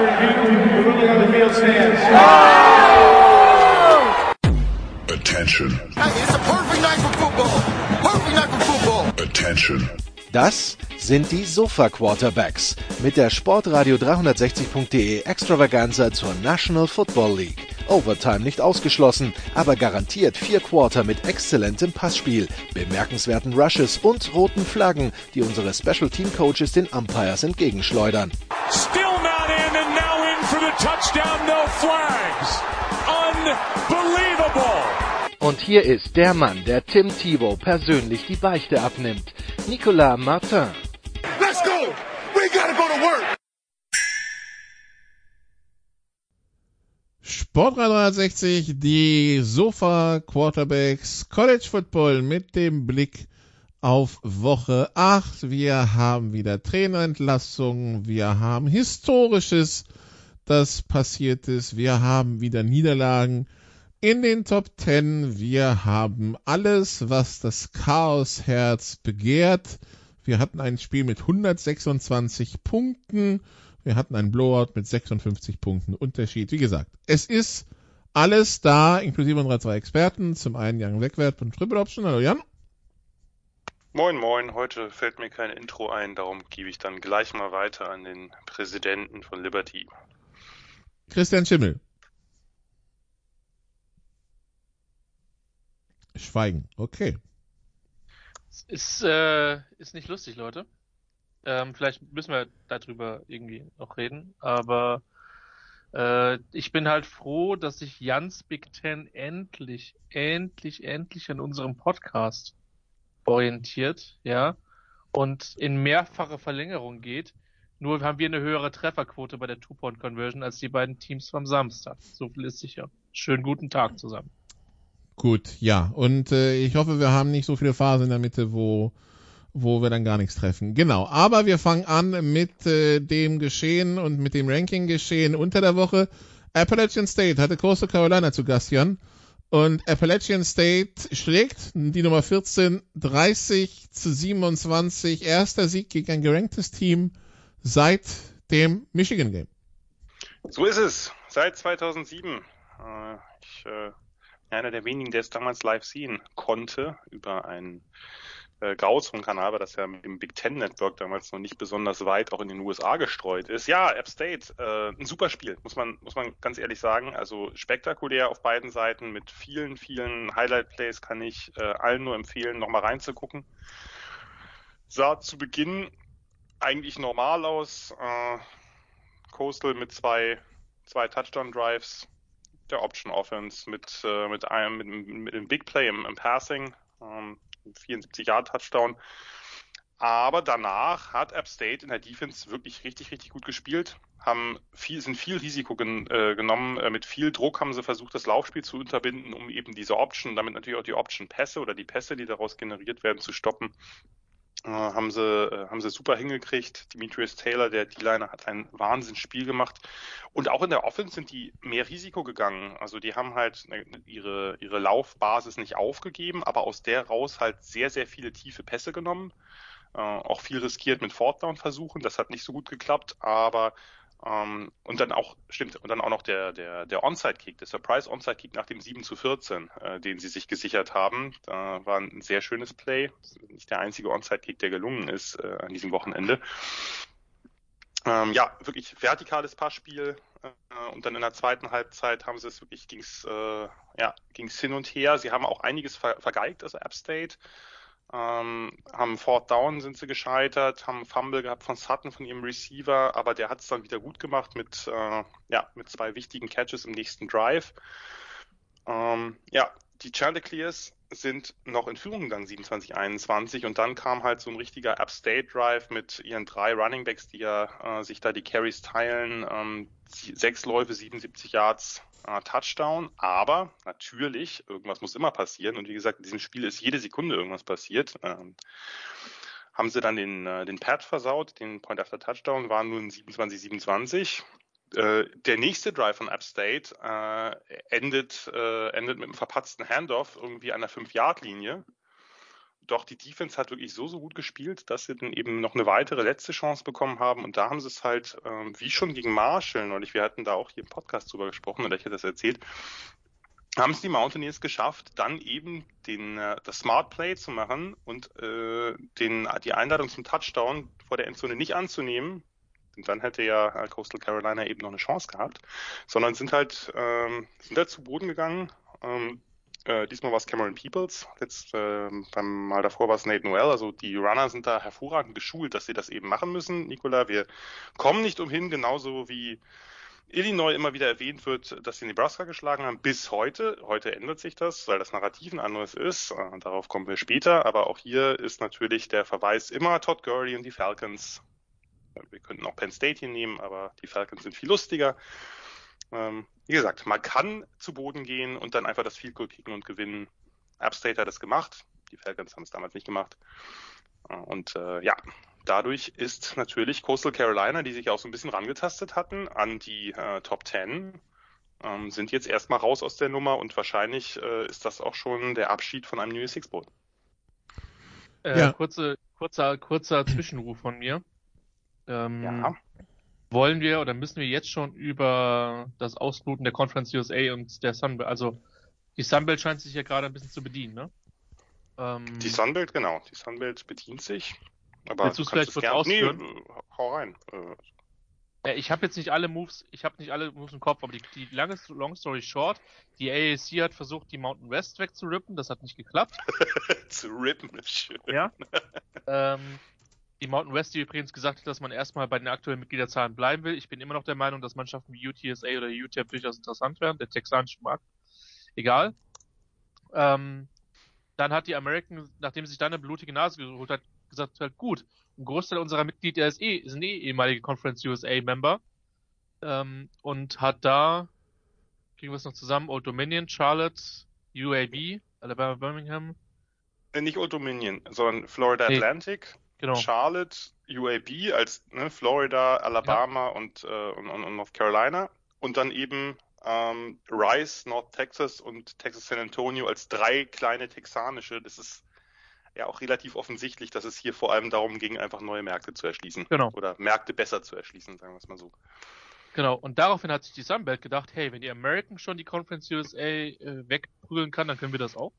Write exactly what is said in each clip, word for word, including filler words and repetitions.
Attention. Hey, it's a perfect night for football. Perfect night for football. Attention. Das sind die Sofa Quarterbacks mit der Sportradio dreihundertsechzig Punkt de Extravaganza zur National Football League. Overtime nicht ausgeschlossen, aber garantiert vier Quarter mit exzellentem Passspiel, bemerkenswerten Rushes und roten Flaggen, die unsere Special Team Coaches den Umpires entgegenschleudern. Still not in and now in for the touchdown, no flags. Unbelievable. Und hier ist der Mann, der Tim Tebow persönlich die Beichte abnimmt. Nicolas Martin. Let's go. We gotta go to work. Sport dreihundertsechzig, die Sofa Quarterbacks College Football mit dem Blick auf Woche acht. Wir haben wieder Trainerentlassungen, wir haben Historisches, das passiert ist, wir haben wieder Niederlagen in den Top zehn, wir haben alles, was das Chaosherz begehrt. Wir hatten ein Spiel mit hundertsechsundzwanzig Punkten, wir hatten einen Blowout mit sechsundfünfzig Punkten Unterschied. Wie gesagt, es ist alles da, inklusive unserer zwei Experten. Zum einen Jan Wegwert von Triple Option. Hallo Jan. Moin moin, heute fällt mir kein Intro ein, darum gebe ich dann gleich mal weiter an den Präsidenten von Liberty. Christian Schimmel. Schweigen, okay. Ist, äh, ist nicht lustig, Leute. Ähm, vielleicht müssen wir darüber irgendwie noch reden, aber äh, ich bin halt froh, dass sich Jans Big Ten endlich, endlich, endlich an unserem Podcast orientiert, ja, und in mehrfache Verlängerung geht. Nur haben wir eine höhere Trefferquote bei der Two-Point-Conversion als die beiden Teams vom Samstag. So viel ist sicher. Schönen guten Tag zusammen. Gut, ja. Und äh, ich hoffe, wir haben nicht so viele Phasen in der Mitte, wo wo wir dann gar nichts treffen. Genau, aber wir fangen an mit äh, dem Geschehen und mit dem Ranking-Geschehen unter der Woche. Appalachian State hatte Coastal Carolina zu Gast, Jan. Und Appalachian State schlägt die Nummer vierzehn, dreißig zu siebenundzwanzig. Erster Sieg gegen ein geranktes Team seit dem Michigan-Game. So ist es, seit zweitausendsieben. Äh, ich äh, einer der wenigen, der es damals live sehen konnte, über einen äh, Grauzone-Kanal, weil das ja mit dem Big Ten Network damals noch nicht besonders weit auch in den U S A gestreut ist. Ja, App State, äh, ein super Spiel, muss man muss man ganz ehrlich sagen. Also spektakulär auf beiden Seiten mit vielen, vielen Highlight-Plays, kann ich äh, allen nur empfehlen, nochmal reinzugucken. Sah zu Beginn eigentlich normal aus. Äh, Coastal mit zwei, zwei Touchdown-Drives, der Option Offense mit, äh, mit einem, mit, mit einem Big Play im, im Passing, ähm, vierundsiebzig Yard Touchdown. Aber danach hat App State in der Defense wirklich richtig, richtig gut gespielt, haben viel, sind viel Risiko gen, äh, genommen, äh, mit viel Druck haben sie versucht, das Laufspiel zu unterbinden, um eben diese Option, damit natürlich auch die Option-Pässe oder die Pässe, die daraus generiert werden, zu stoppen. Äh, haben sie äh, haben sie super hingekriegt. Demetrius Taylor, der D-Liner, hat ein Wahnsinnsspiel gemacht. Und auch in der Offense sind die mehr Risiko gegangen. Also die haben halt ihre ihre Laufbasis nicht aufgegeben, aber aus der raus halt sehr, sehr viele tiefe Pässe genommen. Äh, auch viel riskiert mit Fourth Down Versuchen. Das hat nicht so gut geklappt, aber Um, und dann auch, stimmt, und dann auch noch der, der, der Onside-Kick, der Surprise-Onside-Kick nach dem sieben zu vierzehn, äh, den sie sich gesichert haben. Da war ein sehr schönes Play. Nicht der einzige Onside-Kick, der gelungen ist äh, an diesem Wochenende. Ähm, ja, wirklich vertikales Passspiel. Äh, und dann in der zweiten Halbzeit haben sie es wirklich, ging's, äh, ja, ging's hin und her. Sie haben auch einiges ver- vergeigt, also App State. Ähm, haben Fourth Down sind sie gescheitert, haben Fumble gehabt von Sutton, von ihrem Receiver, aber der hat es dann wieder gut gemacht mit, äh, ja, mit zwei wichtigen Catches im nächsten Drive. Ähm, ja, die Chanticleers sind noch in Führung gegangen, siebenundzwanzig einundzwanzig, und dann kam halt so ein richtiger App State Drive mit ihren drei Running Backs, die ja äh, sich da die Carries teilen, ähm, sechs Läufe, siebenundsiebzig Yards, Uh, Touchdown, aber natürlich, irgendwas muss immer passieren, und wie gesagt, in diesem Spiel ist jede Sekunde irgendwas passiert. Ähm, haben sie dann den, äh, den Pad versaut, den Point after Touchdown, waren nun siebenundzwanzig siebenundzwanzig. Äh, der nächste Drive von App State äh, endet, äh, endet mit einem verpatzten Handoff irgendwie an der fünf Yard Linie. doch die Defense hat wirklich so, so gut gespielt, dass sie dann eben noch eine weitere letzte Chance bekommen haben. Und da haben sie es halt, ähm, wie schon gegen Marshall neulich, wir hatten da auch hier im Podcast drüber gesprochen, oder ich hätte das erzählt, haben es die Mountaineers geschafft, dann eben den äh, das Smart Play zu machen und äh, den die Einladung zum Touchdown vor der Endzone nicht anzunehmen. Und dann hätte ja Coastal Carolina eben noch eine Chance gehabt, sondern sind halt ähm, sind halt zu Boden gegangen. Ähm, äh, diesmal war es Cameron Peoples, jetzt äh, beim Mal davor war es Nate Noel. Also die Runner sind da hervorragend geschult, dass sie das eben machen müssen. Nicola, wir kommen nicht umhin, genauso wie Illinois immer wieder erwähnt wird, dass sie Nebraska geschlagen haben, bis heute. Heute ändert sich das, weil das Narrativ ein anderes ist. Äh, darauf kommen wir später. Aber auch hier ist natürlich der Verweis immer Todd Gurley und die Falcons. Wir könnten auch Penn State hier nehmen, aber die Falcons sind viel lustiger. Ähm, wie gesagt, man kann zu Boden gehen und dann einfach das Field Goal kicken und gewinnen. App State hat das gemacht. Die Falcons haben es damals nicht gemacht. Äh, und äh, ja, dadurch ist natürlich Coastal Carolina, die sich auch so ein bisschen rangetastet hatten an die äh, Top Ten, ähm, sind jetzt erstmal raus aus der Nummer und wahrscheinlich äh, ist das auch schon der Abschied von einem New Year's Six Bowl. Äh, Ja. kurze, kurzer, kurzer Zwischenruf von mir. Ähm, Ja. Wollen wir oder müssen wir jetzt schon über das Ausbluten der Conference U S A und der Sunbelt, also die Sunbelt scheint sich ja gerade ein bisschen zu bedienen, ne? Ähm, Die Sunbelt, genau. Die Sunbelt bedient sich. Aber Willst du es kannst vielleicht kurz gern- ausführen? Nee, äh, hau rein. Äh, Ja, ich habe jetzt nicht alle Moves, ich habe nicht alle Moves im Kopf, aber die, die lange, long story short, die A A C hat versucht, die Mountain West wegzurippen, das hat nicht geklappt. zu rippen ist schön. Ja. ähm, die Mountain West, die übrigens gesagt hat, dass man erstmal bei den aktuellen Mitgliederzahlen bleiben will. Ich bin immer noch der Meinung, dass Mannschaften wie U T S A oder U T E P durchaus interessant wären, der texanische Markt. Egal. Ähm, dann hat die American, nachdem sie sich dann eine blutige Nase geholt hat, gesagt halt, gut, ein Großteil unserer Mitglieder ist eh, sind eh ehemalige Conference U S A-Member ähm, und hat da, kriegen wir es noch zusammen, Old Dominion, Charlotte, U A B, Alabama, Birmingham, Äh, Nicht Old Dominion, sondern Florida Nee. Atlantic, genau, Charlotte, U A B als ne, Florida, Alabama und, äh, und, und, und North Carolina und dann eben ähm, Rice, North Texas und Texas San Antonio als drei kleine texanische. Das ist ja auch relativ offensichtlich, dass es hier vor allem darum ging, einfach neue Märkte zu erschließen. Genau. Oder Märkte besser zu erschließen, sagen wir es mal so. genau. Und daraufhin hat sich die Sunbelt gedacht, hey, wenn die American schon die Conference U S A äh, wegprügeln kann, dann können wir das auch.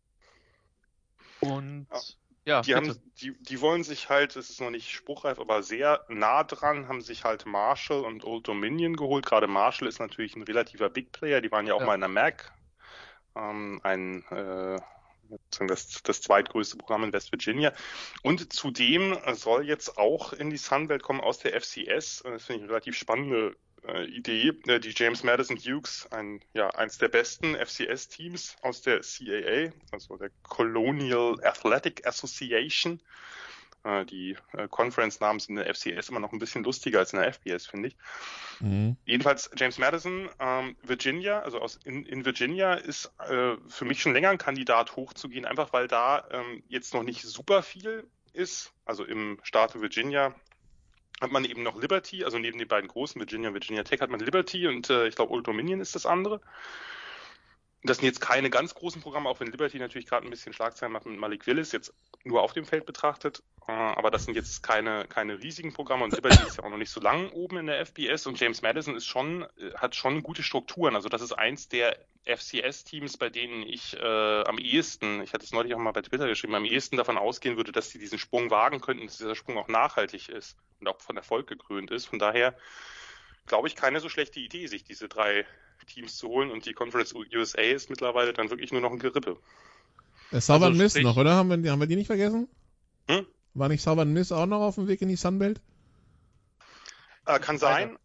Und ja, Die, bitte. haben, die, die wollen sich halt, es ist noch nicht spruchreif, aber sehr nah dran, haben sich halt Marshall und Old Dominion geholt. Gerade Marshall ist natürlich ein relativer Big Player, die waren ja auch Ja. mal in der M A C, ähm, ein äh, das, das zweitgrößte Programm in West Virginia. Und zudem soll jetzt auch in die Sunbelt kommen aus der F C S. Das finde ich eine relativ spannende äh, Idee. Äh, die James Madison Hughes, ein, ja, eins der besten F C S-Teams aus der C A A, also der Colonial Athletic Association. Äh, die äh, Conference-Namen sind in der F C S immer noch ein bisschen lustiger als in der F B S, finde ich. Mhm. Jedenfalls James Madison, ähm, Virginia, also aus in, in Virginia ist äh, für mich schon länger ein Kandidat hochzugehen, einfach weil da ähm, jetzt noch nicht super viel ist. Also im Staat Virginia hat man eben noch Liberty, also neben den beiden großen, Virginia und Virginia Tech, hat man Liberty und äh, ich glaube Old Dominion ist das andere. Das sind jetzt keine ganz großen Programme, auch wenn Liberty natürlich gerade ein bisschen Schlagzeilen macht mit Malik Willis, jetzt nur auf dem Feld betrachtet. Äh, aber das sind jetzt keine, keine riesigen Programme und Liberty ist ja auch noch nicht so lang oben in der F B S und James Madison ist schon, hat schon gute Strukturen. Also das ist eins der F C S-Teams, bei denen ich äh, am ehesten, ich hatte es neulich auch mal bei Twitter geschrieben, am ehesten davon ausgehen würde, dass sie diesen Sprung wagen könnten, dass dieser Sprung auch nachhaltig ist und auch von Erfolg gekrönt ist. Von daher glaube ich, keine so schlechte Idee, sich diese drei Teams zu holen und die Conference U S A ist mittlerweile dann wirklich nur noch ein Gerippe. Äh, Southern Also Miss sprich- noch, oder? Haben wir, haben wir die nicht vergessen? Hm? War nicht Southern Miss auch noch auf dem Weg in die Sunbelt? Äh, kann sein.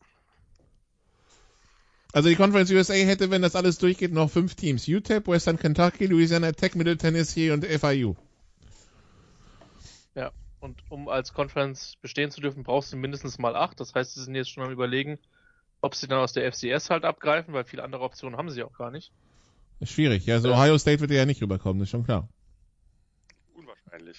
Also die Conference U S A hätte, wenn das alles durchgeht, noch fünf Teams. U T E P, Western Kentucky, Louisiana Tech, Middle Tennessee und F I U. Ja, und um als Conference bestehen zu dürfen, brauchst du mindestens mal acht. Das heißt, sie sind jetzt schon am Überlegen, ob sie dann aus der F C S halt abgreifen, weil viele andere Optionen haben sie auch gar nicht. Ist schwierig. Ja, so Ja. Ohio State wird ja nicht rüberkommen, das ist schon klar. Unwahrscheinlich.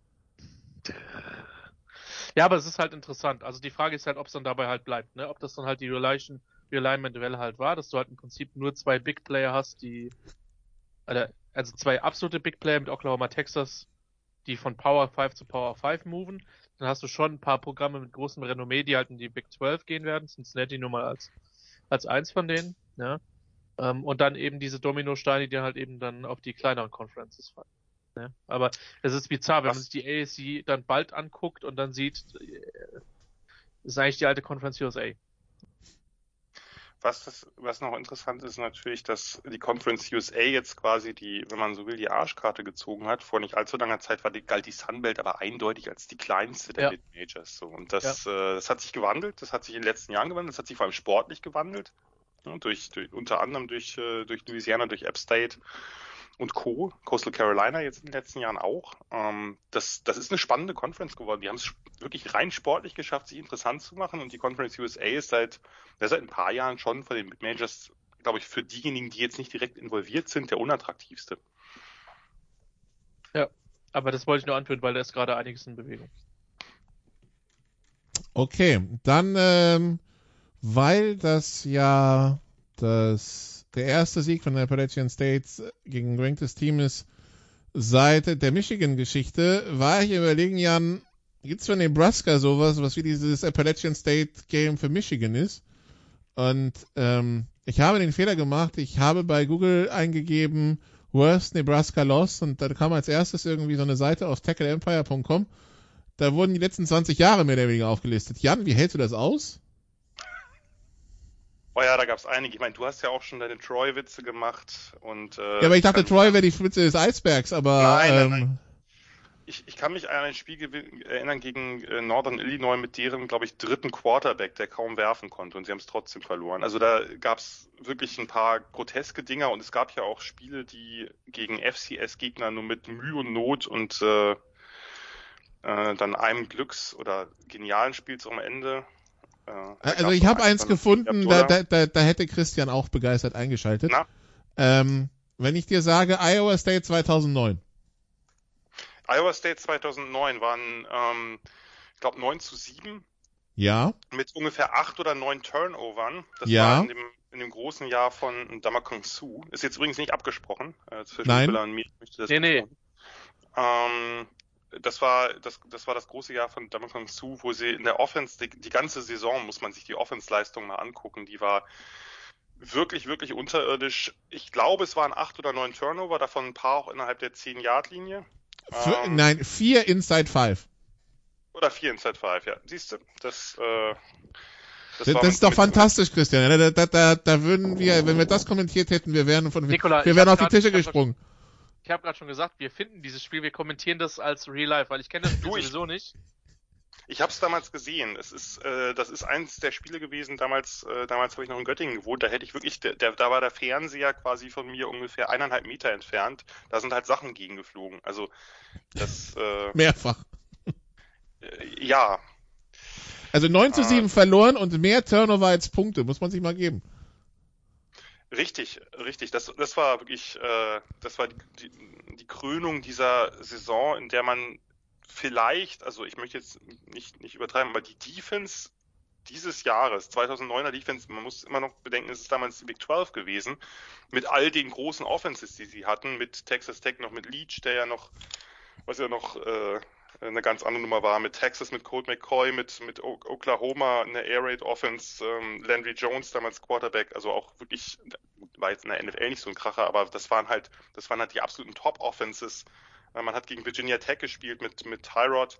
Ja, aber es ist halt interessant. Also die Frage ist halt, ob es dann dabei halt bleibt, ne? Ob das dann halt die Relation, Realignment-Welle halt war, dass du halt im Prinzip nur zwei Big Player hast, die, also zwei absolute Big Player mit Oklahoma, Texas die von Power fünf zu Power fünf moven. Dann hast du schon ein paar Programme mit großem Renommee, die halt in die Big zwölf gehen werden. Cincinnati nur mal als, als eins von denen, ja. Ähm, und dann eben diese Dominosteine, die halt eben dann auf die kleineren Conferences fallen. Ja. Aber es ist bizarr, wenn Was? man sich die A F C dann bald anguckt und dann sieht, äh, ist eigentlich die alte Conference U S A. Was, das, was noch interessant ist natürlich, dass die Conference U S A jetzt quasi die, wenn man so will, die Arschkarte gezogen hat. Vor nicht allzu langer Zeit war die, galt die Sunbelt aber eindeutig als die kleinste der Ja. Mid-Majors. So. Und das, ja. äh, das hat sich gewandelt, das hat sich in den letzten Jahren gewandelt, das hat sich vor allem sportlich gewandelt. Ja, durch, durch, unter anderem durch, äh, durch Louisiana, durch App State und Co., Coastal Carolina jetzt in den letzten Jahren auch. Ähm, das, das ist eine spannende Conference geworden. Die haben es wirklich rein sportlich geschafft, sich interessant zu machen. Und die Conference U S A ist seit, ja, seit ein paar Jahren schon von den Mid-Majors, glaube ich, für diejenigen, die jetzt nicht direkt involviert sind, der unattraktivste. Ja, aber das wollte ich nur anführen, weil da ist gerade einiges in Bewegung. Okay, dann, ähm, weil das ja das der erste Sieg von Appalachian State gegen ein geranktes Team ist seit der Michigan-Geschichte, war ich überlegen, Jan, gibt's für Nebraska sowas, was wie dieses Appalachian State Game für Michigan ist? Und ähm, ich habe den Fehler gemacht, ich habe bei Google eingegeben Worst Nebraska Loss und da kam als erstes irgendwie so eine Seite auf tackle empire punkt com. Da wurden die letzten zwanzig Jahre mehr oder weniger aufgelistet. Jan, wie hältst du das aus? Oh ja, da gab's einige. Ich meine, du hast ja auch schon deine Troy-Witze gemacht und äh, ja, aber ich dachte, Troy wäre die Witze des Eisbergs, aber nein, nein, ähm, nein. Ich, ich kann mich an ein Spiel gew- erinnern gegen äh, Northern Illinois mit deren, glaube ich, dritten Quarterback, der kaum werfen konnte und sie haben es trotzdem verloren. Also da gab's wirklich ein paar groteske Dinger und es gab ja auch Spiele, die gegen F C S-Gegner nur mit Mühe und Not und äh, äh, dann einem Glücks- oder genialen Spiels am Ende. Äh, also ich habe eins gefunden, da, da, da, da hätte Christian auch begeistert eingeschaltet. Ähm, wenn ich dir sage, Iowa State zweitausendneun. Iowa State zweitausendneun waren, ähm, ich glaube, neun zu sieben. Ja. Mit ungefähr acht oder neun Turnovern. Das ja. war in dem, in dem großen Jahr von Damakong Su. Ist jetzt übrigens nicht abgesprochen. Äh, zwischen Nein. Spiller und mir. Ich möchte das nee, nee. Ähm, das war das, das war das große Jahr von Damakong Su, wo sie in der Offense, die, die ganze Saison muss man sich die Offense-Leistung mal angucken. Die war wirklich, wirklich unterirdisch. Ich glaube, es waren acht oder neun Turnover, davon ein paar auch innerhalb der zehn-Yard-Linie. Für, ähm, nein, vier Inside Five. Oder vier Inside Five, ja. Siehst du, das, äh, das, das, das ist doch fantastisch, Christian. Da, da, da, da würden wir, wenn wir das kommentiert hätten, wir wären von, Nikola, wir wären auf grad, die Tische ich gesprungen. Grad, ich habe gerade schon gesagt, wir finden dieses Spiel, wir kommentieren das als Real Life, weil ich kenne das Spiel du, ich, sowieso nicht. Ich habe es damals gesehen. Es ist, äh, das ist eins der Spiele gewesen. Damals, äh, damals habe ich noch in Göttingen gewohnt. Da hätte ich wirklich, der, der, da war der Fernseher quasi von mir ungefähr eineinhalb Meter entfernt. Da sind halt Sachen gegengeflogen. Also das. Äh, Mehrfach. Äh, ja. Also neun zu sieben äh, verloren und mehr Turnover als Punkte, muss man sich mal geben. Richtig, richtig. Das, das war wirklich, äh, das war die, die, die Krönung dieser Saison, in der man vielleicht, also ich möchte jetzt nicht, nicht übertreiben, aber die Defense dieses Jahres, zweitausenddeuner Defense, man muss immer noch bedenken, es ist damals die Big zwölf gewesen, mit all den großen Offenses, die sie hatten, mit Texas Tech noch mit Leach, der ja noch, was ja noch äh, eine ganz andere Nummer war, mit Texas, mit Colt McCoy, mit, mit Oklahoma, eine Air Raid Offense, ähm, Landry Jones damals Quarterback, also auch wirklich, war jetzt in der N F L nicht so ein Kracher, aber das waren halt, das waren halt die absoluten Top Offenses. Man hat gegen Virginia Tech gespielt mit, mit Tyrod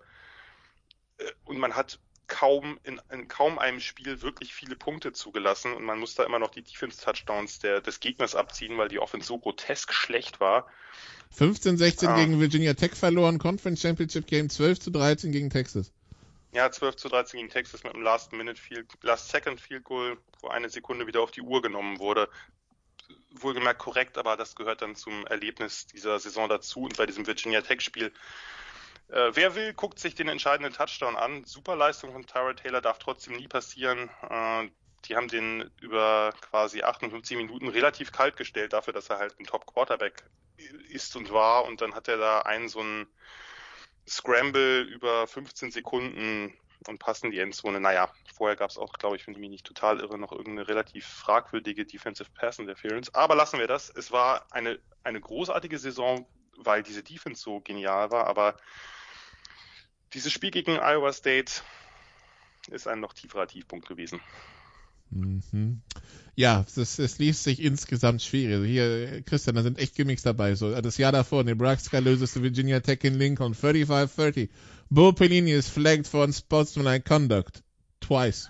und man hat kaum in, in kaum einem Spiel wirklich viele Punkte zugelassen und man muss da immer noch die Defense-Touchdowns der, des Gegners abziehen, weil die Offense so grotesk schlecht war. fünfzehn sechzehn ah. gegen Virginia Tech verloren, Conference Championship Game zwölf zu dreizehn gegen Texas. Ja, zwölf zu dreizehn gegen Texas mit einem Last-Minute-Field, Last-Second-Field-Goal, wo eine Sekunde wieder auf die Uhr genommen wurde. Wohlgemerkt korrekt, aber das gehört dann zum Erlebnis dieser Saison dazu und bei diesem Virginia Tech-Spiel. Äh, wer will, guckt sich den entscheidenden Touchdown an. Super Leistung von Tyrod Taylor, darf trotzdem nie passieren. Äh, die haben den über quasi achtundfünfzig Minuten relativ kalt gestellt, dafür, dass er halt ein Top-Quarterback ist und war. Und dann hat er da einen so einen Scramble über fünfzehn Sekunden und passen die Endzone. Naja, vorher gab es auch, glaube ich, wenn ich mich nicht total irre, noch irgendeine relativ fragwürdige Defensive Pass Interference. Aber lassen wir das. Es war eine, eine großartige Saison, weil diese Defense so genial war, aber dieses Spiel gegen Iowa State ist ein noch tieferer Tiefpunkt gewesen. Mhm. Ja, es, es liest sich insgesamt schwierig. Also hier, Christian, da sind echt Gimmicks dabei. So, das Jahr davor, Nebraska loses to Virginia Tech in Lincoln, thirty-five thirty. Bo Pelini is flagged for unsportsmanlike conduct. Twice.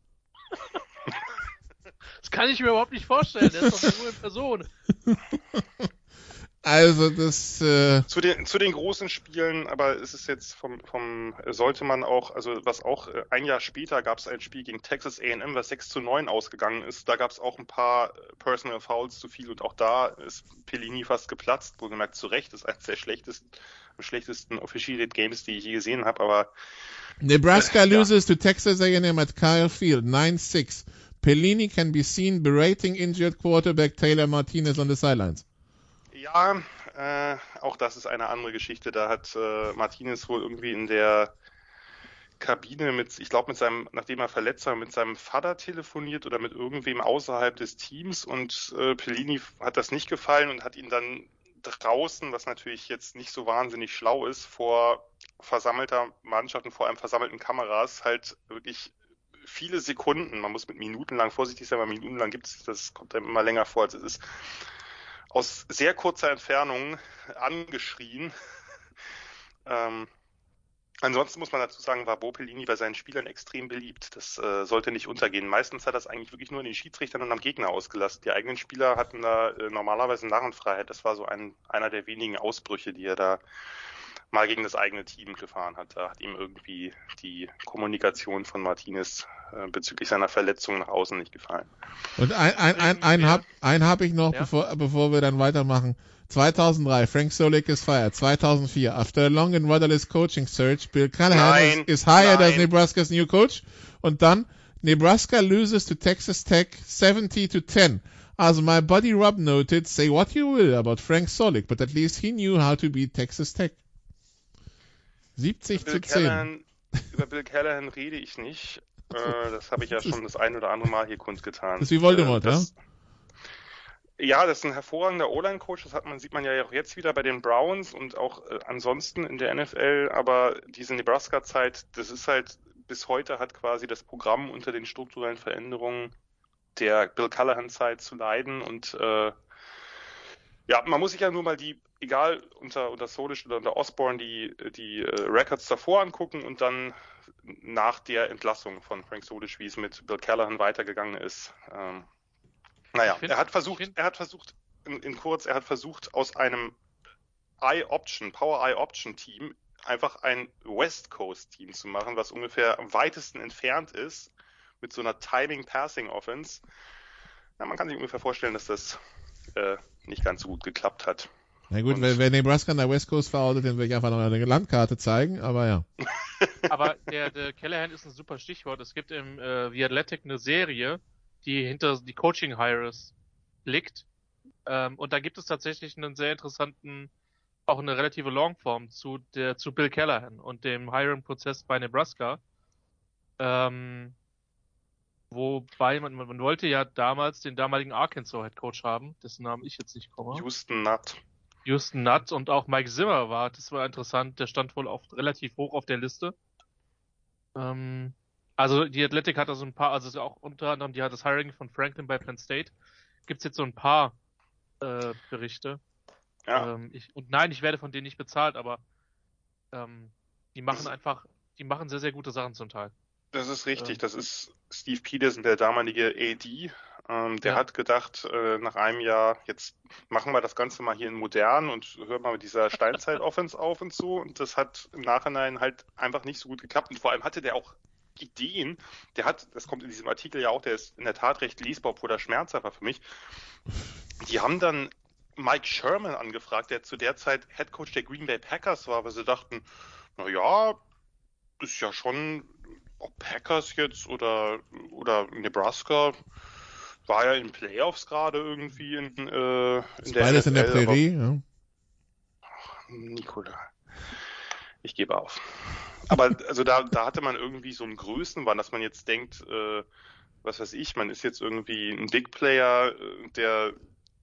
Das kann ich mir überhaupt nicht vorstellen. Der ist doch nur in Person. Also das äh zu den zu den großen Spielen, aber es ist jetzt vom vom sollte man auch, also was auch ein Jahr später gab es ein Spiel gegen Texas A and M, was sechs zu neun ausgegangen ist. Da gab es auch ein paar Personal Fouls zu viel und auch da ist Pelini fast geplatzt. Wohlgemerkt zu Recht, das ist eines der schlechtesten schlechtesten Officiated Games, die ich je gesehen habe. Aber Nebraska äh, loses ja. to Texas A and M at Kyle Field nine six. Pelini can be seen berating injured quarterback Taylor Martinez on the sidelines. Ja, äh, auch das ist eine andere Geschichte. Da hat äh, Martinez wohl irgendwie in der Kabine mit, ich glaube mit seinem, nachdem er verletzt war, mit seinem Vater telefoniert oder mit irgendwem außerhalb des Teams und äh, Pelini hat das nicht gefallen und hat ihn dann draußen, was natürlich jetzt nicht so wahnsinnig schlau ist, vor versammelter Mannschaft und vor allem versammelten Kameras halt wirklich viele Sekunden, man muss mit Minuten lang vorsichtig sein, weil Minuten lang gibt es, das kommt einem immer länger vor, als es ist, aus sehr kurzer Entfernung angeschrien. ähm, ansonsten muss man dazu sagen, war Bo Pelini bei seinen Spielern extrem beliebt. Das äh, sollte nicht untergehen. Meistens hat das eigentlich wirklich nur in den Schiedsrichtern und am Gegner ausgelassen. Die eigenen Spieler hatten da äh, normalerweise Narrenfreiheit. Das war so ein einer der wenigen Ausbrüche, die er da mal gegen das eigene Team gefahren hat. Da hat ihm irgendwie die Kommunikation von Martinez äh, bezüglich seiner Verletzung nach außen nicht gefallen. Und ein, ein, ein, ein habe ein hab ich noch, ja. bevor, bevor wir dann weitermachen. zweitausenddrei, Frank Solich is fired. zweitausendvier, after a long and rudderless coaching search, Bill Callahan Nein, is, is hired nein. as Nebraska's new coach. Und dann, Nebraska loses to Texas Tech seventy to ten. As my buddy Rob noted, say what you will about Frank Solich, but at least he knew how to beat Texas Tech. siebzig Bill zu zehn. Callahan, über Bill Callahan rede ich nicht. Äh, das habe ich ja schon das ein oder andere Mal hier kundgetan. Das ist wie Voldemort, äh, das, ja? Ja, das ist ein hervorragender O-Line-Coach. Das hat man, sieht man ja auch jetzt wieder bei den Browns und auch äh, ansonsten in der N F L. Aber diese Nebraska-Zeit, das ist halt, bis heute hat quasi das Programm unter den strukturellen Veränderungen der Bill Callahan-Zeit zu leiden. Und äh, ja, man muss sich ja nur mal die, egal unter, unter Solich oder unter Osborne, die, die äh, Records davor angucken und dann nach der Entlassung von Frank Solich, wie es mit Bill Callahan weitergegangen ist. Ähm, naja, find, er hat versucht, er hat versucht, in, in kurz, er hat versucht, aus einem Eye-Option, Power-Eye-Option-Team einfach ein West Coast-Team zu machen, was ungefähr am weitesten entfernt ist, mit so einer Timing-Passing-Offense. Ja, man kann sich ungefähr vorstellen, dass das äh, nicht ganz so gut geklappt hat. Na gut, wenn, wenn Nebraska an der West Coast verortet, dann würde ich einfach noch eine Landkarte zeigen, aber ja. Aber der, der Callahan ist ein super Stichwort. Es gibt im äh, The Athletic eine Serie, die hinter die Coaching Hires liegt. Ähm, und da gibt es tatsächlich einen sehr interessanten, auch eine relative Longform zu der zu Bill Callahan und dem Hiring-Prozess bei Nebraska. Ähm, wobei man, man wollte ja damals den damaligen Arkansas-Headcoach haben, dessen Namen ich jetzt nicht komme. Houston Nutt. Houston Nutt und auch Mike Zimmer war, das war interessant, der stand wohl auf, relativ hoch auf der Liste. Ähm, also die Athletic hat da so ein paar, also auch unter anderem, die hat das Hiring von Franklin bei Penn State, gibt's jetzt so ein paar äh, Berichte. Ja. Ähm, ich, und nein, ich werde von denen nicht bezahlt, aber ähm, die machen Das- einfach, die machen sehr, sehr gute Sachen zum Teil. Das ist richtig. Ähm. Das ist Steve Peterson, der damalige A D. Ähm, der Ja. hat gedacht, äh, nach einem Jahr, jetzt machen wir das Ganze mal hier in modern und hören mal mit dieser Steinzeit-Offense auf und so. Und das hat im Nachhinein halt einfach nicht so gut geklappt. Und vor allem hatte der auch Ideen. Der hat, das kommt in diesem Artikel ja auch, der ist in der Tat recht lesbar oder schmerzhaft für mich. Die haben dann Mike Sherman angefragt, der zu der Zeit Headcoach der Green Bay Packers war, weil sie dachten, na ja, ist ja schon, ob Packers jetzt oder oder Nebraska, war ja in Playoffs gerade irgendwie in, äh, in der Beides in der N F L, Prärie, ja. aber, Nikola, ich gebe auf. Aber also da da hatte man irgendwie so einen Größenwahn, dass man jetzt denkt, äh, was weiß ich, man ist jetzt irgendwie ein Big Player, äh, der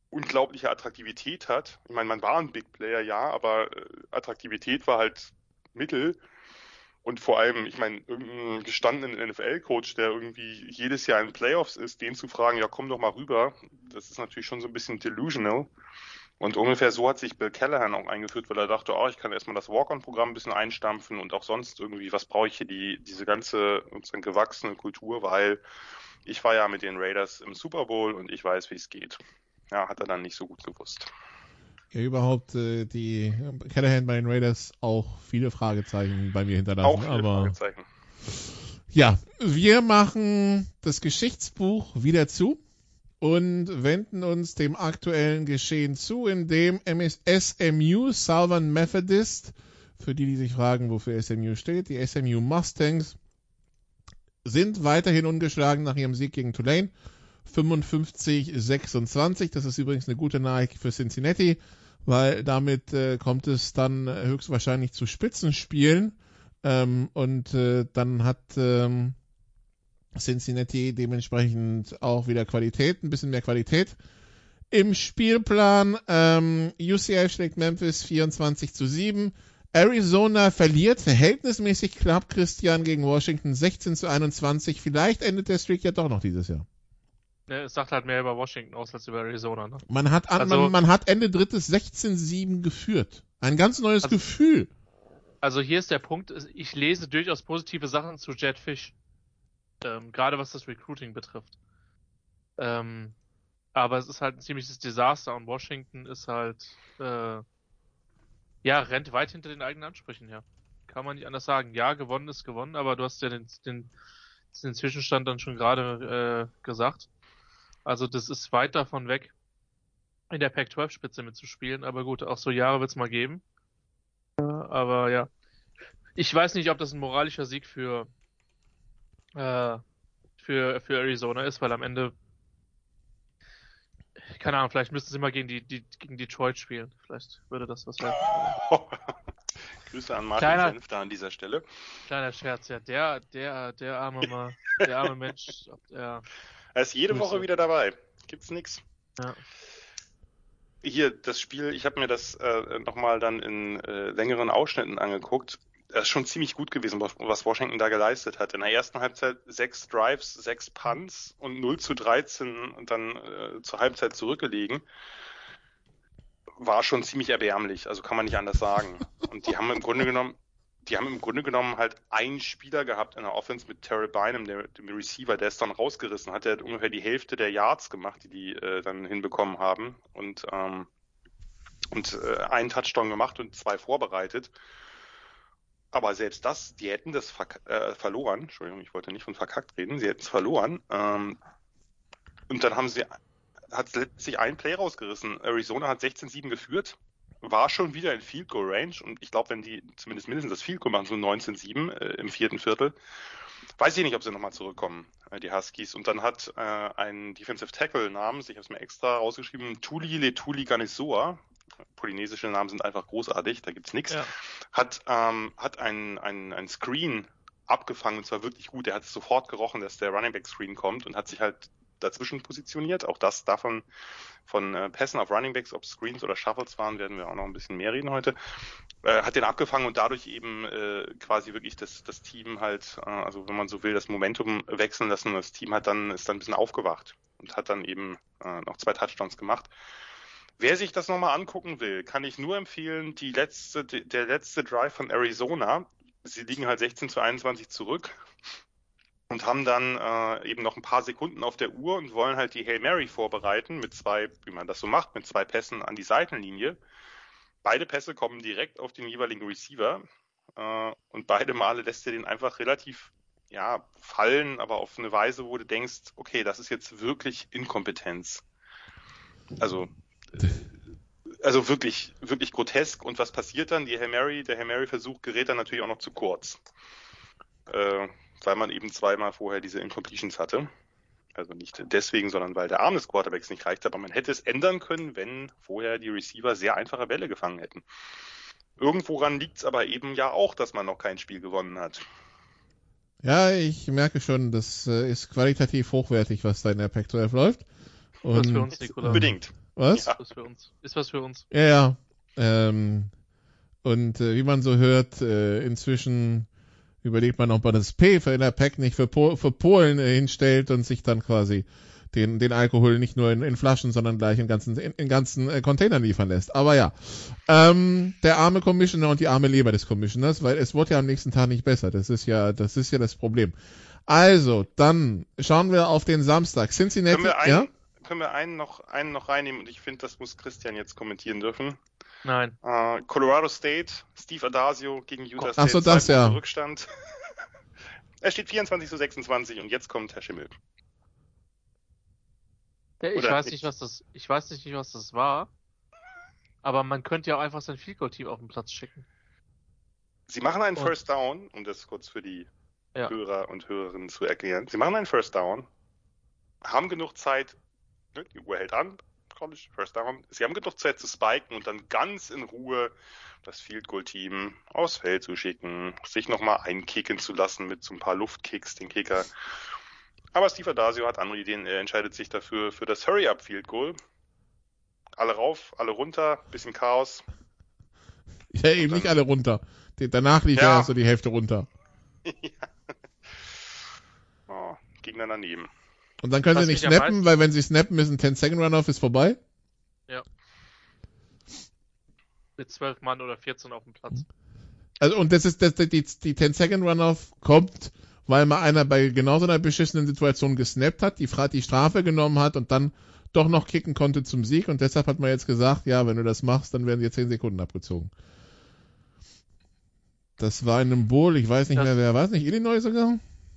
unglaubliche Attraktivität hat. Ich meine, man war ein Big Player, ja, aber äh, Attraktivität war halt Mittel. Und vor allem, ich meine, irgendeinen gestandenen N F L-Coach, der irgendwie jedes Jahr in Playoffs ist, den zu fragen, ja, komm doch mal rüber, das ist natürlich schon so ein bisschen delusional. Und ungefähr so hat sich Bill Callahan auch eingeführt, weil er dachte, oh, ich kann erstmal das Walk-on-Programm ein bisschen einstampfen und auch sonst irgendwie, was brauche ich hier, die, diese ganze sozusagen gewachsene Kultur, weil ich war ja mit den Raiders im Super Bowl und ich weiß, wie es geht. Ja, hat er dann nicht so gut gewusst. Ja, überhaupt äh, die Callahan bei den Raiders auch viele Fragezeichen bei mir hinterlassen. Auch viele aber Fragezeichen. Ja, wir machen das Geschichtsbuch wieder zu und wenden uns dem aktuellen Geschehen zu, in dem S M U, Southern Methodist, für die, die sich fragen, wofür S M U steht, die S M U Mustangs, sind weiterhin ungeschlagen nach ihrem Sieg gegen Tulane. fünfundfünfzig sechsundzwanzig, das ist übrigens eine gute Nachricht für Cincinnati, weil damit äh, kommt es dann höchstwahrscheinlich zu Spitzenspielen ähm, und äh, dann hat ähm, Cincinnati dementsprechend auch wieder Qualität, ein bisschen mehr Qualität im Spielplan. ähm, U C L schlägt Memphis vierundzwanzig zu sieben. Arizona verliert verhältnismäßig knapp, Christian, gegen Washington sechzehn zu einundzwanzig. Vielleicht endet der Streak ja doch noch dieses Jahr. Ja, es sagt halt mehr über Washington aus als über Arizona. Ne? Man hat, an, also, man, man hat Ende drittes sechzehn sieben geführt. Ein ganz neues also, Gefühl. Also hier ist der Punkt, ich lese durchaus positive Sachen zu Jedd Fisch. Ähm, gerade was das Recruiting betrifft. Ähm, aber es ist halt ein ziemliches Desaster und Washington ist halt, äh, ja, rennt weit hinter den eigenen Ansprüchen her. Kann man nicht anders sagen. Ja, gewonnen ist gewonnen, aber du hast ja den, den, den Zwischenstand dann schon gerade äh, gesagt. Also das ist weit davon weg, in der Pac zwölf Spitze mitzuspielen. Aber gut, auch so Jahre wird es mal geben. Äh, aber ja, ich weiß nicht, ob das ein moralischer Sieg für äh, für für Arizona ist, weil am Ende, keine Ahnung, vielleicht müssten sie mal gegen die, die gegen Detroit spielen. Vielleicht würde das was helfen. Grüße an Martin Kleiner, Senf da an dieser Stelle. Kleiner Scherz, ja, der der der arme mal, der arme Mensch, der Er ist jede Grüße. Woche wieder dabei. Gibt's nix. Ja. Hier, das Spiel, ich habe mir das äh, nochmal dann in äh, längeren Ausschnitten angeguckt. Das ist schon ziemlich gut gewesen, was Washington da geleistet hat. In der ersten Halbzeit sechs Drives, sechs Punts und null zu dreizehn und dann äh, zur Halbzeit zurückgelegen. War schon ziemlich erbärmlich, also kann man nicht anders sagen. Und die haben im Grunde genommen Die haben im Grunde genommen halt einen Spieler gehabt in der Offense mit Terrell Bynum, der, dem Receiver, der ist dann rausgerissen hat. Der hat ungefähr die Hälfte der Yards gemacht, die die äh, dann hinbekommen haben und ähm, und äh, einen Touchdown gemacht und zwei vorbereitet. Aber selbst das, die hätten das verk- äh, verloren. Entschuldigung, ich wollte nicht von verkackt reden. Sie hätten es verloren. Ähm, und dann haben sie hat letztlich ein Play rausgerissen. Arizona hat sechzehn sieben geführt. War schon wieder in Field Goal Range und ich glaube, wenn die zumindest mindestens das Field Goal machen, so neunzehn sieben äh, im vierten Viertel, weiß ich nicht, ob sie nochmal zurückkommen, äh, die Huskies. Und dann hat äh, ein Defensive Tackle namens, ich habe es mir extra rausgeschrieben, Tuli Letuli Ganisoa, polynesische Namen sind einfach großartig, da gibt's nichts, ja. hat ähm, hat ein, ein, ein Screen abgefangen und zwar wirklich gut. Er hat es sofort gerochen, dass der Running Back Screen kommt und hat sich halt dazwischen positioniert. Auch das davon von äh, Pässen auf Runningbacks, ob Screens oder Shuffles waren, werden wir auch noch ein bisschen mehr reden heute. Äh, hat den abgefangen und dadurch eben äh, quasi wirklich das, das Team halt, äh, also wenn man so will, das Momentum wechseln lassen. Das Team hat dann ist dann ein bisschen aufgewacht und hat dann eben äh, noch zwei Touchdowns gemacht. Wer sich das nochmal angucken will, kann ich nur empfehlen, die letzte, der letzte Drive von Arizona. Sie liegen halt sechzehn zu einundzwanzig zurück. Und haben dann äh, eben noch ein paar Sekunden auf der Uhr und wollen halt die Hail Mary vorbereiten mit zwei, wie man das so macht, mit zwei Pässen an die Seitenlinie. Beide Pässe kommen direkt auf den jeweiligen Receiver äh, und beide Male lässt er den einfach relativ ja fallen, aber auf eine Weise, wo du denkst, okay, das ist jetzt wirklich Inkompetenz. Also also wirklich wirklich grotesk. Und was passiert dann? Die Hail Mary, der Hail Mary Versuch gerät dann natürlich auch noch zu kurz. Äh, weil man eben zweimal vorher diese Incompletions hatte. Also nicht deswegen, sondern weil der Arm des Quarterbacks nicht reicht. Aber man hätte es ändern können, wenn vorher die Receiver sehr einfache Bälle gefangen hätten. Irgendworan liegt es aber eben ja auch, dass man noch kein Spiel gewonnen hat. Ja, ich merke schon, das äh, ist qualitativ hochwertig, was da in der Pac zwölf läuft. Und, das für uns, Nikola. Unbedingt. Was? Ja. Ist was für uns. Ist was für uns. Ja, ja. Ähm, und äh, wie man so hört, äh, inzwischen überlegt man, ob man das P für in der Pack nicht für, po- für Polen äh, hinstellt und sich dann quasi den, den Alkohol nicht nur in, in Flaschen, sondern gleich in ganzen, in, in ganzen äh, Containern liefern lässt. Aber ja, ähm, der arme Commissioner und die arme Leber des Commissioners, weil es wird ja am nächsten Tag nicht besser. Das ist ja, das ist ja das Problem. Also, dann schauen wir auf den Samstag. Cincinnati, Können wir einen, ja? können wir einen noch, einen noch reinnehmen? Und ich finde, das muss Christian jetzt kommentieren dürfen. Nein. Uh, Colorado State, Steve Adazio gegen Utah Ach State. so, das, zwei ja. Punkte Rückstand. Es steht vierundzwanzig zu sechsundzwanzig und jetzt kommt Herr Schimmel. Ja, ich Oder weiß nicht. nicht, was das, ich weiß nicht, was das war. Aber man könnte ja auch einfach sein Field Goal Team auf den Platz schicken. Sie machen einen Und- First Down, um das kurz für die Ja. Hörer und Hörerinnen zu erklären. Sie machen einen First Down, haben genug Zeit, ne, die Uhr hält an, College, First Down. Sie haben genug Zeit zu spiken und dann ganz in Ruhe das Field Goal Team aufs Feld zu schicken, sich nochmal einkicken zu lassen mit so ein paar Luftkicks, den Kicker. Aber Steve Adazio hat andere Ideen, er entscheidet sich dafür für das Hurry-Up Field Goal. Alle rauf, alle runter, bisschen Chaos. Ja, eben nicht alle runter. Die, danach lief ja Ja. erst so die Hälfte runter. Ja. Oh, Gegner daneben. Und dann können Was sie nicht mich am snappen, meisten- weil wenn sie snappen, ist ein ten-Second-Runoff ist vorbei. Mit zwölf Mann oder vierzehn auf dem Platz. Also, und das ist, das, die, die ten-Second-Runoff kommt, weil mal einer bei genau so einer beschissenen Situation gesnappt hat, die, Fra- die Strafe genommen hat und dann doch noch kicken konnte zum Sieg. Und deshalb hat man jetzt gesagt, ja, wenn du das machst, dann werden dir zehn Sekunden abgezogen. Das war in einem Bowl, ich weiß nicht Das- mehr, wer war es, nicht Illinois sogar?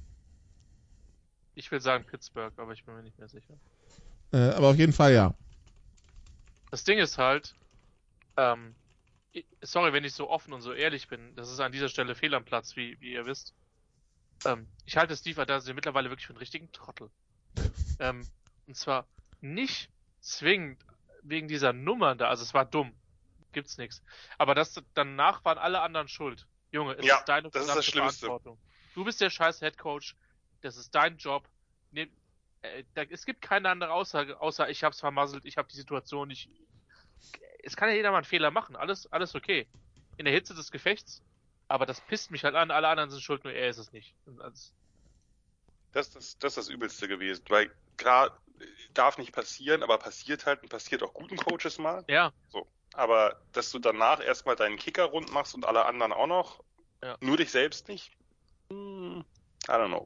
Ich will sagen Pittsburgh, aber ich bin mir nicht mehr sicher. Äh, aber auf jeden Fall ja. Das Ding ist halt, ähm, ich- sorry, wenn ich so offen und so ehrlich bin, das ist an dieser Stelle fehl am Platz, wie, wie ihr wisst. Ähm, ich halte Steve Adazio mittlerweile wirklich für einen richtigen Trottel. ähm, und zwar nicht zwingend wegen dieser Nummer da, also es war dumm, gibt's nichts. Aber das, danach waren alle anderen schuld. Junge, es Ja, ist deine das ist verdammte das Schlimmste. Verantwortung. Du bist der scheiß Headcoach, das ist dein Job. Ne, äh, da, es gibt keine andere Aussage, außer ich hab's vermasselt, ich hab die Situation nicht. Es kann ja jeder mal einen Fehler machen, alles, alles okay. In der Hitze des Gefechts, aber das pisst mich halt an, alle anderen sind schuld, nur er ist es nicht. Und das, Das, das, das ist das Übelste gewesen, weil klar, darf nicht passieren, aber passiert halt und passiert auch guten Coaches mal. ja, Aber dass du danach erstmal deinen Kicker rund machst und alle anderen auch noch, Ja. nur dich selbst nicht, hm, I don't know.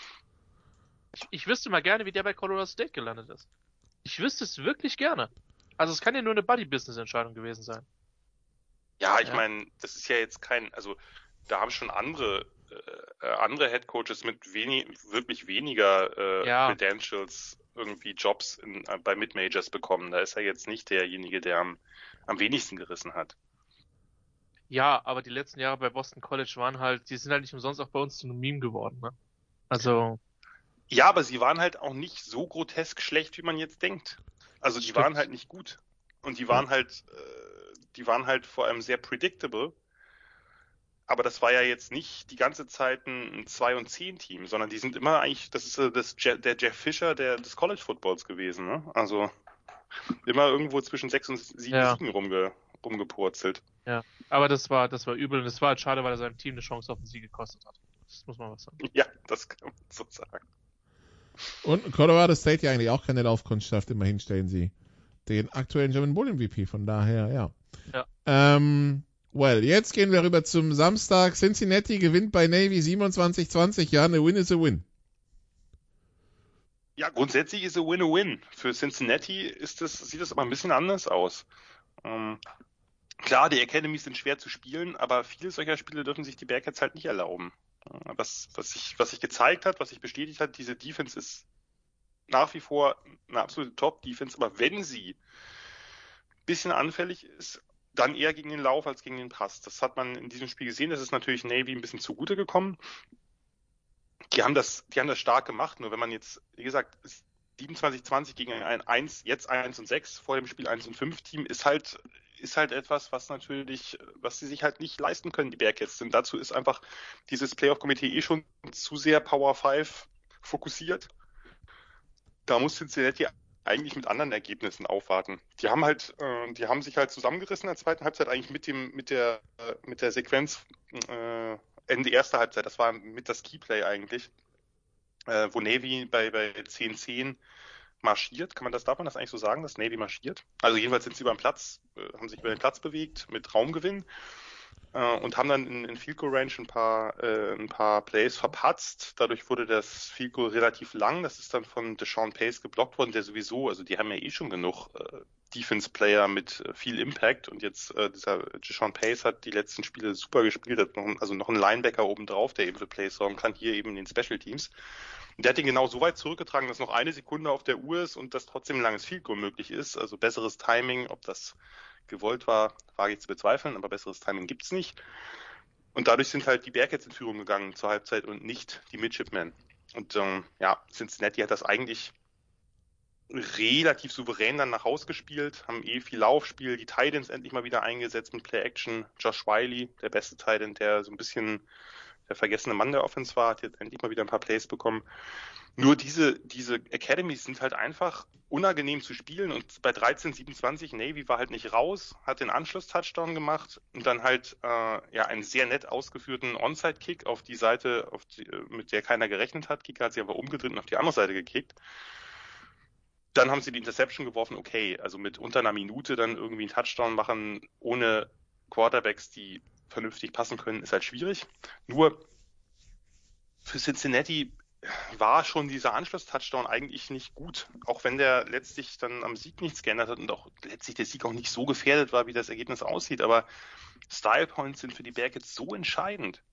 ich, ich wüsste mal gerne, wie der bei Colorado State gelandet ist. Ich wüsste es wirklich gerne. Also es kann ja nur eine Buddy-Business-Entscheidung gewesen sein. Ja, ich Ja. meine, das ist ja jetzt kein, also da haben schon andere äh, andere Headcoaches mit wenig, wirklich weniger äh, Ja. Credentials irgendwie Jobs in, äh, bei Mid-Majors bekommen. Da ist er jetzt nicht derjenige, der am, am wenigsten gerissen hat. Ja, aber die letzten Jahre bei Boston College waren halt, die sind halt nicht umsonst auch bei uns zu einem Meme geworden, ne? Also, Ja, aber sie waren halt auch nicht so grotesk schlecht, wie man jetzt denkt. Also die Stimmt. waren halt nicht gut. Und die waren halt, äh, die waren halt vor allem sehr predictable. Aber das war ja jetzt nicht die ganze Zeit ein zwei und zehn Team, sondern die sind immer eigentlich, das ist äh, das Je- der Jeff Fisher der, des College Footballs gewesen, ne? Also immer irgendwo zwischen sechs und sieben Ja. Siegen rumge, rumgepurzelt. aber das war, das war übel und es war halt schade, weil er seinem Team eine Chance auf den Sieg gekostet hat. Das muss man was sagen. Ja, das kann man so sagen. Und Colorado State ja eigentlich auch keine Laufkundschaft. Immerhin stellen sie den aktuellen German Bowl M V P. Von daher, ja. Ja. Ähm, well, jetzt gehen wir rüber zum Samstag. Cincinnati gewinnt bei Navy siebenundzwanzig zwanzig. Ja, eine Win is a Win. Ja, grundsätzlich ist es Win-a-Win. Für Cincinnati ist das, sieht das aber ein bisschen anders aus. Ähm, klar, die Academies sind schwer zu spielen, aber viele solcher Spiele dürfen sich die Bearcats halt nicht erlauben. Äh, Was, was sich, was sich gezeigt hat, was sich bestätigt hat, diese Defense ist nach wie vor eine absolute Top-Defense, aber wenn sie ein bisschen anfällig ist, dann eher gegen den Lauf als gegen den Pass. Das hat man in diesem Spiel gesehen, das ist natürlich Navy ein bisschen zugute gekommen. Die haben das, die haben das stark gemacht, nur wenn man jetzt, wie gesagt, siebenundzwanzig zwanzig gegen ein eins, jetzt eins und sechs, vor dem Spiel eins und fünf Team, ist halt, ist halt etwas, was natürlich, was sie sich halt nicht leisten können, die Bearcats. Denn dazu ist einfach dieses Playoff-Komitee eh schon zu sehr Power fünf fokussiert. Da muss Cincinnati eigentlich mit anderen Ergebnissen aufwarten. Die haben halt, äh, die haben sich halt zusammengerissen in der zweiten Halbzeit eigentlich mit dem, mit der, äh, mit der Sequenz äh, Ende erster Halbzeit. Das war mit das Keyplay eigentlich, äh, wo Navy bei bei zehn zehn marschiert. Kann man das, darf man das eigentlich so sagen, dass Navy marschiert? Also jedenfalls sind sie über den Platz, äh, haben sich über den Platz bewegt mit Raumgewinn. Und haben dann in, in Field Goal Range ein paar, äh, ein paar Plays verpatzt. Dadurch wurde das Field Goal relativ lang. Das ist dann von Deshaun Pace geblockt worden, der sowieso, also die haben ja eh schon genug äh, Defense-Player mit äh, viel Impact. Und jetzt äh, dieser Deshaun Pace hat die letzten Spiele super gespielt, hat noch, also noch einen Linebacker oben drauf, der eben für Plays sorgen kann, hier eben in den Special Teams. Und der hat ihn genau so weit zurückgetragen, dass noch eine Sekunde auf der Uhr ist und dass trotzdem ein langes Field Goal möglich ist. Also besseres Timing, ob das gewollt war, wage ich zu bezweifeln, aber besseres Timing gibt's nicht. Und dadurch sind halt die Bearcats in Führung gegangen zur Halbzeit und nicht die Midshipmen. Und ähm, ja, Cincinnati hat das eigentlich relativ souverän dann nach Hause gespielt, haben eh viel Laufspiel, die Titans endlich mal wieder eingesetzt mit Play-Action. Josh Wiley, der beste Titan, der so ein bisschen der vergessene Mann der Offense war, hat jetzt endlich mal wieder ein paar Plays bekommen. Nur diese, diese Academies sind halt einfach unangenehm zu spielen und bei dreizehn siebenundzwanzig Navy war halt nicht raus, hat den Anschluss-Touchdown gemacht und dann halt äh, ja einen sehr nett ausgeführten Onside-Kick auf die Seite, auf die, mit der keiner gerechnet hat. Kicker hat sich aber umgedreht und auf die andere Seite gekickt. Dann haben sie die Interception geworfen, okay, also mit unter einer Minute dann irgendwie einen Touchdown machen, ohne Quarterbacks, die vernünftig passen können, ist halt schwierig. Nur für Cincinnati war schon dieser Anschluss-Touchdown eigentlich nicht gut, auch wenn der letztlich dann am Sieg nichts geändert hat und auch letztlich der Sieg auch nicht so gefährdet war, wie das Ergebnis aussieht, aber Style Points sind für die Bearcats so entscheidend.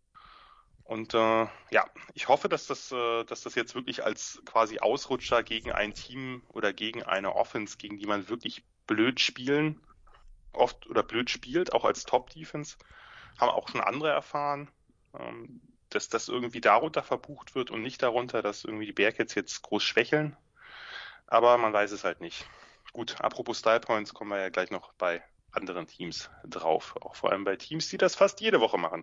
Und äh, ja, ich hoffe, dass das, äh, dass das jetzt wirklich als quasi Ausrutscher gegen ein Team oder gegen eine Offense, gegen die man wirklich blöd spielen, oft oder blöd spielt, auch als Top-Defense, haben auch schon andere erfahren, ähm, dass das irgendwie darunter verbucht wird und nicht darunter, dass irgendwie die Bearcats jetzt groß schwächeln. Aber man weiß es halt nicht. Gut, apropos Style Points, kommen wir ja gleich noch bei anderen Teams drauf. Auch vor allem bei Teams, die das fast jede Woche machen.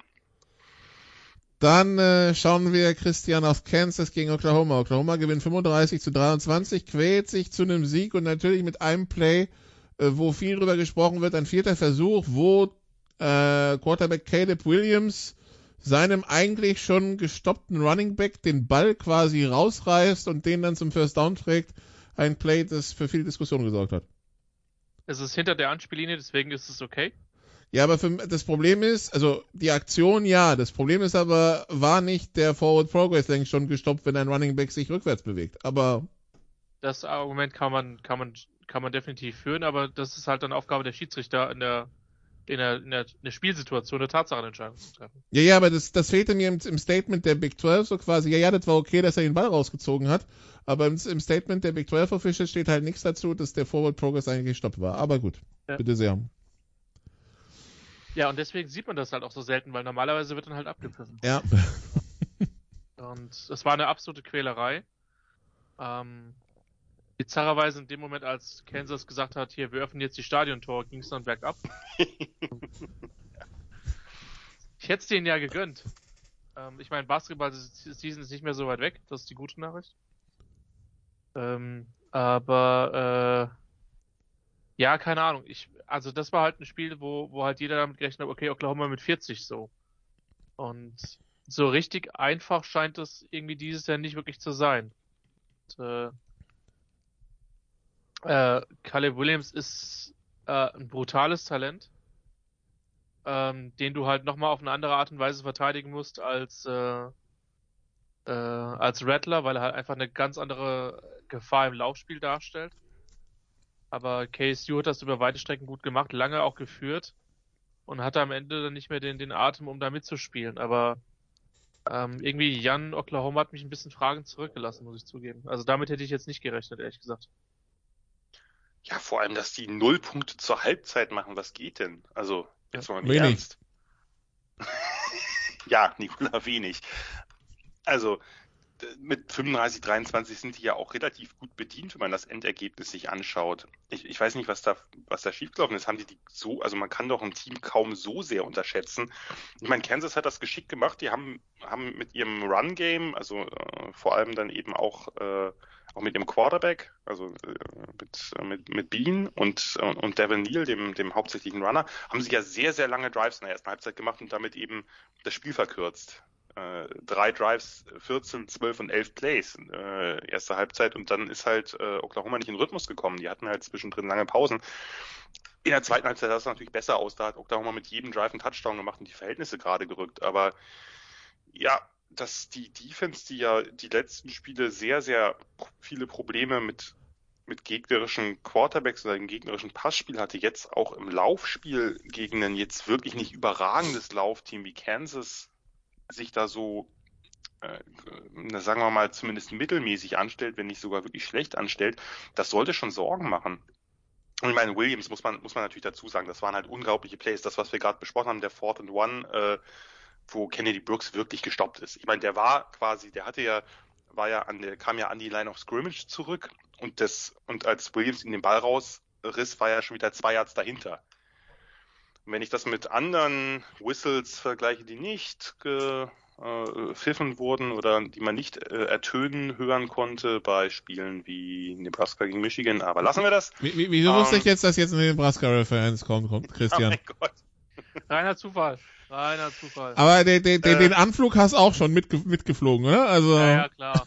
Dann äh, schauen wir, Christian, auf Kansas gegen Oklahoma. Oklahoma gewinnt fünfunddreißig zu dreiundzwanzig, quält sich zu einem Sieg und natürlich mit einem Play, äh, wo viel drüber gesprochen wird, ein vierter Versuch, wo äh, Quarterback Caleb Williams seinem eigentlich schon gestoppten Running Back den Ball quasi rausreißt und den dann zum First Down trägt. Ein Play, das für viel Diskussion gesorgt hat. Es ist hinter der Anspiellinie, deswegen ist es okay. Ja, aber für, das Problem ist, also die Aktion ja, das Problem ist aber, war nicht der Forward Progress längst schon gestoppt, wenn ein Running Back sich rückwärts bewegt. Aber das Argument kann man, kann man, kann man definitiv führen, aber das ist halt dann Aufgabe der Schiedsrichter in der in der, in der, in der Spielsituation eine Tatsachenentscheidung zu treffen. Ja, ja, aber das, das fehlte mir im, im Statement der Big zwölf so quasi, ja, ja, das war okay, dass er den Ball rausgezogen hat, aber im, im Statement der Big zwölf Officials steht halt nichts dazu, dass der Forward Progress eigentlich gestoppt war. Aber gut, ja. Bitte sehr. Ja, und deswegen sieht man das halt auch so selten, weil normalerweise wird dann halt abgepfiffen. Ja. Und das war eine absolute Quälerei. Ähm, Bizarrerweise in dem Moment, als Kansas gesagt hat, hier, wir öffnen jetzt die Stadiontore, ging es dann bergab. Ich hätte es denen ja gegönnt. Ähm, ich meine, Basketball-Season ist nicht mehr so weit weg, das ist die gute Nachricht. Ähm, aber, äh, ja, keine Ahnung. Ich, also das war halt ein Spiel, wo, wo halt jeder damit gerechnet hat, okay, Oklahoma mit vierzig so. Und so richtig einfach scheint es irgendwie dieses Jahr nicht wirklich zu sein. Und, äh, Äh, Caleb Williams ist äh, ein brutales Talent, ähm, den du halt nochmal auf eine andere Art und Weise verteidigen musst als äh, äh, als Rattler, weil er halt einfach eine ganz andere Gefahr im Laufspiel darstellt. Aber K S U hat das über weite Strecken gut gemacht, lange auch geführt und hatte am Ende dann nicht mehr den, den Atem, um da mitzuspielen. Aber ähm, irgendwie Jan Oklahoma hat mich ein bisschen Fragen zurückgelassen, muss ich zugeben. Also damit hätte ich jetzt nicht gerechnet, ehrlich gesagt. Ja, vor allem, dass die null Punkte zur Halbzeit machen, was geht denn? Also, jetzt mal im wenig. Ernst. Ja, Nikola, wenig. Also, mit fünfunddreißig, dreiundzwanzig sind die ja auch relativ gut bedient, wenn man das Endergebnis sich anschaut. Ich, ich weiß nicht, was da, was da schiefgelaufen ist. Haben die die so, also man kann doch ein Team kaum so sehr unterschätzen. Ich meine, Kansas hat das geschickt gemacht. Die haben, haben mit ihrem Run-Game, also äh, vor allem dann eben auch, äh, auch mit dem Quarterback, also äh, mit, mit, mit Bean und, äh, und Devin Neal, dem, dem hauptsächlichen Runner, haben sie ja sehr, sehr lange Drives in der ersten Halbzeit gemacht und damit eben das Spiel verkürzt. Äh, drei Drives, vierzehn, zwölf und elf Plays, äh, erste Halbzeit, und dann ist halt äh, Oklahoma nicht in den Rhythmus gekommen. Die hatten halt zwischendrin lange Pausen. In der zweiten Halbzeit sah es natürlich besser aus. Da hat Oklahoma mit jedem Drive einen Touchdown gemacht und die Verhältnisse gerade gerückt. Aber ja, dass die Defense, die ja die letzten Spiele sehr, sehr viele Probleme mit mit gegnerischen Quarterbacks oder dem gegnerischen Passspiel hatte, jetzt auch im Laufspiel gegen ein jetzt wirklich nicht überragendes Laufteam wie Kansas sich da so, äh, sagen wir mal, zumindest mittelmäßig anstellt, wenn nicht sogar wirklich schlecht anstellt, das sollte schon Sorgen machen. Und ich meine, Williams muss man muss man natürlich dazu sagen, das waren halt unglaubliche Plays. Das, was wir gerade besprochen haben, der Fourth and One, äh, wo Kennedy Brooks wirklich gestoppt ist. Ich meine, der war quasi, der hatte ja, war ja an der, kam ja an die Line of Scrimmage zurück und das, und als Williams ihn den Ball rausriss, war er schon wieder zwei Yards dahinter. Und wenn ich das mit anderen Whistles vergleiche, die nicht gepfiffen äh, wurden oder die man nicht äh, ertönen hören konnte bei Spielen wie Nebraska gegen Michigan, aber lassen wir das. Wie, wie, wieso ähm, wusste ich jetzt, dass jetzt eine Nebraska-Referenz kommt, kommt, Christian? Oh mein Gott. Reiner Zufall. Reiner Zufall. Aber den, den, den, äh, den Anflug hast du auch schon mitge- mitgeflogen, oder? Also, ja, ja, klar.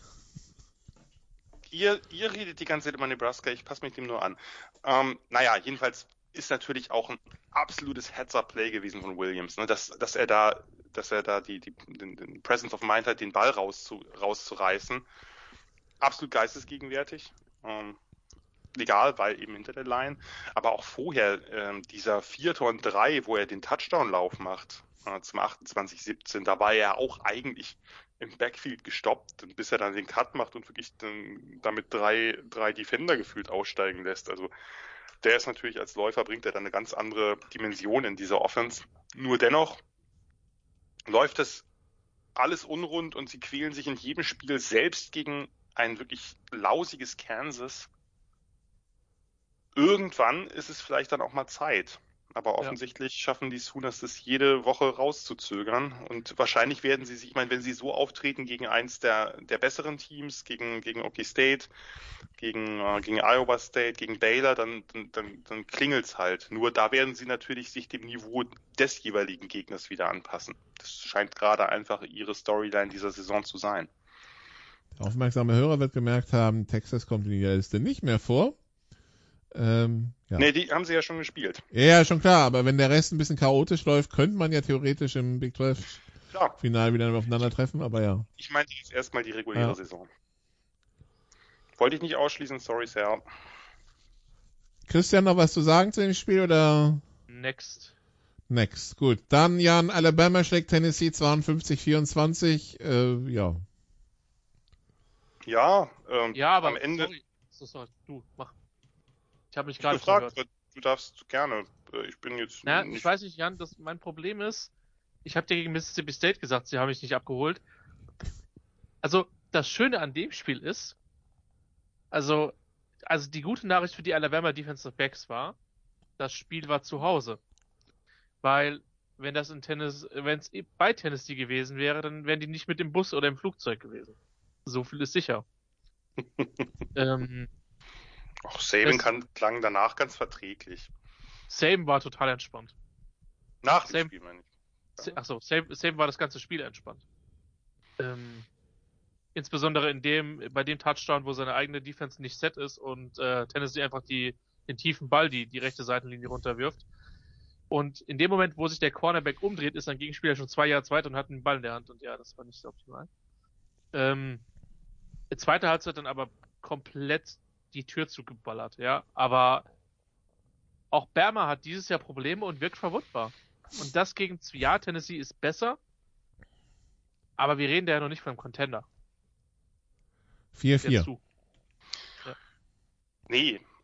Ihr, ihr redet die ganze Zeit über Nebraska, ich passe mich dem nur an. Ähm, naja, jedenfalls ist natürlich auch ein absolutes Heads-up-Play gewesen von Williams, ne? dass, dass er da, dass er da die, die, den, den Presence of Mind hat, den Ball rauszu, rauszureißen. Absolut geistesgegenwärtig. Ähm, legal, weil eben hinter der Line. Aber auch vorher, ähm, dieser Vierte und Drei, wo er den Touchdown-Lauf macht, äh, zum achtundzwanzig siebzehn, da war er auch eigentlich im Backfield gestoppt, bis er dann den Cut macht und wirklich dann, damit drei, drei Defender gefühlt aussteigen lässt. Also der ist natürlich als Läufer, bringt er dann eine ganz andere Dimension in dieser Offense. Nur dennoch läuft das alles unrund und sie quälen sich in jedem Spiel selbst gegen ein wirklich lausiges Kansas. Irgendwann ist es vielleicht dann auch mal Zeit. Aber offensichtlich ja. schaffen die Sooners das jede Woche rauszuzögern. Und wahrscheinlich werden sie sich, ich meine, wenn sie so auftreten gegen eins der, der besseren Teams, gegen, gegen Okie State, gegen, äh, gegen Iowa State, gegen Baylor, dann, dann, dann, dann klingelt's halt. Nur da werden sie natürlich sich dem Niveau des jeweiligen Gegners wieder anpassen. Das scheint gerade einfach ihre Storyline dieser Saison zu sein. Der aufmerksame Hörer wird gemerkt haben, Texas kommt in der Liste nicht mehr vor. Ähm, ja. Nee, die haben sie ja schon gespielt. Ja, ja, schon klar, aber wenn der Rest ein bisschen chaotisch läuft, könnte man ja theoretisch im Big zwölf Final wieder aufeinandertreffen, aber ja. Ich meinte jetzt erstmal die reguläre ja. Saison. Wollte ich nicht ausschließen, sorry, Sir. Christian, noch was zu sagen zu dem Spiel, oder? Next. Next, gut. Dann, Jan, Alabama schlägt Tennessee zweiundfünfzig vierundzwanzig, äh, ja. Ja, ähm, ja, aber am Ende... Sorry. So, so, du, mach. Ich habe mich gerade gefragt, du darfst gerne. Ich bin jetzt. Ja, nicht... ich weiß nicht, Jan, das, mein Problem ist, ich habe dir gegen Mississippi State gesagt, sie haben mich nicht abgeholt. Also, das Schöne an dem Spiel ist, also, also die gute Nachricht für die Alabama Defensive Backs war, das Spiel war zu Hause. Weil, wenn das in Tennis, wenn es bei Tennessee gewesen wäre, dann wären die nicht mit dem Bus oder im Flugzeug gewesen. So viel ist sicher. ähm, Auch Saban kann, klang danach ganz verträglich. Saban war total entspannt. Nach dem Saban, Spiel, meine ich. Ja. Achso, Saban, Saban war das ganze Spiel entspannt. Ähm, insbesondere in dem, bei dem Touchdown, wo seine eigene Defense nicht set ist und äh, Tennessee einfach die, den tiefen Ball, die, die rechte Seitenlinie runterwirft. Und in dem Moment, wo sich der Cornerback umdreht, ist sein Gegenspieler schon zwei Yards weit und hat einen Ball in der Hand. Und ja, das war nicht so optimal. Ähm, zweite Halbzeit dann aber komplett die Tür zugeballert, ja. Aber auch Bama hat dieses Jahr Probleme und wirkt verwundbar. Und das gegen, ja, Tennessee ist besser, aber wir reden da ja noch nicht von einem Contender. vier vier. Ja. Nee,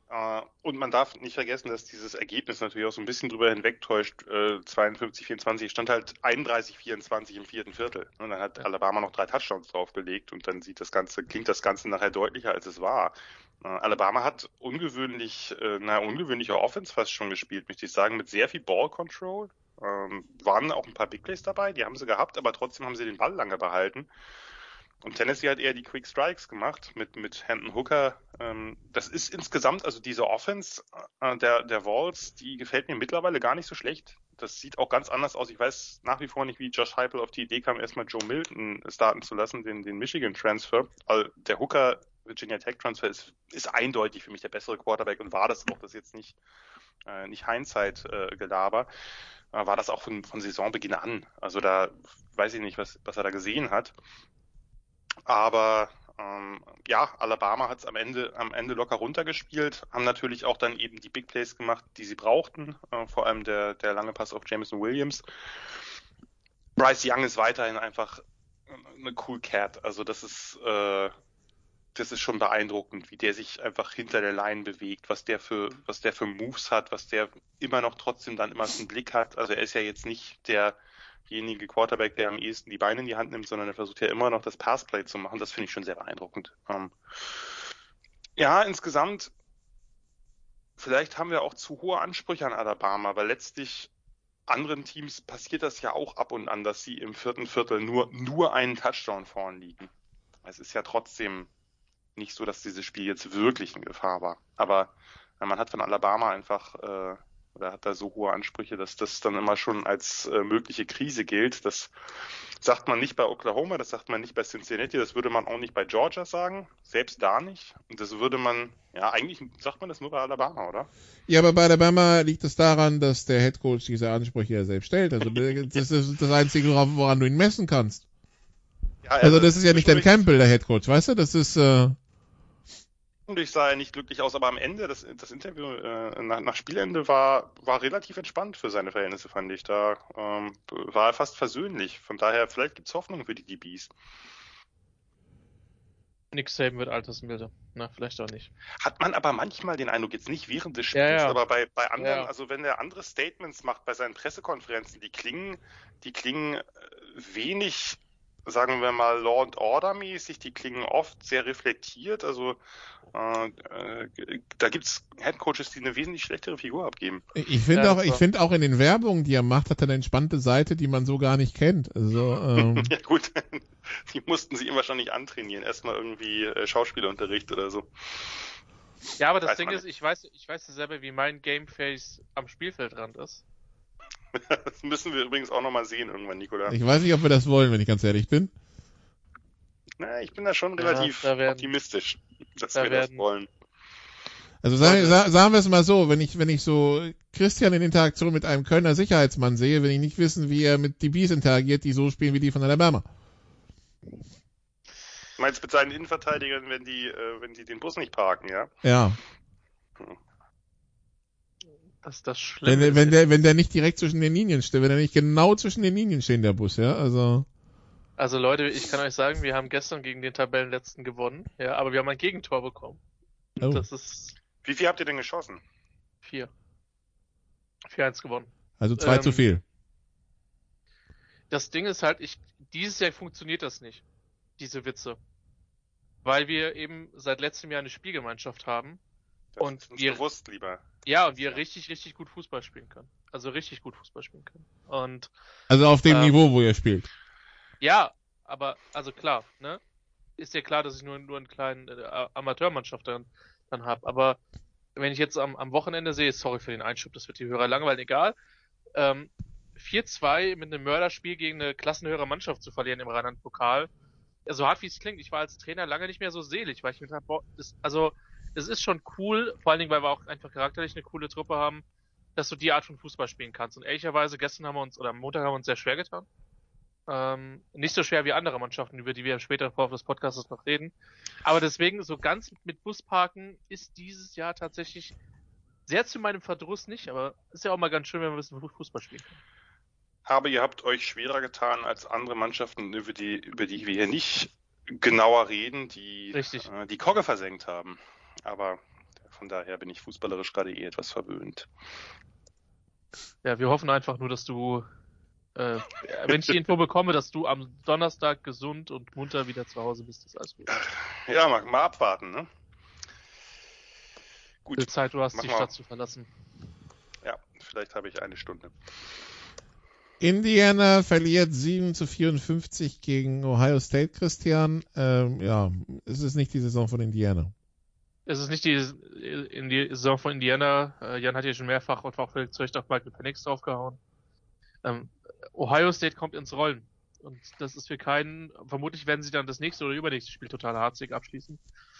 Uh, und man darf nicht vergessen, dass dieses Ergebnis natürlich auch so ein bisschen drüber hinwegtäuscht. Uh, zweiundfünfzig vierundzwanzig stand halt einunddreißig vierundzwanzig im vierten Viertel. Und dann hat ja. Alabama noch drei Touchdowns draufgelegt und dann sieht das Ganze, klingt das Ganze nachher deutlicher, als es war. Uh, Alabama hat ungewöhnlich, uh, na, ungewöhnliche Offense fast schon gespielt, möchte ich sagen, mit sehr viel Ball Control. Uh, waren auch ein paar Big Plays dabei, die haben sie gehabt, aber trotzdem haben sie den Ball lange behalten. Und Tennessee hat eher die Quick Strikes gemacht mit, mit Hendon Hooker. Ähm, das ist insgesamt, also diese Offense äh, der, der Vols, die gefällt mir mittlerweile gar nicht so schlecht. Das sieht auch ganz anders aus. Ich weiß nach wie vor nicht, wie Josh Heupel auf die Idee kam, erstmal Joe Milton starten zu lassen, den, den Michigan-Transfer. Also der Hooker Virginia Tech-Transfer ist, ist eindeutig für mich der bessere Quarterback und war das auch, das jetzt nicht, äh, nicht Hindsight-Gelaber, äh, war das auch von, von Saisonbeginn an. Also da weiß ich nicht, was, was er da gesehen hat. Aber ähm, ja, Alabama hat es am Ende am Ende locker runtergespielt, haben natürlich auch dann eben die Big Plays gemacht, die sie brauchten, äh, vor allem der der lange Pass auf Jameson Williams. Bryce Young ist weiterhin einfach eine cool Cat, also das ist äh, das ist schon beeindruckend, wie der sich einfach hinter der Line bewegt, was der für was der für Moves hat, was der immer noch trotzdem dann immer einen Blick hat. Also er ist ja jetzt nicht der derjenige Quarterback, der am ehesten die Beine in die Hand nimmt, sondern er versucht ja immer noch das Passplay zu machen. Das finde ich schon sehr beeindruckend. Ähm, ja, insgesamt, vielleicht haben wir auch zu hohe Ansprüche an Alabama, weil letztlich anderen Teams passiert das ja auch ab und an, dass sie im vierten Viertel nur, nur einen Touchdown vorn liegen. Es ist ja trotzdem nicht so, dass dieses Spiel jetzt wirklich in Gefahr war. Aber man hat von Alabama einfach... Äh, oder hat da so hohe Ansprüche, dass das dann immer schon als äh, mögliche Krise gilt. Das sagt man nicht bei Oklahoma, das sagt man nicht bei Cincinnati, das würde man auch nicht bei Georgia sagen, selbst da nicht. Und das würde man, ja eigentlich sagt man das nur bei Alabama, oder? Ja, aber bei Alabama liegt es daran, dass der Headcoach diese Ansprüche ja selbst stellt. Also das ist das Einzige, woran du ihn messen kannst. Ja, also das ist ja nicht Dan Campbell, der Headcoach, weißt du? Das ist... Äh Und ich sah ja nicht glücklich aus, aber am Ende, das, das Interview äh, nach, nach Spielende war, war relativ entspannt für seine Verhältnisse, fand ich. Da ähm, war er fast versöhnlich. Von daher, vielleicht gibt's Hoffnung für die D Bs. Nick Saban wird altersmilde. Na, vielleicht auch nicht. Hat man aber manchmal den Eindruck, jetzt nicht während des Spiels, ja, ja. aber bei, bei anderen, ja. also wenn er andere Statements macht bei seinen Pressekonferenzen, die klingen, die klingen wenig... sagen wir mal, Law and Order mäßig, die klingen oft sehr reflektiert, also äh, äh, da gibt's Headcoaches, die eine wesentlich schlechtere Figur abgeben. Ich finde ja, auch, ich finde auch in den Werbungen, die er macht, hat er eine entspannte Seite, die man so gar nicht kennt. Also, ähm ja gut, die mussten sie ihm wahrscheinlich antrainieren, erstmal irgendwie äh, Schauspielunterricht oder so. Ja, aber das weiß Ding ist, ich weiß, ich weiß selber, wie mein Gameface am Spielfeldrand ist. Das müssen wir übrigens auch nochmal sehen irgendwann, Nikola. Ich weiß nicht, ob wir das wollen, wenn ich ganz ehrlich bin. Na, ich bin da schon relativ ja, da werden, optimistisch, dass da wir werden. das wollen. Also sagen, sagen wir es mal so, wenn ich wenn ich so Christian in Interaktion mit einem Kölner Sicherheitsmann sehe, will ich nicht wissen, wie er mit D Bs interagiert, die so spielen wie die von Alabama. Meinst du mit seinen Innenverteidigern, wenn die äh, wenn die den Bus nicht parken, ja? Ja. Hm. Das ist das Schlimme. Wenn, wenn, der, wenn der nicht direkt zwischen den Linien steht, wenn er nicht genau zwischen den Linien steht, der Bus, ja, also. Also Leute, ich kann euch sagen, wir haben gestern gegen den Tabellenletzten gewonnen, ja, aber wir haben ein Gegentor bekommen. Oh. Das ist. Wie viel habt ihr denn geschossen? Vier. vier eins gewonnen. Also zwei ähm, zu viel. Das Ding ist halt, ich, dieses Jahr funktioniert das nicht. Diese Witze. Weil wir eben seit letztem Jahr eine Spielgemeinschaft haben. Das und ist uns wir, bewusst, lieber. Ja, und wir richtig, richtig gut Fußball spielen können. Also richtig gut Fußball spielen können. Und, also auf dem ähm, Niveau, wo ihr spielt. Ja, aber, also klar, ne? Ist ja klar, dass ich nur, nur eine kleine äh, Amateurmannschaft dann, dann habe. Aber wenn ich jetzt am, am Wochenende sehe, sorry für den Einschub, das wird die Hörer langweilen, egal. Ähm, vier zwei mit einem Mörderspiel gegen eine klassenhöhere Mannschaft zu verlieren im Rheinland-Pokal. Ja, so hart wie es klingt, ich war als Trainer lange nicht mehr so selig, weil ich mir gedacht, boah, das, also, es ist schon cool, vor allen Dingen, weil wir auch einfach charakterlich eine coole Truppe haben, dass du die Art von Fußball spielen kannst. Und ehrlicherweise, gestern haben wir uns, oder am Montag haben wir uns sehr schwer getan. Ähm, nicht so schwer wie andere Mannschaften, über die wir später im Verlauf des Podcasts noch reden. Aber deswegen, so ganz mit Busparken ist dieses Jahr tatsächlich sehr zu meinem Verdruss nicht, aber ist ja auch mal ganz schön, wenn wir ein bisschen Fußball spielen können. Aber ihr habt euch schwerer getan als andere Mannschaften, über die, über die wir hier nicht genauer reden, die Richtig. Äh, die Kogge versenkt haben. Aber Von daher bin ich fußballerisch gerade eh etwas verwöhnt. Ja, wir hoffen einfach nur, dass du, äh, wenn ich die Info bekomme, dass du am Donnerstag gesund und munter wieder zu Hause bist, ist alles gut. Ja, mal, mal abwarten, ne? Gut. Viel Zeit du hast, die mal. Stadt zu verlassen. Ja, vielleicht habe ich eine Stunde. Indiana verliert sieben zu vierundfünfzig gegen Ohio State, Christian. Ähm, ja, es ist nicht die Saison von Indiana. Es ist nicht die, in die Saison von Indiana. Äh, Jan hat hier schon mehrfach und auch völlig zu Recht auf Michael Penix draufgehauen. Ähm, Ohio State kommt ins Rollen. Und das ist für keinen, vermutlich werden sie dann das nächste oder übernächste Spiel total harzig abschließen.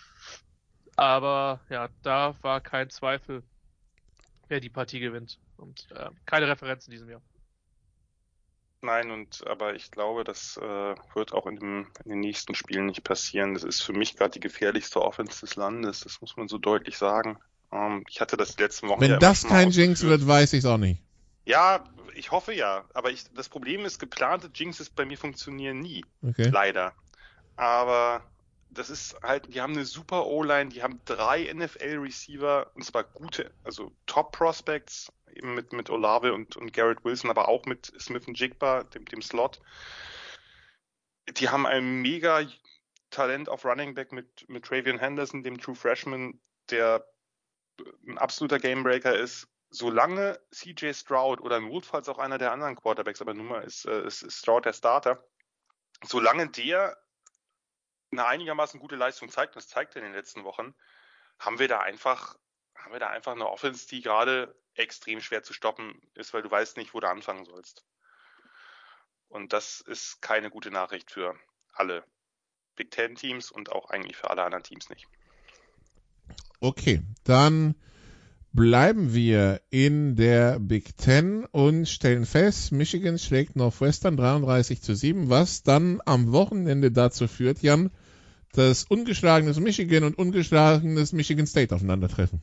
Aber ja, da war kein Zweifel, wer die Partie gewinnt. Und äh, keine Referenz in diesem Jahr. Nein, und aber ich glaube, das äh, wird auch in, dem, in den nächsten Spielen nicht passieren. Das ist für mich gerade die gefährlichste Offense des Landes, das muss man so deutlich sagen. Ähm, ich hatte das die letzten Wochen. Wenn ja das kein Jinx wird, weiß ich es auch nicht. Ja, ich hoffe ja. Aber ich, das Problem ist, geplante Jinxes bei mir funktionieren nie. Okay. Leider. Aber das ist halt, die haben eine super O-Line, die haben drei N F L-Receiver, und zwar gute, also Top-Prospects, eben mit, mit Olave und, und Garrett Wilson, aber auch mit Smith und Jigba, dem, dem Slot. Die haben ein mega Talent auf Running Back mit, mit Travion Henderson, dem True Freshman, der ein absoluter Gamebreaker ist. Solange C J Stroud oder notfalls auch einer der anderen Quarterbacks, aber nun mal ist, ist, ist Stroud der Starter, solange der eine einigermaßen gute Leistung zeigt, und das zeigt er in den letzten Wochen, haben wir da einfach, haben wir da einfach eine Offense, die gerade extrem schwer zu stoppen ist, weil du weißt nicht, wo du anfangen sollst. Und das ist keine gute Nachricht für alle Big Ten Teams und auch eigentlich für alle anderen Teams nicht. Okay, dann bleiben wir in der Big Ten und stellen fest, Michigan schlägt Northwestern dreiunddreißig zu sieben, was dann am Wochenende dazu führt, Jan, dass ungeschlagenes Michigan und ungeschlagenes Michigan State aufeinandertreffen.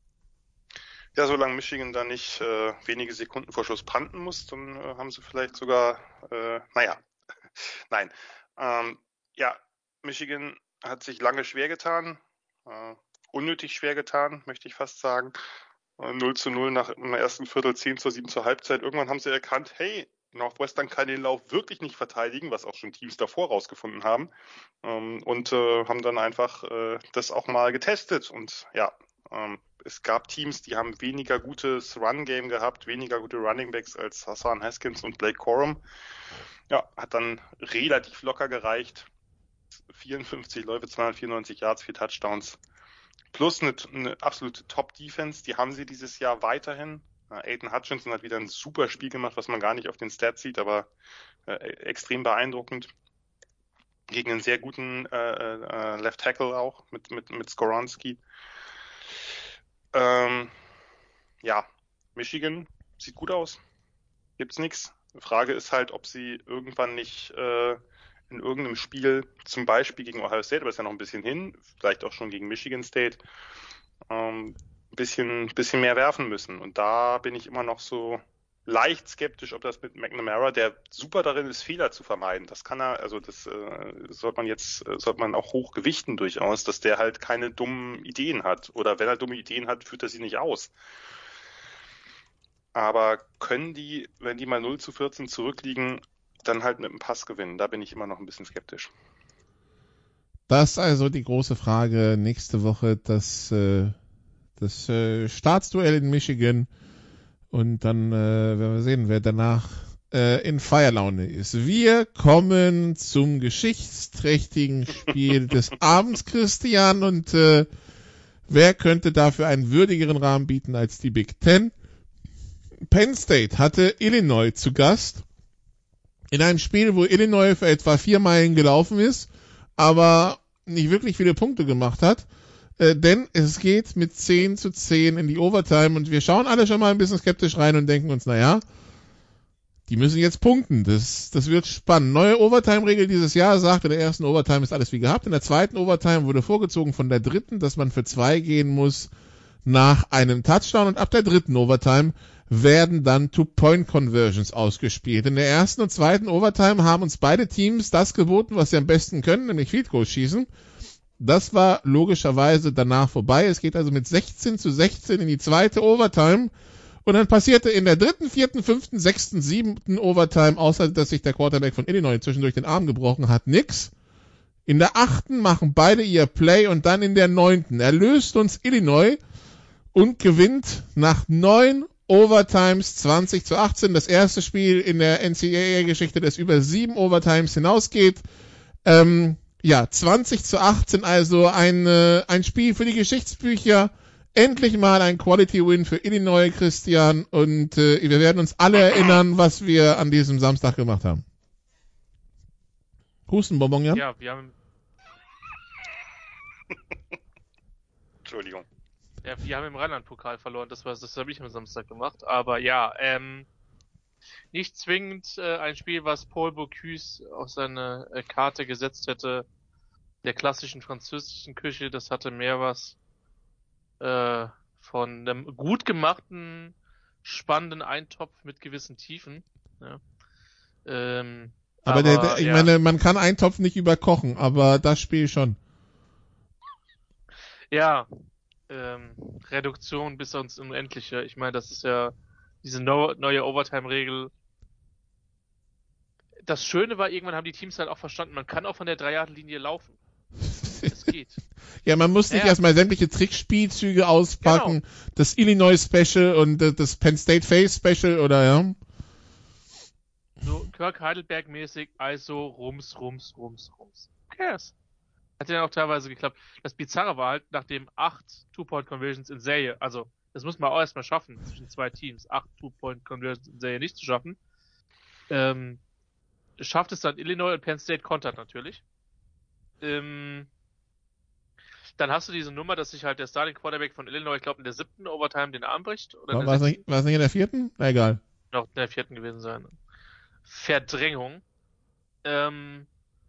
Ja, solange Michigan da nicht äh, wenige Sekunden vor Schluss punten muss, dann äh, haben sie vielleicht sogar, äh, naja, nein. Ähm, ja, Michigan hat sich lange schwer getan, äh, unnötig schwer getan, möchte ich fast sagen. null zu null nach im ersten Viertel, zehn zu sieben zur Halbzeit. Irgendwann haben sie erkannt, hey, Northwestern kann den Lauf wirklich nicht verteidigen, was auch schon Teams davor rausgefunden haben. Ähm, und äh, haben dann einfach äh, das auch mal getestet. Und ja, ähm, es gab Teams, die haben weniger gutes Run-Game gehabt, weniger gute Runningbacks als Hassan Haskins und Blake Corum. Ja, hat dann relativ locker gereicht. vierundfünfzig Läufe, zweihundertvierundneunzig Yards, vier Touchdowns. Plus eine, eine absolute Top-Defense, die haben sie dieses Jahr weiterhin. Aiden Hutchinson hat wieder ein super Spiel gemacht, was man gar nicht auf den Stats sieht, aber äh, extrem beeindruckend. Gegen einen sehr guten äh, äh, Left Tackle auch, mit, mit, mit Skoronski. Ähm, ja, Michigan sieht gut aus. Gibt's nichts. Die Frage ist halt, ob sie irgendwann nicht äh, in irgendeinem Spiel, zum Beispiel gegen Ohio State, aber ist ja noch ein bisschen hin, vielleicht auch schon gegen Michigan State, ähm, ein bisschen, bisschen mehr werfen müssen. Und da bin ich immer noch so leicht skeptisch, ob das mit McNamara, der super darin ist, Fehler zu vermeiden. Das kann er, also das äh, sollte man jetzt, äh, sollte man auch hoch gewichten durchaus, dass der halt keine dummen Ideen hat. Oder wenn er dumme Ideen hat, führt er sie nicht aus. Aber können die, wenn die mal null zu vierzehn zurückliegen, dann halt mit einem Pass gewinnen? Da bin ich immer noch ein bisschen skeptisch. Das ist also die große Frage nächste Woche, das, äh, das äh, Staatsduell in Michigan. Und dann äh, werden wir sehen, wer danach äh, in Feierlaune ist. Wir kommen zum geschichtsträchtigen Spiel des Abends, Christian. Und äh, wer könnte dafür einen würdigeren Rahmen bieten als die Big Ten? Penn State hatte Illinois zu Gast. In einem Spiel, wo Illinois für etwa vier Meilen gelaufen ist, aber nicht wirklich viele Punkte gemacht hat. Äh, denn es geht mit zehn zu zehn in die Overtime und wir schauen alle schon mal ein bisschen skeptisch rein und denken uns, naja, die müssen jetzt punkten. Das, das wird spannend. Neue Overtime-Regel dieses Jahr sagt, in der ersten Overtime ist alles wie gehabt. In der zweiten Overtime wurde vorgezogen von der dritten, dass man für zwei gehen muss nach einem Touchdown und ab der dritten Overtime werden dann Two-Point-Conversions ausgespielt. In der ersten und zweiten Overtime haben uns beide Teams das geboten, was sie am besten können, nämlich Field Goals schießen. Das war logischerweise danach vorbei. Es geht also mit sechzehn zu sechzehn in die zweite Overtime. Und dann passierte in der dritten, vierten, fünften, sechsten, siebten Overtime, außer dass sich der Quarterback von Illinois zwischendurch den Arm gebrochen hat, nix. In der achten machen beide ihr Play und dann in der neunten erlöst uns Illinois und gewinnt nach neun Overtimes zwanzig zu achtzehn. Das erste Spiel in der N C A A-Geschichte, das über sieben Overtimes hinausgeht. Ähm, ja, zwanzig zu achtzehn, also ein, äh, ein Spiel für die Geschichtsbücher. Endlich mal ein Quality-Win für Illinois, Christian. Und äh, wir werden uns alle erinnern, was wir an diesem Samstag gemacht haben. Hustenbonbon, Jan? Ja, wir haben... Entschuldigung. Ja, wir haben im Rheinland-Pokal verloren, das war, das habe ich am Samstag gemacht. Aber ja, ähm, nicht zwingend äh, ein Spiel, was Paul Bocuse auf seine äh, Karte gesetzt hätte, der klassischen französischen Küche. Das hatte mehr was äh, von einem gut gemachten, spannenden Eintopf mit gewissen Tiefen. Ja. Ähm, aber aber der, der, ich ja. meine, man kann Eintopf nicht überkochen, aber das Spiel schon. Ja, ähm, Reduktion bis ans Unendliche. Ich meine, das ist ja diese no, neue Overtime-Regel. Das Schöne war, irgendwann haben die Teams halt auch verstanden, man kann auch von der Drei-Yard-Linie laufen. Es geht. Ja, man muss nicht ja. erstmal sämtliche Trickspielzüge auspacken. Genau. Das Illinois Special und das Penn State Face Special oder ja. So Kirk Heidelberg mäßig, also rums, rums, rums, rums. Who cares? Hat ja auch teilweise geklappt. Das Bizarre war halt, nachdem acht Two-Point-Conversions in Serie, also das muss man auch erstmal schaffen, zwischen zwei Teams, acht Two-Point-Conversions in Serie nicht zu schaffen, ähm, schafft es dann Illinois und Penn State kontert natürlich. Ähm, dann hast du diese Nummer, dass sich halt der Starting Quarterback von Illinois, ich glaube in der siebten Overtime den Arm bricht. Oder War es nicht, nicht in der vierten? Na egal. Noch in der vierten gewesen sein. Verdrängung. Ähm,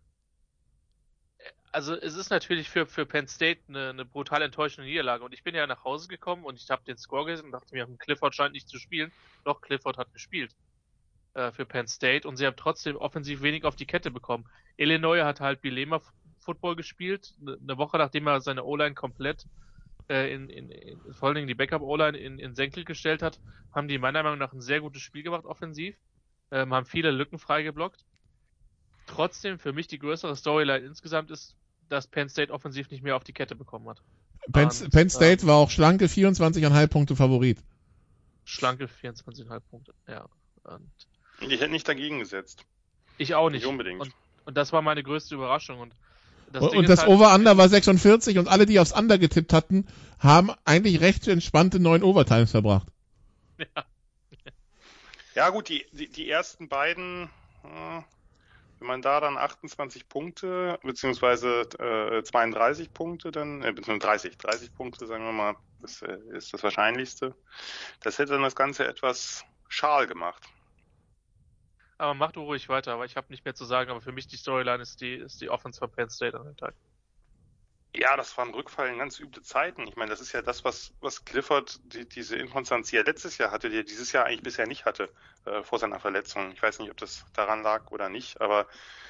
also es ist natürlich für, für Penn State eine, eine brutal enttäuschende Niederlage. Und ich bin ja nach Hause gekommen und ich habe den Score gesehen und dachte mir, Clifford scheint nicht zu spielen. Doch, Clifford hat gespielt äh, für Penn State und sie haben trotzdem offensiv wenig auf die Kette bekommen. Illinois hat halt Bielema Football gespielt, eine Woche nachdem er seine O-Line komplett äh, in, in, in vor allen Dingen die Backup-O-Line in, in Senkel gestellt hat, haben die meiner Meinung nach ein sehr gutes Spiel gemacht offensiv, ähm, haben viele Lücken freigeblockt. Trotzdem für mich die größere Storyline insgesamt ist, dass Penn State offensiv nicht mehr auf die Kette bekommen hat. Penn, Und, Penn State ähm, war auch schlanke vierundzwanzig Komma fünf Punkte Favorit. Schlanke vierundzwanzig Komma fünf Punkte, ja. Und Ich hätte nicht dagegen gesetzt. ich auch nicht. Nicht unbedingt. Und, und das war meine größte Überraschung. Und das, Und, Ding und ist das halt, Over-Under war sechsundvierzig und alle, die aufs Under getippt hatten, haben eigentlich recht entspannte neun Overtimes verbracht. Ja. Ja gut, die, die, die ersten beiden, äh, wenn man da dann achtundzwanzig Punkte, beziehungsweise äh, zweiunddreißig Punkte dann, äh, beziehungsweise dreißig, dreißig Punkte, sagen wir mal, das äh, ist das Wahrscheinlichste. Das hätte dann das Ganze etwas schal gemacht. Aber mach du ruhig weiter, aber ich habe nicht mehr zu sagen, aber für mich die Storyline ist die, ist die Offense von Penn State an dem Tag. Ja, das war ein Rückfall in ganz üble Zeiten. Ich meine, das ist ja das, was, was Clifford, die, diese Inkonstanz, die er letztes Jahr hatte, die er dieses Jahr eigentlich bisher nicht hatte, äh, vor seiner Verletzung. Ich weiß nicht, ob das daran lag oder nicht, aber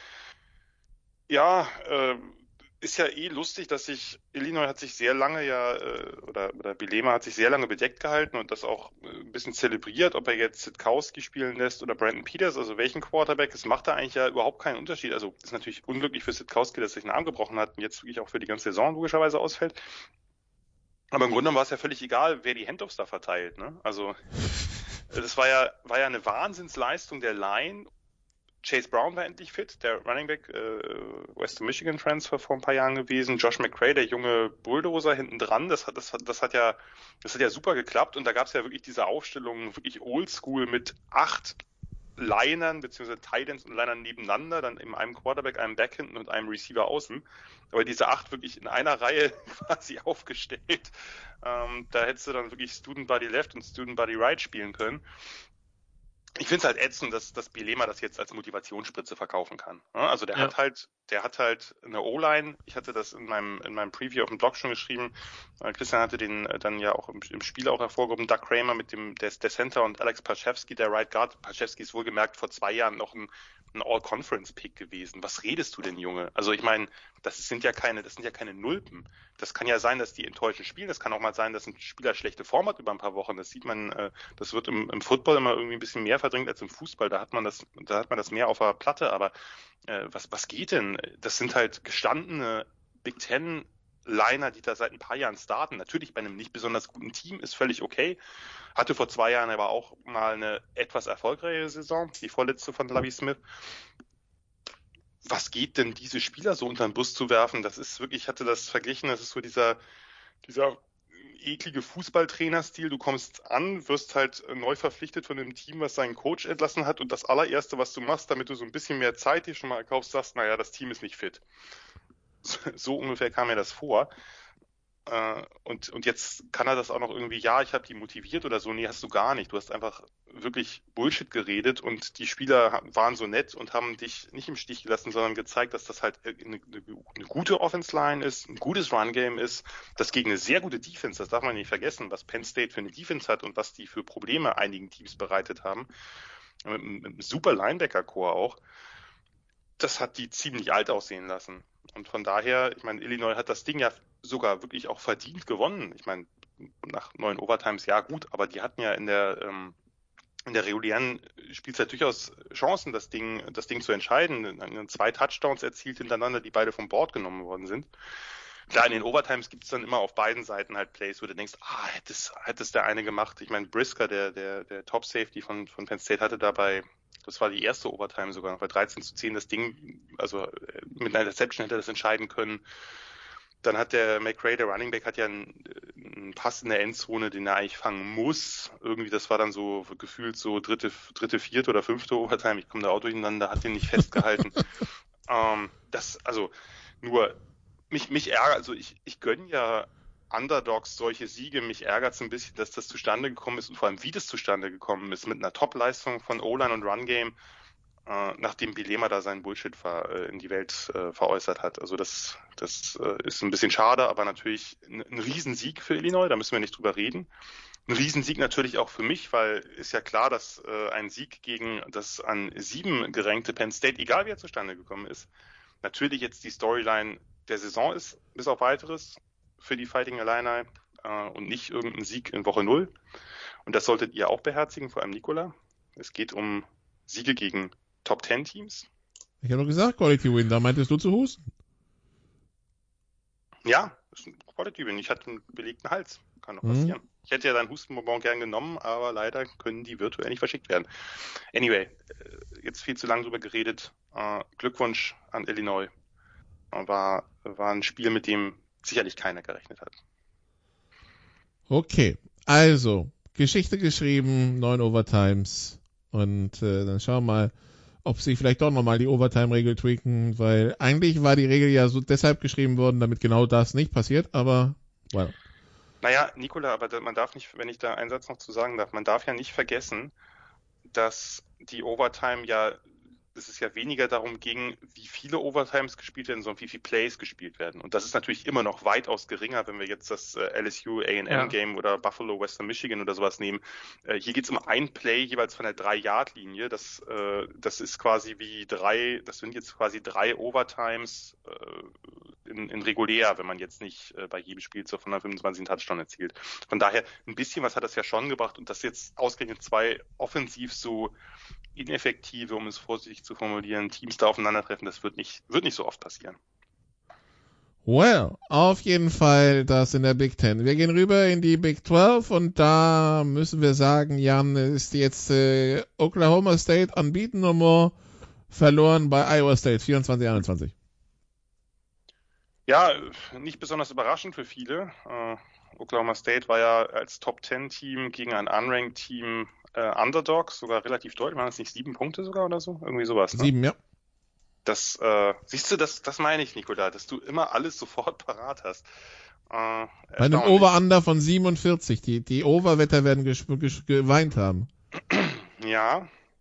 ja, äh, ist ja eh lustig, dass sich, Illinois hat sich sehr lange ja, äh, oder, oder Bielema hat sich sehr lange bedeckt gehalten und das auch äh, ein bisschen zelebriert, ob er jetzt Sitkowski spielen lässt oder Brandon Peters, also welchen Quarterback, es macht da eigentlich ja überhaupt keinen Unterschied. Also ist natürlich unglücklich für Sitkowski, dass sich einen Arm gebrochen hat und jetzt wirklich auch für die ganze Saison logischerweise ausfällt. Aber im Grunde genommen war es ja völlig egal, wer die Handoffs da verteilt, ne? Also das war ja, war ja eine Wahnsinnsleistung der Line. Chase Brown war endlich fit, der Running Back, äh, Western Michigan Transfer vor ein paar Jahren gewesen. Josh McCray, der junge Bulldozer hinten dran, das hat, das hat, das hat ja, das hat ja super geklappt und da gab es ja wirklich diese Aufstellung, wirklich oldschool mit acht Linern, beziehungsweise Tight Ends und Linern nebeneinander, dann in einem Quarterback, einem Back hinten und einem Receiver außen. Aber diese acht wirklich in einer Reihe quasi aufgestellt. Ähm, da hättest du dann wirklich Student Body Left und Student Body Right spielen können. ich finde es halt ätzend, dass, dass Bielema das jetzt als Motivationsspritze verkaufen kann. Also der Ja. hat halt, der hat halt eine O-Line. Ich hatte das in meinem, in meinem Preview auf dem Blog schon geschrieben. Christian hatte den dann ja auch im, im Spiel auch hervorgehoben. Doug Kramer mit dem, der, der Center und Alex Paszewski, der Right Guard. Paszewski ist wohlgemerkt vor zwei Jahren noch ein, ein All-Conference-Pick gewesen. Was redest du denn, Junge? Also ich meine, das sind ja keine, das sind ja keine Nulpen. Das kann ja sein, dass die enttäuschend spielen. Das kann auch mal sein, dass ein Spieler schlechte Form hat über ein paar Wochen. Das sieht man, äh, das wird im, im Football immer irgendwie ein bisschen mehr verdrängt als im Fußball. Da hat man das, da hat man das mehr auf der Platte. Aber äh, was, was geht denn? Das sind halt gestandene Big Ten Liner, die da seit ein paar Jahren starten. Natürlich bei einem nicht besonders guten Team, ist völlig okay. Hatte vor zwei Jahren aber auch mal eine etwas erfolgreiche Saison, die vorletzte von Lovie Smith. Was geht denn, diese Spieler so unter den Bus zu werfen? Das ist wirklich, ich hatte das verglichen, das ist so dieser, dieser eklige Fußballtrainerstil. Du kommst an, wirst halt neu verpflichtet von einem Team, was seinen Coach entlassen hat, und das allererste, was du machst, damit du so ein bisschen mehr Zeit dir schon mal erkaufst, sagst, naja, das Team ist nicht fit. So ungefähr kam mir das vor. Und, und jetzt kann er das auch noch irgendwie, ja, ich habe die motiviert oder so. Nee, hast du gar nicht. Du hast einfach wirklich Bullshit geredet und die Spieler waren so nett und haben dich nicht im Stich gelassen, sondern gezeigt, dass das halt eine, eine gute Offense-Line ist, ein gutes Run-Game ist, das gegen eine sehr gute Defense, das darf man nicht vergessen, was Penn State für eine Defense hat und was die für Probleme einigen Teams bereitet haben. Mit einem super Linebacker-Core auch. Das hat die ziemlich alt aussehen lassen. Und von daher, ich meine, Illinois hat das Ding ja sogar wirklich auch verdient gewonnen. Ich meine, nach neun Overtimes, ja gut, aber die hatten ja in der ähm, in der regulären Spielzeit durchaus Chancen, das Ding das Ding zu entscheiden. Zwei Touchdowns erzielt hintereinander, die beide vom Board genommen worden sind. Klar, in den Overtimes gibt es dann immer auf beiden Seiten halt Plays, wo du denkst, ah, hätte es, hätte es der eine gemacht. Ich meine, Brisker, der der der Top Safety von von Penn State, hatte dabei, das war die erste Overtime sogar noch, bei dreizehn zu zehn das Ding, also mit einer Interception hätte er das entscheiden können. Dann hat der McRae, der Running Back, hat ja einen, einen Pass in der Endzone, den er eigentlich fangen muss. Irgendwie, das war dann so gefühlt so dritte, dritte, vierte oder fünfte Overtime. Ich komme da auch durcheinander, hat den nicht festgehalten. ähm, das, also, nur, mich, mich ärgert, also ich, ich gönne ja Underdogs solche Siege. Mich ärgert es ein bisschen, dass das zustande gekommen ist und vor allem, wie das zustande gekommen ist, mit einer Top-Leistung von O-Line und Run-Game, äh, nachdem Bielema da seinen Bullshit ver, äh, in die Welt äh, veräußert hat. Also das, das äh, ist ein bisschen schade, aber natürlich ein, ein Riesensieg für Illinois, da müssen wir nicht drüber reden. Ein Riesensieg natürlich auch für mich, weil ist ja klar, dass äh, ein Sieg gegen das an sieben gerankte Penn State, egal wie er zustande gekommen ist, natürlich jetzt die Storyline der Saison ist, bis auf Weiteres, für die Fighting Illini äh, und nicht irgendein Sieg in Woche null. Und das solltet ihr auch beherzigen, vor allem Nikola. Es geht um Siege gegen Top Ten Teams. Ich habe doch gesagt, Quality Win, da meintest du zu husten. Ja, das ist ein Quality Win. Ich hatte einen belegten Hals. Kann noch passieren. Mhm. Ich hätte ja deinen Hustenbonbon gern genommen, aber leider können die virtuell nicht verschickt werden. Anyway, jetzt viel zu lange drüber geredet. Äh, Glückwunsch an Illinois. War, war ein Spiel, mit dem sicherlich keiner gerechnet hat. Okay, also Geschichte geschrieben, neun Overtimes und äh, dann schauen wir mal, ob sie vielleicht doch nochmal die Overtime-Regel tweaken, weil eigentlich war die Regel ja so deshalb geschrieben worden, damit genau das nicht passiert, aber well. Naja, Nikola, aber man darf nicht, wenn ich da einen Satz noch zu sagen darf, man darf ja nicht vergessen, dass die Overtime ja, dass es ja weniger darum ging, wie viele Overtimes gespielt werden, sondern wie viele Plays gespielt werden. Und das ist natürlich immer noch weitaus geringer, wenn wir jetzt das äh, L S U A and M-Game ja. oder Buffalo, Western Michigan oder sowas nehmen. Äh, hier geht es um ein Play jeweils von der drei-Yard-Linie. Das, äh, das ist quasi wie drei, das sind jetzt quasi drei Overtimes äh, in, in regulär, wenn man jetzt nicht äh, bei jedem Spiel zu hundertfünfundzwanzig einen Touchdown erzielt. Von daher, ein bisschen was hat das ja schon gebracht. Und dass jetzt ausgerechnet zwei offensiv so ineffektive, um es vorsichtig zu formulieren, Teams da aufeinandertreffen, das wird nicht, wird nicht so oft passieren. Well, auf jeden Fall das in der Big Ten. Wir gehen rüber in die Big zwölf und da müssen wir sagen, Jan, ist jetzt äh, Oklahoma State unbeaten no more, verloren bei Iowa State vierundzwanzig einundzwanzig. Ja, nicht besonders überraschend für viele. Uh, Oklahoma State war ja als Top Ten Team gegen ein Unranked Team äh, Underdogs, sogar relativ deutlich. Waren das nicht sieben Punkte sogar oder so? Irgendwie sowas. Ne? Sieben, ja. Das, äh, siehst du, das, das meine ich, Nikola, dass du immer alles sofort parat hast. Äh, Bei einem Over-Under von siebenundvierzig. Die, die Overwetter werden ges- ges- geweint haben. Ja,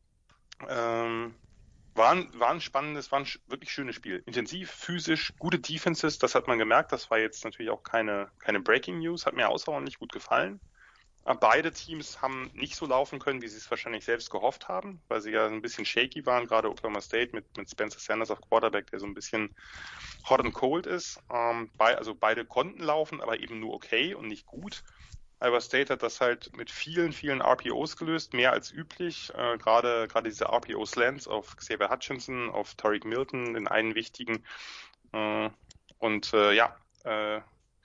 Ähm, war ein, war ein spannendes, war ein wirklich schönes Spiel. Intensiv, physisch, gute Defenses, das hat man gemerkt. Das war jetzt natürlich auch keine, keine Breaking News, hat mir außerordentlich gut gefallen. Aber beide Teams haben nicht so laufen können, wie sie es wahrscheinlich selbst gehofft haben, weil sie ja ein bisschen shaky waren, gerade Oklahoma State mit, mit Spencer Sanders auf Quarterback, der so ein bisschen hot and cold ist. Ähm, bei, also beide konnten laufen, aber eben nur okay und nicht gut. Iowa State hat das halt mit vielen, vielen R P Os gelöst, mehr als üblich. Äh, gerade, gerade diese R P O-Slants auf Xavier Hutchinson, auf Tariq Milton, den einen wichtigen. Äh, und äh, ja, äh,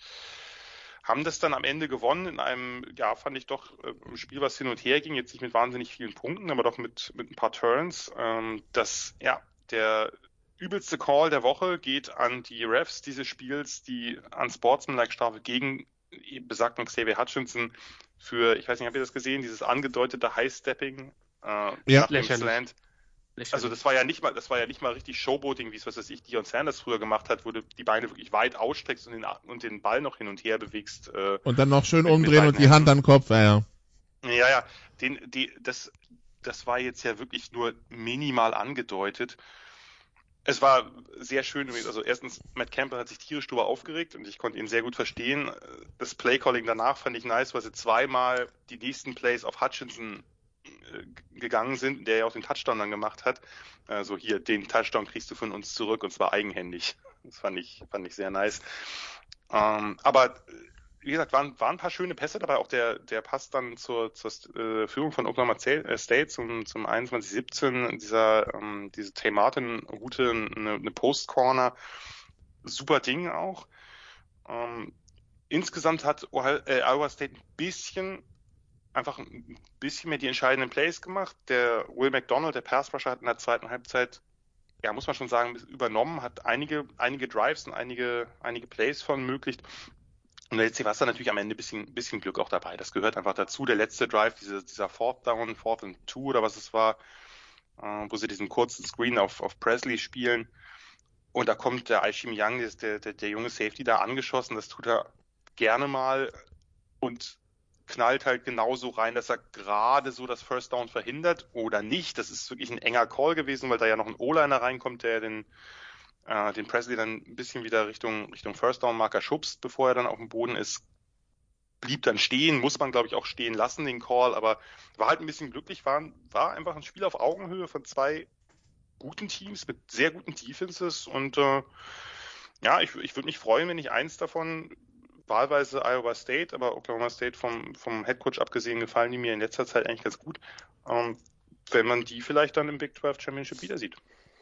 haben das dann am Ende gewonnen in einem, ja, fand ich doch, äh, Spiel, was hin und her ging, jetzt nicht mit wahnsinnig vielen Punkten, aber doch mit, mit ein paar Turns. Ähm, das, ja, der übelste Call der Woche geht an die Refs dieses Spiels, die Unsportsmanlike-Strafe gegen besagten Xavier Hutchinson für, ich weiß nicht, habt ihr das gesehen, dieses angedeutete High-Stepping äh, ja. nach dem Slant. Also das war ja nicht mal, das war ja nicht mal richtig Showboating, wie es, was weiß ich, Deion Sanders früher gemacht hat, wo du die Beine wirklich weit ausstreckst und den, und den Ball noch hin und her bewegst. Äh, und dann noch schön umdrehen und die Hand an den Kopf, ja, ja. Ja, ja, den, die, das, das war jetzt ja wirklich nur minimal angedeutet. Es war sehr schön, also erstens, Matt Campbell hat sich tierisch drüber aufgeregt und ich konnte ihn sehr gut verstehen. Das Playcalling danach fand ich nice, weil sie zweimal die nächsten Plays auf Hutchinson äh, gegangen sind, der ja auch den Touchdown dann gemacht hat. Also hier, den Touchdown kriegst du von uns zurück und zwar eigenhändig. Das fand ich, fand ich sehr nice. Ähm, aber wie gesagt, waren, waren ein paar schöne Pässe dabei, auch der, der Pass dann zur, zur äh, Führung von Oklahoma State zum, zum einundzwanzig siebzehn, dieser, ähm, diese Tay Martin-Route, eine, eine Post-Corner, super Ding auch. Ähm, insgesamt hat Ohio, äh, Iowa State ein bisschen, einfach ein bisschen mehr die entscheidenden Plays gemacht. Der Will McDonald, der Pass-Rusher, hat in der zweiten Halbzeit, ja, muss man schon sagen, übernommen, hat einige, einige Drives und einige, einige Plays verunmöglicht. Und jetzt war es dann natürlich am Ende ein bisschen, bisschen Glück auch dabei. Das gehört einfach dazu. Der letzte Drive, diese, dieser Fourth Down, Fourth and Two oder was es war, äh, wo sie diesen kurzen Screen auf, auf Presley spielen. Und da kommt der Aishim Young, der, der, der junge Safety, da angeschossen. Das tut er gerne mal und knallt halt genauso rein, dass er gerade so das First Down verhindert oder nicht. Das ist wirklich ein enger Call gewesen, weil da ja noch ein O-Liner reinkommt, der den den Presley dann ein bisschen wieder Richtung Richtung First Down Marker schubst, bevor er dann auf dem Boden ist, blieb dann stehen, muss man glaube ich auch stehen lassen, den Call, aber war halt ein bisschen glücklich, war, war einfach ein Spiel auf Augenhöhe von zwei guten Teams mit sehr guten Defenses und äh, ja, ich, ich würde mich freuen, wenn ich eins davon, wahlweise Iowa State, aber Oklahoma State vom, vom Headcoach abgesehen gefallen die mir in letzter Zeit eigentlich ganz gut, ähm, wenn man die vielleicht dann im Big zwölf Championship wieder sieht.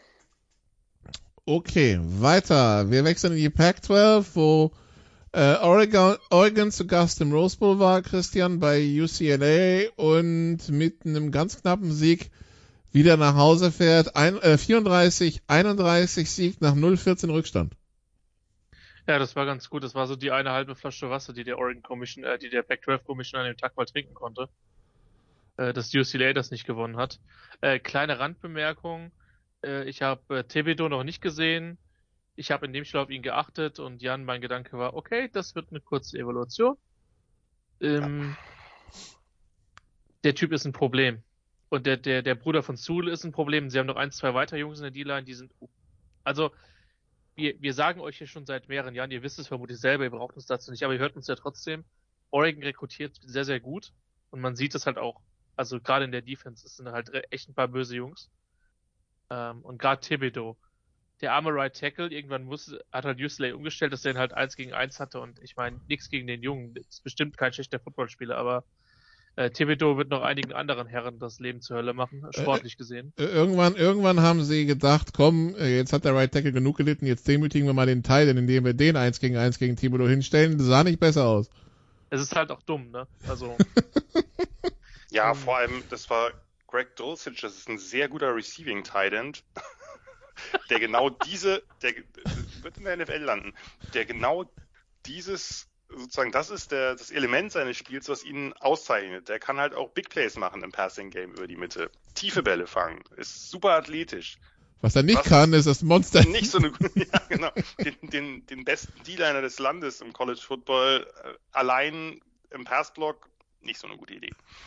Okay, weiter. Wir wechseln in die Pac zwölf, wo äh, Oregon, Oregon zu Gast im Rose Bowl war, Christian, bei U C L A und mit einem ganz knappen Sieg wieder nach Hause fährt. Ein, äh, vierunddreißig einunddreißig Sieg nach null vierzehn Rückstand. Ja, das war ganz gut. Das war so die eine halbe Flasche Wasser, die der Oregon Commission, äh, die der Pac zwölf Commission an dem Tag mal trinken konnte. Äh, dass U C L A das nicht gewonnen hat. Äh, kleine Randbemerkung. Ich habe äh, Thibodeau noch nicht gesehen. Ich habe in dem Spiel auf ihn geachtet und Jan, mein Gedanke war, okay, das wird eine kurze Evaluation. Ähm, ja. Der Typ ist ein Problem. Und der, der, der Bruder von Sewell ist ein Problem. Sie haben noch ein, zwei weitere Jungs in der D-Line, die sind... Also, wir, wir sagen euch hier schon seit mehreren Jahren, ihr wisst es vermutlich selber, ihr braucht uns dazu nicht, aber ihr hört uns ja trotzdem. Oregon rekrutiert sehr, sehr gut. Und man sieht es halt auch. Also, gerade in der Defense, es sind halt echt ein paar böse Jungs. Um, und gerade Thibodeau, der arme Right Tackle, irgendwann muss, hat halt U C L A umgestellt, dass er ihn halt eins gegen eins hatte und ich meine, nichts gegen den Jungen, ist bestimmt kein schlechter Footballspieler, aber äh, Thibodeau wird noch einigen anderen Herren das Leben zur Hölle machen, sportlich gesehen. Äh, irgendwann, irgendwann haben sie gedacht, komm, jetzt hat der Right Tackle genug gelitten, jetzt demütigen wir mal den Teil, indem wir den eins gegen eins gegen Thibodeau hinstellen, das sah nicht besser aus. Es ist halt auch dumm, ne? Also. Ja, um, vor allem, das war Greg Dulcich, das ist ein sehr guter Receiving Tight End, der genau diese, der wird in der N F L landen, der genau dieses, sozusagen, das ist der, das Element seines Spiels, was ihn auszeichnet. Der kann halt auch Big Plays machen im Passing Game über die Mitte, tiefe Bälle fangen, ist super athletisch. Was er nicht was kann, ist das Monster. Nicht so eine, ja, genau, den, den, den besten D-Liner des Landes im College Football, äh, allein im Passblock, nicht so eine gute Idee.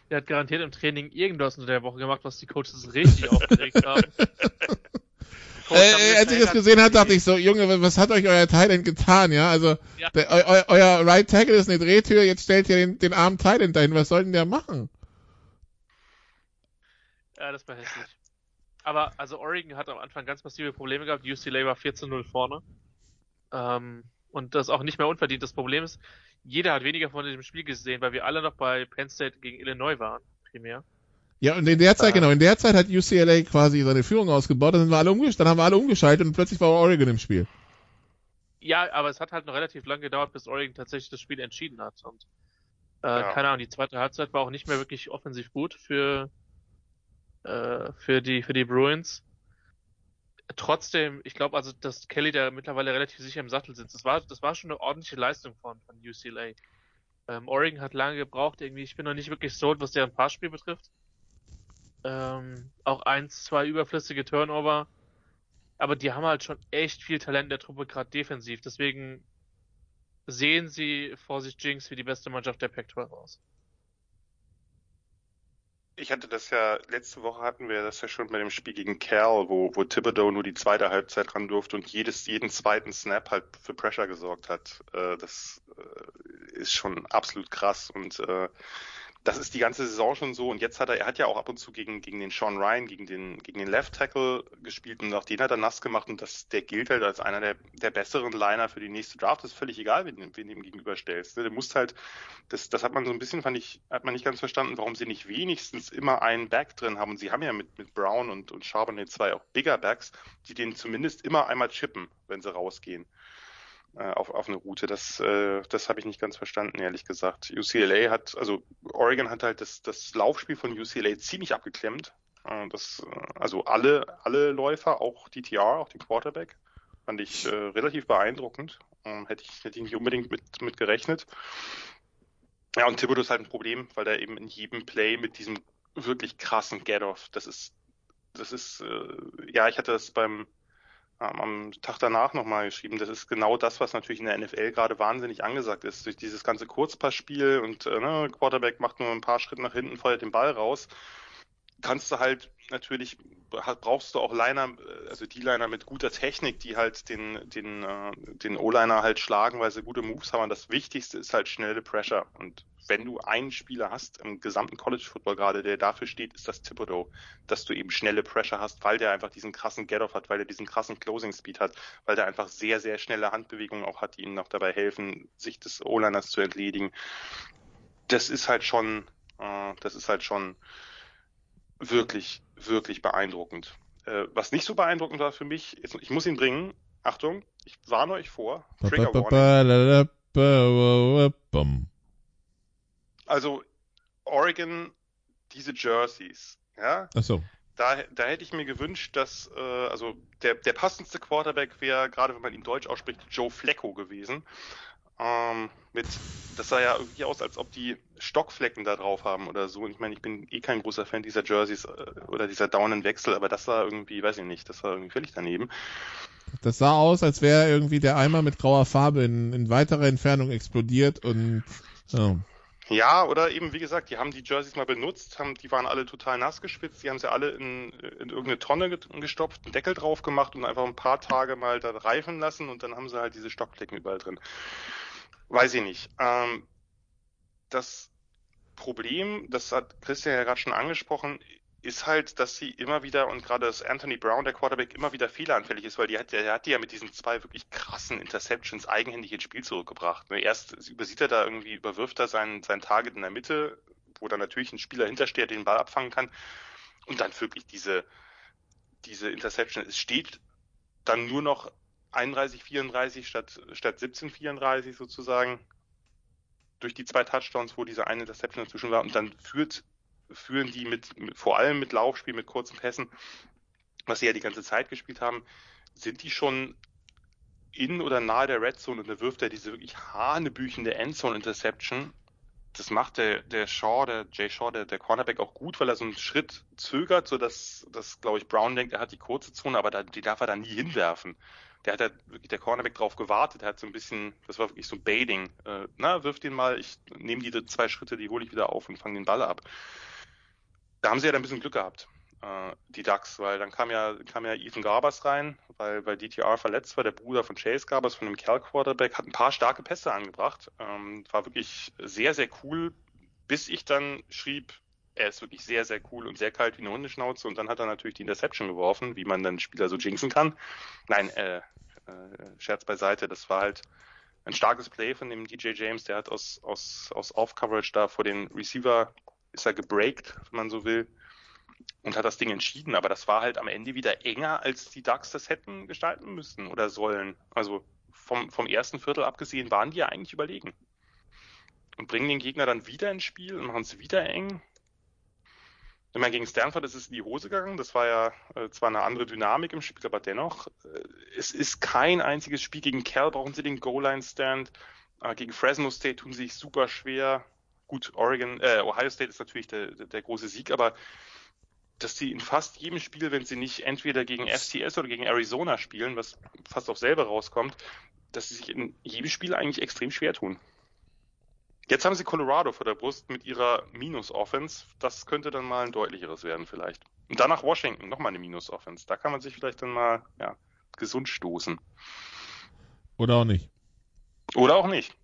Der hat garantiert im Training irgendwas unter der Woche gemacht, was die Coaches richtig aufgeregt haben. Äh, als ich das gesehen habe, dachte ich so, Junge, was hat euch euer Thailand getan, ja? Also, Ja. Der, eu, eu, euer Right Tackle ist eine Drehtür, jetzt stellt ihr den, den armen Thailand dahin, was soll denn der machen? Ja, das war hässlich. Aber, also Oregon hat am Anfang ganz massive Probleme gehabt, U C L A war vierzehn null vorne. Ähm, und das auch nicht mehr unverdient. Das Problem ist, jeder hat weniger von dem Spiel gesehen, weil wir alle noch bei Penn State gegen Illinois waren, primär. Ja, und in der Zeit, Ah. genau, in der Zeit hat U C L A quasi seine Führung ausgebaut, dann sind wir alle umgesch- dann haben wir alle umgeschaltet und plötzlich war Oregon im Spiel. Ja, aber es hat halt noch relativ lang gedauert, bis Oregon tatsächlich das Spiel entschieden hat. Und äh, Ja. keine Ahnung, die zweite Halbzeit war auch nicht mehr wirklich offensiv gut für äh, für die für die Bruins. Trotzdem, ich glaube also, dass Kelly da mittlerweile relativ sicher im Sattel sitzt. Das war das war schon eine ordentliche Leistung von von U C L A. Ähm, Oregon hat lange gebraucht, irgendwie. Ich bin noch nicht wirklich sold, was deren Passspiel betrifft. Ähm, auch eins, zwei überflüssige Turnover. Aber die haben halt schon echt viel Talent in der Truppe, gerade defensiv. Deswegen sehen sie vor sich Jinx wie die beste Mannschaft der Pac zwölf aus. Ich hatte das ja, letzte Woche hatten wir das ja schon bei dem Spiel gegen Cal, wo, wo Thibodeau nur die zweite Halbzeit ran durfte und jedes, jeden zweiten Snap halt für Pressure gesorgt hat. Äh, das äh, ist schon absolut krass und äh, das ist die ganze Saison schon so und jetzt hat er, er hat ja auch ab und zu gegen, gegen den Sean Ryan, gegen den, gegen den Left Tackle gespielt und auch den hat er nass gemacht und das, der gilt halt als einer der, der besseren Liner für die nächste Draft. Das ist völlig egal, wen, wen du ihm gegenüberstellst. Der muss halt, das, das hat man so ein bisschen, fand ich, hat man nicht ganz verstanden, warum sie nicht wenigstens immer einen Back drin haben und sie haben ja mit, mit Brown und, und Charbonnet zwei auch Bigger Backs, die den zumindest immer einmal chippen, wenn sie rausgehen. Auf, auf eine Route. Das, äh, das habe ich nicht ganz verstanden, ehrlich gesagt. U C L A hat, also Oregon hat halt das, das Laufspiel von U C L A ziemlich abgeklemmt. Äh, das, also alle, alle Läufer, auch D T R, auch den Quarterback, fand ich äh, relativ beeindruckend. Ähm, hätte ich, hätte ich nicht unbedingt mit, mit gerechnet. Ja, und Thibodeau ist halt ein Problem, weil er eben in jedem Play mit diesem wirklich krassen Get-Off, das ist, das ist, äh, ja, ich hatte das beim am Tag danach nochmal geschrieben, das ist genau das, was natürlich in der N F L gerade wahnsinnig angesagt ist. Durch dieses ganze Kurzpassspiel und äh, ne, Quarterback macht nur ein paar Schritte nach hinten, feuert den Ball raus. Kannst du halt natürlich, brauchst du auch Liner, also die Liner mit guter Technik, die halt den, den, äh, den O-Liner halt schlagen, weil sie gute Moves haben. Und das Wichtigste ist halt schnelle Pressure. Und wenn du einen Spieler hast im gesamten College Football gerade, der dafür steht, ist das Thibodeau, dass du eben schnelle Pressure hast, weil der einfach diesen krassen Get-Off hat, weil er diesen krassen Closing Speed hat, weil der einfach sehr, sehr schnelle Handbewegungen auch hat, die ihm noch dabei helfen, sich des O-Liners zu entledigen. Das ist halt schon, äh, das ist halt schon wirklich, wirklich beeindruckend. Äh, was nicht so beeindruckend war für mich, ist, ich muss ihn bringen, Achtung, ich warne euch vor, Trigger Warning. Also Oregon, diese Jerseys, ja, Ach so. da, da hätte ich mir gewünscht, dass, äh, also der, der passendste Quarterback wäre, gerade wenn man ihn Deutsch ausspricht, Joe Flacco gewesen. Ähm, mit, das sah ja irgendwie aus, als ob die Stockflecken da drauf haben oder so. Und ich meine, ich bin eh kein großer Fan dieser Jerseys äh, oder dieser dauernden Wechsel, aber das sah irgendwie, weiß ich nicht, das war irgendwie völlig daneben. Das sah aus, als wäre irgendwie der Eimer mit grauer Farbe in, in weiterer Entfernung explodiert und oh. Ja, oder eben, wie gesagt, die haben die Jerseys mal benutzt, haben, die waren alle total nass geschwitzt, die haben sie alle in, in irgendeine Tonne gestopft, einen Deckel drauf gemacht und einfach ein paar Tage mal da reifen lassen und dann haben sie halt diese Stockflecken überall drin. Weiß ich nicht. Ähm, das Problem, das hat Christian ja gerade schon angesprochen, ist halt, dass sie immer wieder, und gerade das Anthony Brown, der Quarterback, immer wieder fehleranfällig ist, weil die hat, der hat die ja mit diesen zwei wirklich krassen Interceptions eigenhändig ins Spiel zurückgebracht. Erst übersieht er da irgendwie, überwirft er sein, sein Target in der Mitte, wo dann natürlich ein Spieler hintersteht, der den Ball abfangen kann, und dann wirklich diese, diese Interception. Es steht dann nur noch einunddreißig vierunddreißig statt, statt siebzehn vierunddreißig sozusagen, durch die zwei Touchdowns, wo diese eine Interception dazwischen war, und dann führt führen die mit, mit, vor allem mit Laufspiel, mit kurzen Pässen, was sie ja die ganze Zeit gespielt haben, sind die schon in oder nahe der Red Zone und da wirft er diese wirklich hanebüchende Endzone-Interception. Das macht der, der Shaw, der Jay Shaw, der, der Cornerback auch gut, weil er so einen Schritt zögert, sodass, dass, glaube ich, Brown denkt, er hat die kurze Zone, aber da, die darf er da nie hinwerfen. der hat halt wirklich der Cornerback drauf gewartet, der hat so ein bisschen, das war wirklich so Baiting, äh, na, wirf den mal, ich nehme die zwei Schritte, die hole ich wieder auf und fange den Ball ab. Da haben sie ja dann ein bisschen Glück gehabt, äh, die Ducks, weil dann kam ja, kam ja Ethan Garbers rein, weil, weil D T R verletzt war, der Bruder von Chase Garbers, von dem Cal Quarterback, hat ein paar starke Pässe angebracht, ähm, war wirklich sehr, sehr cool, bis ich dann schrieb, er ist wirklich sehr, sehr cool und sehr kalt wie eine Hundeschnauze und dann hat er natürlich die Interception geworfen, wie man dann Spieler so jinxen kann. Nein, äh, äh, Scherz beiseite, das war halt ein starkes Play von dem D J James, der hat aus, aus, aus Off-Coverage da vor den Receiver, ist er gebreakt, wenn man so will, und hat das Ding entschieden, aber das war halt am Ende wieder enger, als die Ducks das hätten gestalten müssen oder sollen. Also vom, vom ersten Viertel abgesehen waren die ja eigentlich überlegen. Und bringen den Gegner dann wieder ins Spiel und machen es wieder eng. Ich meine, gegen Stanford ist es in die Hose gegangen. Das war ja äh, zwar eine andere Dynamik im Spiel, aber dennoch, äh, es ist kein einziges Spiel. Gegen Cal brauchen sie den Goal-Line-Stand. Äh, gegen Fresno State tun sie sich super schwer. Gut, Oregon, äh, Ohio State ist natürlich der, der, der große Sieg, aber dass sie in fast jedem Spiel, wenn sie nicht entweder gegen F C S oder gegen Arizona spielen, was fast auf selber rauskommt, dass sie sich in jedem Spiel eigentlich extrem schwer tun. Jetzt haben sie Colorado vor der Brust mit ihrer Minus-Offense. Das könnte dann mal ein deutlicheres werden vielleicht. Und danach Washington, nochmal eine Minus-Offense. Da kann man sich vielleicht dann mal ja, gesund stoßen. Oder auch nicht. Oder auch nicht.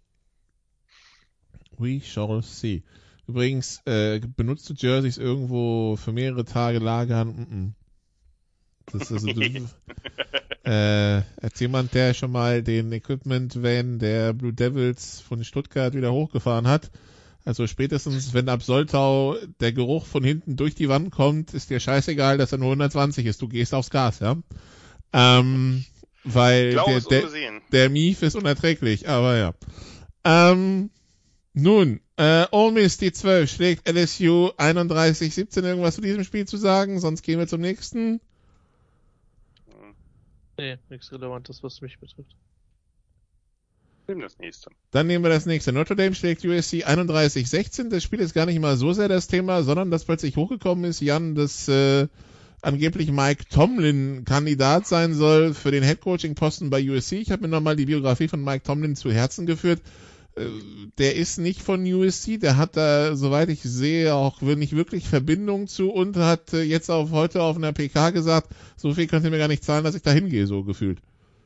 We shall see. Übrigens, äh, benutzt du Jerseys irgendwo für mehrere Tage lagern? Das ist also, du, äh, als jemand, der schon mal den Equipment-Van der Blue Devils von Stuttgart wieder hochgefahren hat, also spätestens, wenn ab Soltau der Geruch von hinten durch die Wand kommt, ist dir scheißegal, dass er nur hundertzwanzig ist. Du gehst aufs Gas, ja? Ähm, weil der, der, der Mief ist unerträglich, aber ja. Ähm, nun, äh, Ole Miss, die zwölf, schlägt L S U einunddreißig siebzehn. Irgendwas zu diesem Spiel zu sagen? Sonst gehen wir zum nächsten. Nee, nichts Relevantes, was mich betrifft. Nehmen das nächste. Dann nehmen wir das nächste. Notre Dame schlägt U S C einunddreißig sechzehn. Das Spiel ist gar nicht mal so sehr das Thema, sondern dass plötzlich hochgekommen ist, Jan, dass äh, angeblich Mike Tomlin Kandidat sein soll für den Headcoaching-Posten bei U S C. Ich habe mir nochmal die Biografie von Mike Tomlin zu Herzen geführt. Der ist nicht von U S C, der hat da, soweit ich sehe, auch nicht wirklich Verbindung zu und hat jetzt auf heute auf einer P K gesagt, so viel könnt ihr mir gar nicht zahlen, dass ich da hingehe, so gefühlt.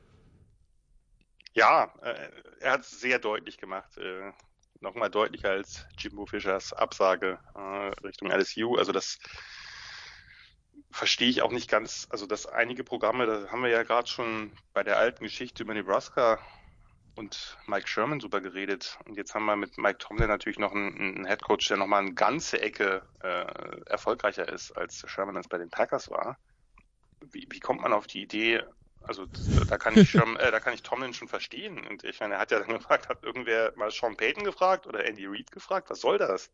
Ja, äh, er hat es sehr deutlich gemacht. Äh, Nochmal deutlicher als Jimbo Fischers Absage äh, Richtung L S U. Also das verstehe ich auch nicht ganz. Also dass einige Programme, da haben wir ja gerade schon bei der alten Geschichte über Nebraska und Mike Sherman super geredet. Und jetzt haben wir mit Mike Tomlin natürlich noch einen, einen Headcoach, der nochmal eine ganze Ecke äh, erfolgreicher ist, als Sherman es bei den Packers war. Wie, wie kommt man auf die Idee? Also da kann ich Sherman, äh, da kann ich Tomlin schon verstehen. Und ich meine, er hat ja dann gefragt, hat irgendwer mal Sean Payton gefragt oder Andy Reid gefragt? Was soll das?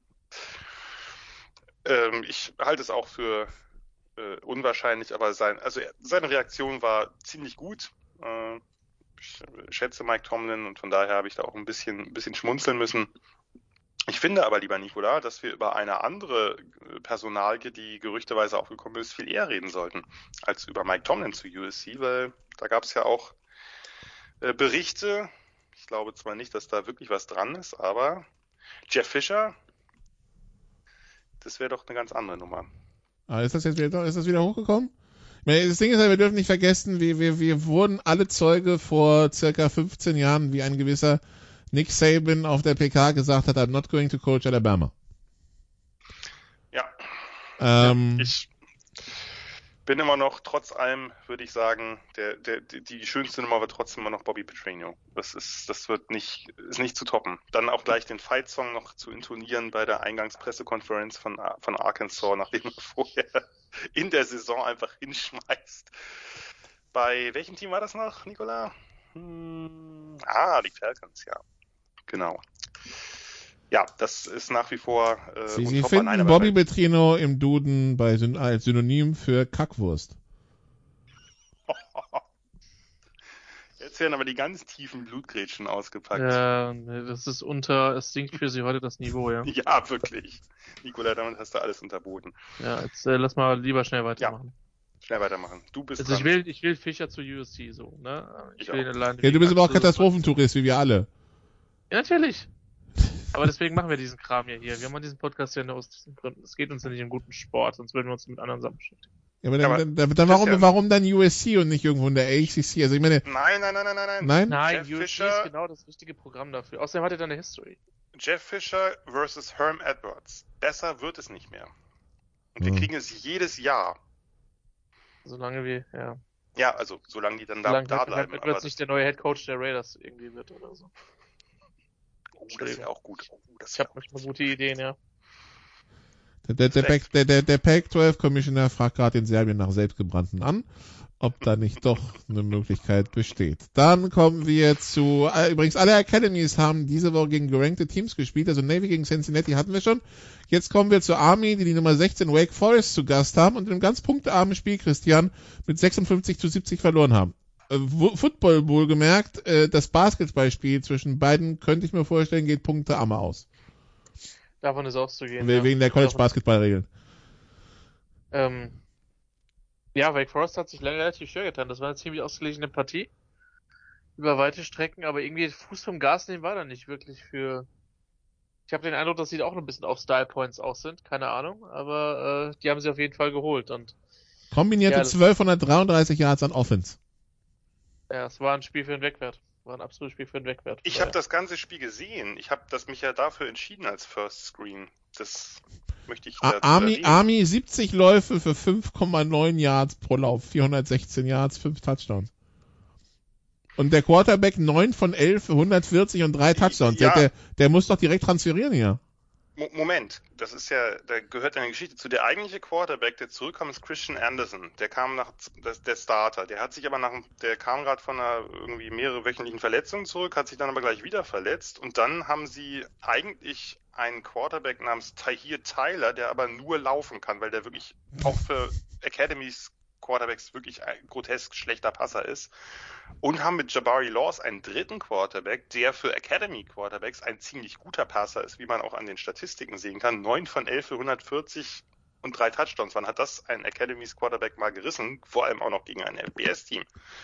Ähm, ich halte es auch für äh, unwahrscheinlich, aber sein, also seine Reaktion war ziemlich gut. Äh, Ich schätze Mike Tomlin und von daher habe ich da auch ein bisschen, ein bisschen schmunzeln müssen. Ich finde aber, lieber Nikola, dass wir über eine andere Personalie, die gerüchteweise aufgekommen ist, viel eher reden sollten, als über Mike Tomlin zu U S C, weil da gab es ja auch äh, Berichte. Ich glaube zwar nicht, dass da wirklich was dran ist, aber Jeff Fisher, das wäre doch eine ganz andere Nummer. Ah, ist das jetzt wieder, ist das wieder hochgekommen? Das Ding ist halt, wir dürfen nicht vergessen, wir, wir, wir wurden alle Zeuge vor circa fünfzehn Jahren, wie ein gewisser Nick Saban auf der P K gesagt hat, I'm not going to coach Alabama. Ja. Ähm, ja ich bin immer noch, trotz allem, würde ich sagen, der, der, die schönste Nummer wird trotzdem immer noch Bobby Petrino. Das ist, das wird nicht, ist nicht zu toppen. Dann auch gleich den Fight-Song noch zu intonieren bei der Eingangspressekonferenz von, von Arkansas, nachdem er vorher in der Saison einfach hinschmeißt. Bei welchem Team war das noch, Nikola? Hm, ah, die Falcons, ja. Genau. Ja, das ist nach wie vor äh, Sie, Sie finden Bobby Petrino im Duden bei, als Synonym für Kackwurst. Jetzt werden aber die ganz tiefen Blutgrätschen ausgepackt. Ja, das ist unter, es sinkt für Sie heute das Niveau, ja. Ja, wirklich. Nikola, damit hast du alles unterboten. Ja, jetzt äh, lass mal lieber schnell weitermachen. Ja. Schnell weitermachen. Du bist Also ich dran. will, ich will Fischer zu U S C so, ne? Ich, Ich will auch. ihn alleine. Ja, du bist aber auch absolut- Katastrophentourist, wie wir alle. Ja, natürlich. Aber deswegen machen wir diesen Kram ja hier. Wir machen diesen Podcast ja nur aus diesen Gründen. Es geht uns ja nicht um guten Sport, sonst würden wir uns mit anderen Sachen beschäftigen. Ja, aber dann, Aber dann, dann, dann warum, Christian- warum dann U S C und nicht irgendwo in der A C C? Also ich meine, Nein, nein, nein, nein, nein, nein. nein? Nein, Jeff U S C Fischer- ist genau das richtige Programm dafür. Außerdem hat er da eine History. Jeff Fisher versus Herm Edwards. Besser wird es nicht mehr. Und wir Hm. kriegen es jedes Jahr. Solange wir, ja. Ja, also solange die dann da, Solange da Herm bleiben. Edwards Aber nicht der neue Head Coach der Raiders irgendwie wird oder so. oh, das wäre auch gut. Oh, das Ich wär habe manchmal gute Ideen, ja. Der, der, der, Pac- der, der, der Pac zwölf Commissioner fragt gerade in Serbien nach Selbstgebrannten an, ob da nicht doch eine Möglichkeit besteht. Dann kommen wir zu, äh, übrigens alle Academies haben diese Woche gegen gerankte Teams gespielt, also Navy gegen Cincinnati hatten wir schon. Jetzt kommen wir zur Army, die die Nummer sechzehn Wake Forest zu Gast haben und in einem ganz punktearmen Spiel, Christian, mit sechsundfünfzig zu siebzig verloren haben. Äh, wo, Football wohlgemerkt, äh, das Basketballspiel zwischen beiden, könnte ich mir vorstellen, geht punktearmer aus. Davon ist auszugehen. We- ja. Wegen der College-Basketball-Regeln. Ähm, ja, Wake Forest hat sich lange relativ schwer getan. Das war eine ziemlich ausgeglichene Partie. Über weite Strecken, aber irgendwie Fuß vom Gas nehmen war da nicht wirklich für... Ich habe den Eindruck, dass sie da auch noch ein bisschen auf Style Points aus sind. Keine Ahnung, aber äh, die haben sie auf jeden Fall geholt. Und Kombinierte Ja, das- zwölfhundertdreiunddreißig Yards an Offense. ja, es war ein Spiel für den Wegwert. War ein absolutes Spiel für den Wegwert. Ich habe das ganze Spiel gesehen. Ich habe das mich ja dafür entschieden als First Screen. Das möchte ich A- dazu Army, erwähnen. Army siebzig Läufe für fünf Komma neun Yards pro Lauf, vierhundertsechzehn Yards, fünf Touchdowns. Und der Quarterback neun von elf für hundertvierzig und drei Touchdowns. Ja. Der, der, der muss doch direkt transferieren hier. Mo- Moment, das ist ja, da gehört eine Geschichte zu. Der eigentliche Quarterback, der zurückkam, ist Christian Anderson. Der kam nach, das, der Starter. Der hat sich aber nach, der kam gerade von einer irgendwie mehrere wöchentlichen Verletzung zurück, hat sich dann aber gleich wieder verletzt. Und dann haben sie eigentlich einen Quarterback namens Tahir Tyler, der aber nur laufen kann, weil der wirklich auch für Academies Quarterbacks wirklich ein grotesk schlechter Passer ist. Und haben mit Jabari Laws einen dritten Quarterback, der für Academy Quarterbacks ein ziemlich guter Passer ist, wie man auch an den Statistiken sehen kann. neun von elf für hundertvierzig und drei Touchdowns. Wann hat das ein Academies Quarterback mal gerissen? Vor allem auch noch gegen ein F B S-Team.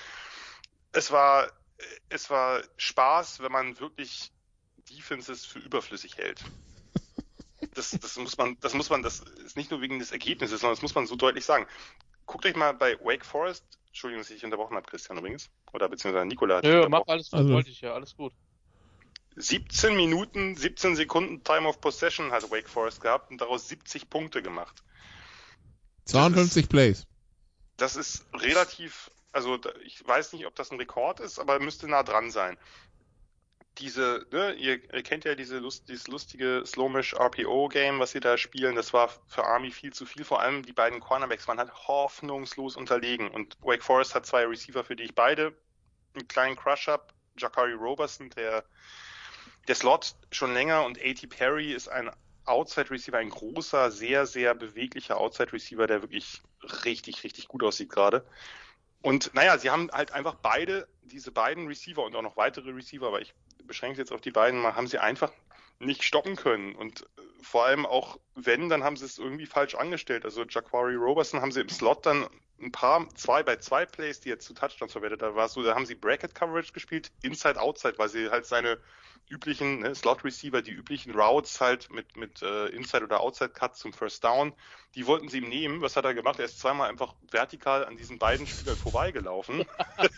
Es war, es war Spaß, wenn man wirklich Defenses für überflüssig hält. Das, das muss man, das muss man, das ist nicht nur wegen des Ergebnisses, sondern das muss man so deutlich sagen. Guckt euch mal bei Wake Forest, Entschuldigung, dass ich unterbrochen habe, Christian übrigens, oder beziehungsweise Nikola hat Nö, unterbrochen. mach alles gut, Also- wollte ich ja, alles gut. siebzehn Minuten, siebzehn Sekunden Time of Possession hat Wake Forest gehabt und daraus siebzig Punkte gemacht. zweiundfünfzig Plays. Das ist relativ, also da- ich weiß nicht, ob das ein Rekord ist, aber müsste nah dran sein. Diese, ne, ihr, ihr kennt ja diese Lust, dieses lustige Slow-Mesh R P O-Game, was sie da spielen, das war für Army viel zu viel, vor allem die beiden Cornerbacks waren halt hoffnungslos unterlegen und Wake Forest hat zwei Receiver, für die ich beide einen kleinen Crush habe. Jacari Roberson, der, der Slot schon länger, und A T Perry ist ein Outside-Receiver, ein großer, sehr, sehr beweglicher Outside-Receiver, der wirklich richtig, richtig gut aussieht gerade. Und naja, sie haben halt einfach beide, diese beiden Receiver und auch noch weitere Receiver, aber ich beschränke es jetzt auf die beiden mal, haben sie einfach nicht stoppen können. Und äh, vor allem auch, wenn, dann haben sie es irgendwie falsch angestellt. Also Jacari Roberson haben sie im Slot dann ein paar, zwei bei zwei Plays, die jetzt zu Touchdowns verwertet, da war es so, da haben sie Bracket Coverage gespielt, Inside, Outside, weil sie halt seine üblichen ne, Slot-Receiver, die üblichen Routes halt mit, mit äh, Inside- oder Outside-Cut zum First Down, die wollten sie ihm nehmen. Was hat er gemacht? Er ist zweimal einfach vertikal an diesen beiden Spielern vorbeigelaufen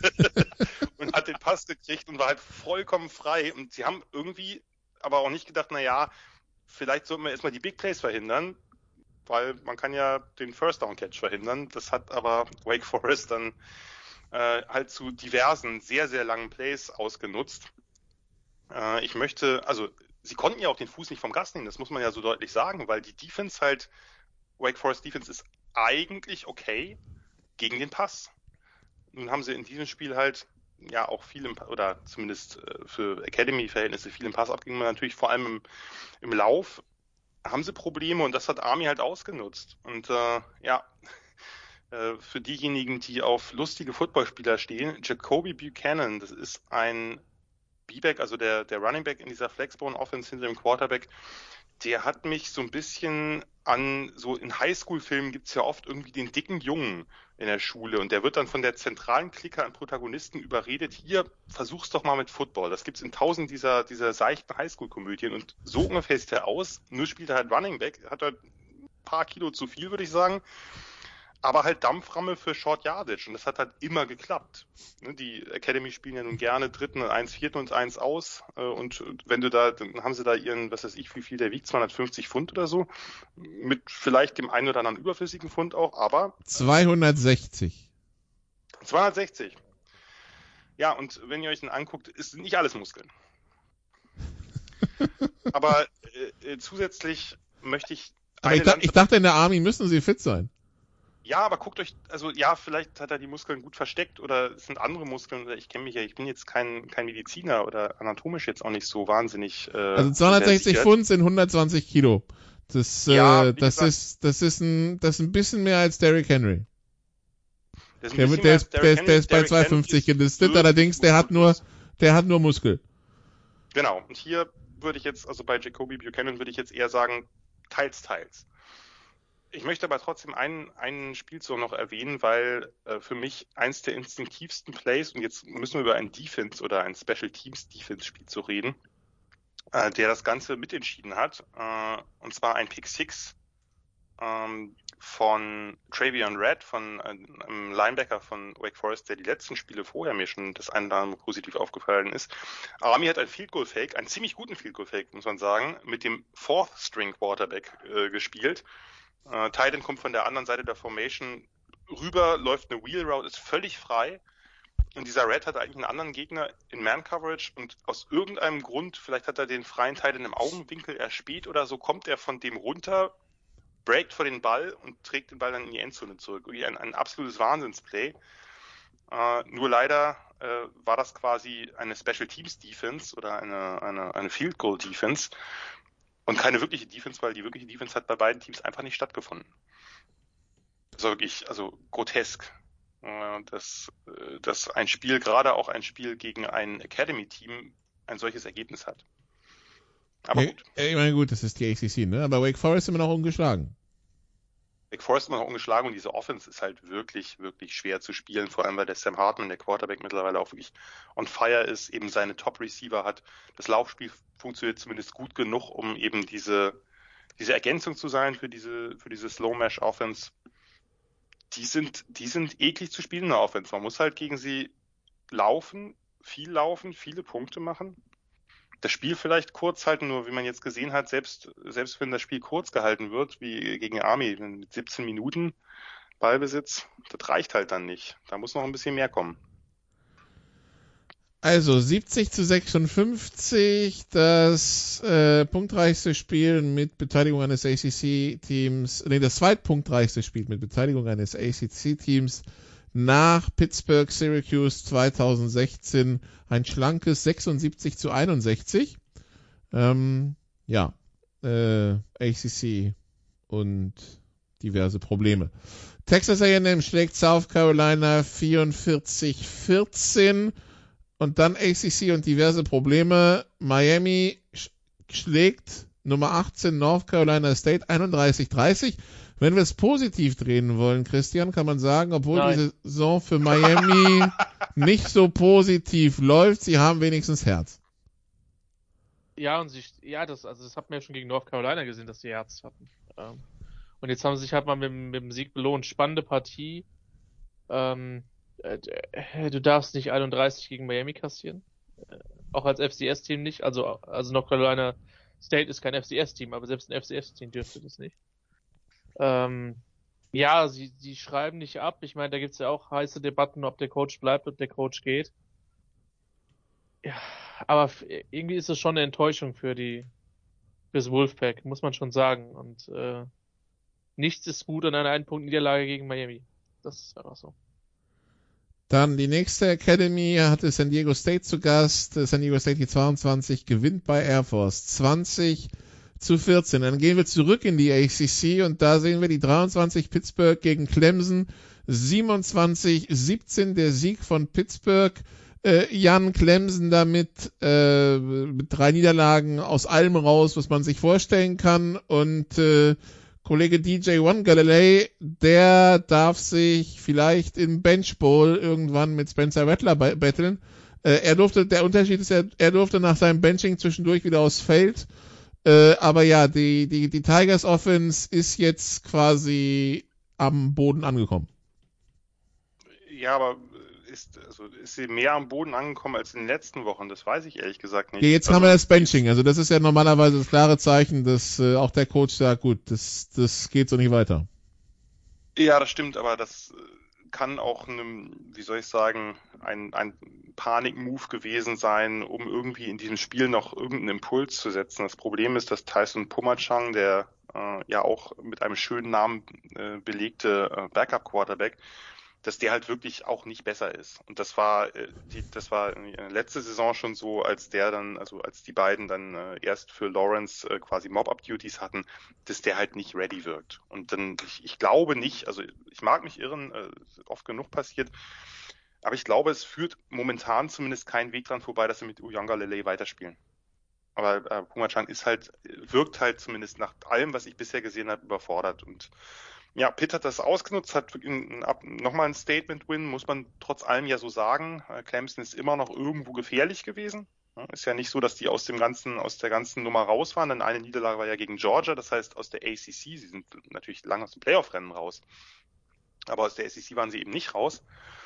und hat den Pass gekriegt und war halt vollkommen frei. Und sie haben irgendwie aber auch nicht gedacht, na ja, vielleicht sollten wir erstmal die Big Plays verhindern, weil man kann ja den First Down Catch verhindern. Das hat aber Wake Forest dann äh, halt zu diversen, sehr, sehr langen Plays ausgenutzt. Äh, ich möchte, also sie konnten ja auch den Fuß nicht vom Gas nehmen, das muss man ja so deutlich sagen, weil die Defense halt, Wake Forest Defense ist eigentlich okay gegen den Pass. Nun haben sie in diesem Spiel halt ja auch viel im, oder zumindest äh, für Academy-Verhältnisse viel im Pass abgegeben, natürlich vor allem im, im Lauf haben sie Probleme und das hat Army halt ausgenutzt. Und äh, ja, äh, für diejenigen, die auf lustige Footballspieler stehen, Jacoby Buchanan, das ist ein B-Back, also der, der Running Back in dieser Flexbone Offense hinter dem Quarterback, der hat mich so ein bisschen an, so in Highschool-Filmen gibt's ja oft irgendwie den dicken Jungen in der Schule und der wird dann von der zentralen Clique an Protagonisten überredet, hier, versuch's doch mal mit Football. Das gibt's in tausend dieser, dieser seichten Highschool-Komödien und so ungefähr sieht er aus, nur spielt er halt Running Back, hat er ein paar Kilo zu viel, würde ich sagen, aber halt Dampframme für Short Yardage und das hat halt immer geklappt. Die Academy spielen ja nun gerne Dritten und eins Vierten und eins aus und wenn du da, dann haben sie da ihren, was weiß ich, wie viel der wiegt, zweihundertfünfzig Pfund oder so, mit vielleicht dem einen oder anderen überflüssigen Pfund auch, aber zweihundertsechzig. zweihundertsechzig. Ja, und wenn ihr euch den anguckt, ist nicht alles Muskeln. Aber äh, zusätzlich möchte ich... Aber ich, da, ich dachte, in der Army müssen sie fit sein. Ja, aber guckt euch, also ja, vielleicht hat er die Muskeln gut versteckt oder es sind andere Muskeln oder ich kenne mich ja, ich bin jetzt kein kein Mediziner oder anatomisch jetzt auch nicht so wahnsinnig. Äh, also zweihundertsechzig Pfund sind hundertzwanzig Kilo. Das, ja, äh, das gesagt, ist das ist ein das ist ein bisschen mehr als Derrick Henry. Das ist der, der, ist, der, ist, der ist bei zweihundertfünfzig gelistet, allerdings der hat nur der hat nur Muskel. Genau. Und hier würde ich jetzt, also bei Jacoby Buchanan würde ich jetzt eher sagen, teils, teils. Ich möchte aber trotzdem einen, einen Spielzug noch erwähnen, weil äh, für mich eins der instinktivsten Plays, und jetzt müssen wir über ein Defense oder ein Special Teams Defense Spielzug reden, äh, der das Ganze mitentschieden hat, äh, und zwar ein Pick Six ähm, von Travion Red, von äh, einem Linebacker von Wake Forest, der die letzten Spiele vorher mir schon das eine oder andere positiv aufgefallen ist. Army hat ein Field Goal Fake, einen ziemlich guten Field Goal Fake, muss man sagen, mit dem Fourth String Quarterback äh, gespielt. Uh, Titan kommt von der anderen Seite der Formation rüber, läuft eine Wheel Route, ist völlig frei. Und dieser Red hat eigentlich einen anderen Gegner in Man-Coverage und aus irgendeinem Grund, vielleicht hat er den freien Titan im Augenwinkel erspäht oder so, kommt er von dem runter, breakt vor den Ball und trägt den Ball dann in die Endzone zurück. Ein, ein absolutes Wahnsinnsplay. Uh, nur leider uh, war das quasi eine Special Teams Defense oder eine, eine, eine Field Goal Defense. Und keine wirkliche Defense, weil die wirkliche Defense hat bei beiden Teams einfach nicht stattgefunden. Das war wirklich, also grotesk, dass, dass ein Spiel, gerade auch ein Spiel gegen ein Academy-Team, ein solches Ergebnis hat. Aber ja, gut. Ich meine, gut, das ist die A C C, ne? Aber Wake Forest immer noch ungeschlagen. Wake Forest immer noch ungeschlagen und diese Offense ist halt wirklich, wirklich schwer zu spielen, vor allem weil der Sam Hartman, der Quarterback, mittlerweile auch wirklich on fire ist, eben seine Top-Receiver hat. Das Laufspiel funktioniert zumindest gut genug, um eben diese, diese Ergänzung zu sein für diese, für diese Slow-Mesh-Offense. Die sind, die sind eklig zu spielen in der Offense. Man muss halt gegen sie laufen, viel laufen, viele Punkte machen. Das Spiel vielleicht kurz halten, nur wie man jetzt gesehen hat, selbst, selbst wenn das Spiel kurz gehalten wird, wie gegen Army mit siebzehn Minuten Ballbesitz, das reicht halt dann nicht. Da muss noch ein bisschen mehr kommen. Also siebzig zu sechsundfünfzig, das äh, punktreichste Spiel mit Beteiligung eines A C C-Teams, nee, das zweitpunktreichste Spiel mit Beteiligung eines A C C-Teams nach Pittsburgh Syracuse zweitausendsechzehn, ein schlankes sechsundsiebzig zu einundsechzig. Ähm, ja, äh, A C C und diverse Probleme. Texas A and M schlägt South Carolina vierundvierzig vierzehn und dann A C C und diverse Probleme. Miami sch- schlägt Nummer achtzehn North Carolina State einunddreißig dreißig. Wenn wir es positiv drehen wollen, Christian, kann man sagen, obwohl Nein. die Saison für Miami nicht so positiv läuft, sie haben wenigstens Herz. Ja, und sie, ja, das, also das hat man ja schon gegen North Carolina gesehen, dass sie Herz hatten. Ähm, und jetzt haben sie sich halt mal mit, mit dem Sieg belohnt. Spannende Partie. Ähm, äh, du darfst nicht einunddreißig gegen Miami kassieren. Äh, auch als F C S-Team nicht. Also, also North Carolina State ist kein F C S-Team, aber selbst ein F C S-Team dürfte das nicht. Ähm, ja, sie, sie schreiben nicht ab. Ich meine, da gibt's ja auch heiße Debatten, ob der Coach bleibt, ob der Coach geht. Ja, aber f- irgendwie ist es schon eine Enttäuschung für die fürs Wolfpack, muss man schon sagen. Und äh, nichts ist gut an einer Ein-Punkt-Niederlage gegen Miami. Das ist einfach so. Dann die nächste Academy hatte San Diego State zu Gast. San Diego State die zweiundzwanzig gewinnt bei Air Force zwanzig zu vierzehn. Dann gehen wir zurück in die A C C und da sehen wir die dreiundzwanzig Pittsburgh gegen Clemson. siebenundzwanzig siebzehn der Sieg von Pittsburgh. Äh, Jan, Clemson damit äh, mit drei Niederlagen aus allem raus, was man sich vorstellen kann und äh, Kollege D J Uiagalelei, der darf sich vielleicht im Bench Bowl irgendwann mit Spencer Rattler betteln. Äh, er durfte, der Unterschied ist, er, er durfte nach seinem Benching zwischendurch wieder aufs Feld. Äh, aber ja, die, die, die Tigers Offense ist jetzt quasi am Boden angekommen. Ja, aber ist, also ist sie mehr am Boden angekommen als in den letzten Wochen? Das weiß ich ehrlich gesagt nicht. Ja, jetzt also, haben wir das Benching. Also das ist ja normalerweise das klare Zeichen, dass äh, auch der Coach sagt, gut, das, das geht so nicht weiter. Ja, das stimmt, aber das kann auch einem, wie soll ich sagen, ein, ein Panik-Move gewesen sein, um irgendwie in diesem Spiel noch irgendeinen Impuls zu setzen. Das Problem ist, dass Tyson Pumachang, der äh, ja auch mit einem schönen Namen äh, belegte äh, Backup-Quarterback, dass der halt wirklich auch nicht besser ist. Und das war äh, die, das war letzte Saison schon so, als der dann, also als die beiden dann äh, erst für Lawrence äh, quasi Mob-Up-Duties hatten, dass der halt nicht ready wirkt. Und dann, ich, ich glaube nicht, also ich mag mich irren, äh, oft genug passiert, aber ich glaube, es führt momentan zumindest keinen Weg dran vorbei, dass sie mit Uiagalelei weiterspielen. Aber äh, Pumachang ist halt, wirkt halt zumindest nach allem, was ich bisher gesehen habe, überfordert. Und ja, Pitt hat das ausgenutzt, hat nochmal ein Statement-Win, muss man trotz allem ja so sagen. Clemson ist immer noch irgendwo gefährlich gewesen. Ist ja nicht so, dass die aus dem ganzen, aus der ganzen Nummer raus waren, denn eine Niederlage war ja gegen Georgia, das heißt aus der A C C. Sie sind natürlich lange aus dem Playoff-Rennen raus. Aber aus der A C C waren sie eben nicht raus.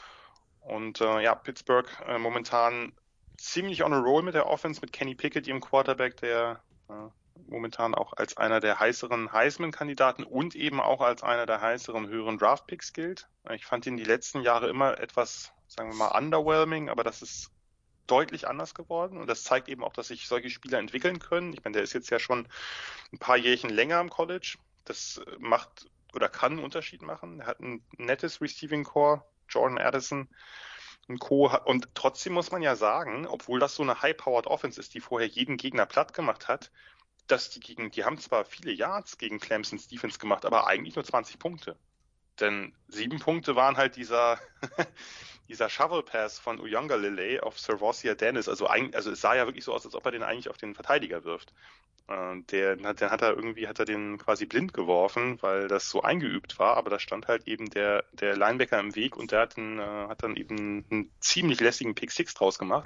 Und äh, ja, Pittsburgh äh, momentan ziemlich on a roll mit der Offense, mit Kenny Pickett, ihrem Quarterback, der äh, momentan auch als einer der heißeren Heisman-Kandidaten und eben auch als einer der heißeren höheren Draft-Picks gilt. Ich fand ihn die letzten Jahre immer etwas, sagen wir mal, underwhelming, aber das ist deutlich anders geworden und das zeigt eben auch, dass sich solche Spieler entwickeln können. Ich meine, der ist jetzt ja schon ein paar Jährchen länger im College. Das macht oder kann einen Unterschied machen. Er hat ein nettes Receiving Core, Jordan Addison und Co. Und trotzdem muss man ja sagen, obwohl das so eine high-powered Offense ist, die vorher jeden Gegner platt gemacht hat, dass die gegen, die haben zwar viele Yards gegen Clemsons Defense gemacht, aber eigentlich nur zwanzig Punkte. Denn sieben Punkte waren halt dieser, dieser Shovel Pass von Uiagalelei auf Servosia Dennis. Also eigentlich, also es sah ja wirklich so aus, als ob er den eigentlich auf den Verteidiger wirft. Äh, der, der hat er irgendwie, hat er den quasi blind geworfen, weil das so eingeübt war, aber da stand halt eben der, der Linebacker im Weg und der hat, einen, äh, hat dann eben einen ziemlich lässigen Pick Six draus gemacht.